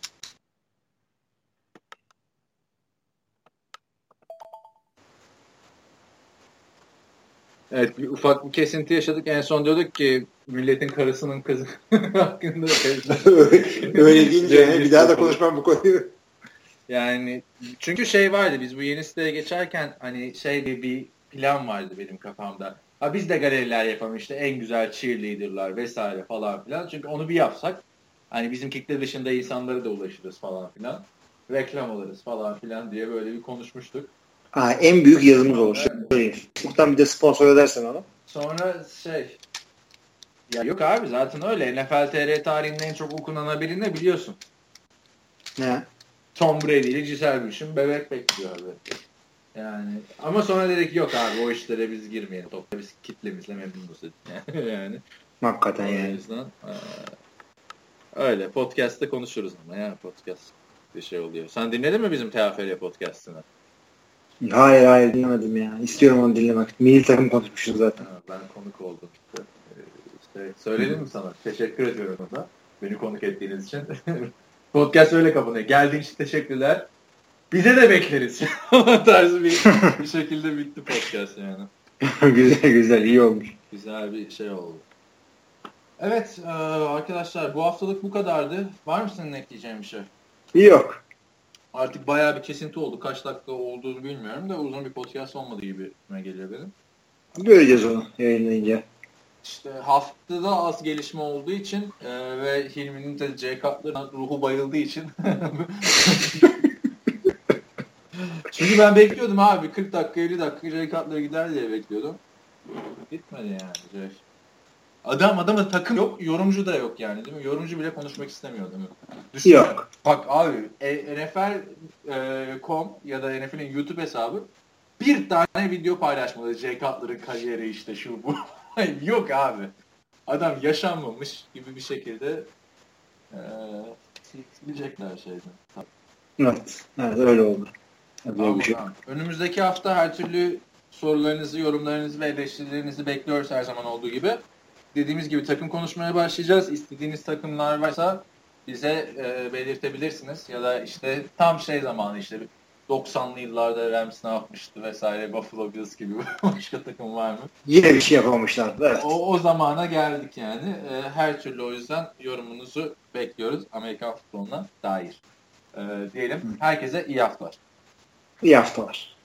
Evet bir ufak bir kesinti yaşadık. En son diyorduk ki milletin karısının kızı hakkında. Öyle deyince yani bir daha da konuşmam bu konuyu. Yani çünkü şey vardı biz bu yeni siteye geçerken hani şey bir plan vardı benim kafamda. Ha biz de galeriler yapalım işte en güzel cheerleader'lar vesaire falan filan. Çünkü onu bir yapsak hani bizim kitle dışında insanlara da ulaşırız falan filan. reklam alırız falan filan diye böyle bir konuşmuştuk. En büyük yazımız olur. Buradan bir de sponsor edersen onu. Sonra ya yok abi zaten öyle. NFL TR tarihinin en çok okunan haberi ne biliyorsun? Ne? Tom Brady ile Gisele Bündchen bebek bekliyor abi. Yani ama sonra dedik yok abi o işlere biz girmeyelim. Topla biz kitlemizle memnunuz dedik. Yani. Hakikaten O yani. yüzden öyle podcast'te konuşuruz ama ya podcast bir şey oluyor. Sen dinledin mi bizim TFL podcast'ını? Hayır dinlemedim ya. İstiyorum onu dinlemek. Milli takım konuşmuşuz zaten. Ben konuk oldum. Söyledim mi sana? Teşekkür ediyorum da. Beni konuk ettiğiniz için. Podcast öyle kapanıyor. Geldiğin için teşekkürler. Bize de bekleriz. Tarzı bir şekilde bitti podcast yani. Güzel iyi olmuş. Güzel bir şey oldu. Evet arkadaşlar bu haftalık bu kadardı. Var mı senin ekleyeceğin bir şey? Yok. Artık bayağı bir kesinti oldu. Kaç dakika olduğunu bilmiyorum da uzun bir podcast olmadığı gibi geliyor benim. Göreceğiz onu yayınlayınca. İşte haftada az gelişme olduğu için ve Hilmi'nin de C Cutler'ın ruhu bayıldığı için çünkü ben bekliyordum abi 40 dakika 50 dakika C Cutler gider diye bekliyordum. Gitmedi yani. Adamın takım yok, yorumcu da yok yani değil mi? Yorumcu bile konuşmak istemiyor değil mi? Düşün yok. Yani. Bak abi NFL.com ya da NFL'in YouTube hesabı bir tane video paylaşmadı. Jay Cutler'ın kariyeri işte şu bu. Yok abi. Adam yaşanmamış gibi bir şekilde silecekler şeyden. Evet öyle oldu. Tamam, tamam. Önümüzdeki hafta her türlü sorularınızı, yorumlarınızı ve eleştirilerinizi bekliyoruz her zaman olduğu gibi. Dediğimiz gibi takım konuşmaya başlayacağız. İstediğiniz takımlar varsa bize belirtebilirsiniz. Ya da işte tam zamanı işte 90'lı yıllarda Rams ne yapmıştı vesaire Buffalo Bills gibi başka takım var mı? Yine bir şey yapamamışlar. Evet. O zamana geldik yani. Her türlü o yüzden yorumunuzu bekliyoruz Amerikan futboluna dair. Diyelim. Herkese iyi haftalar. İyi haftalar.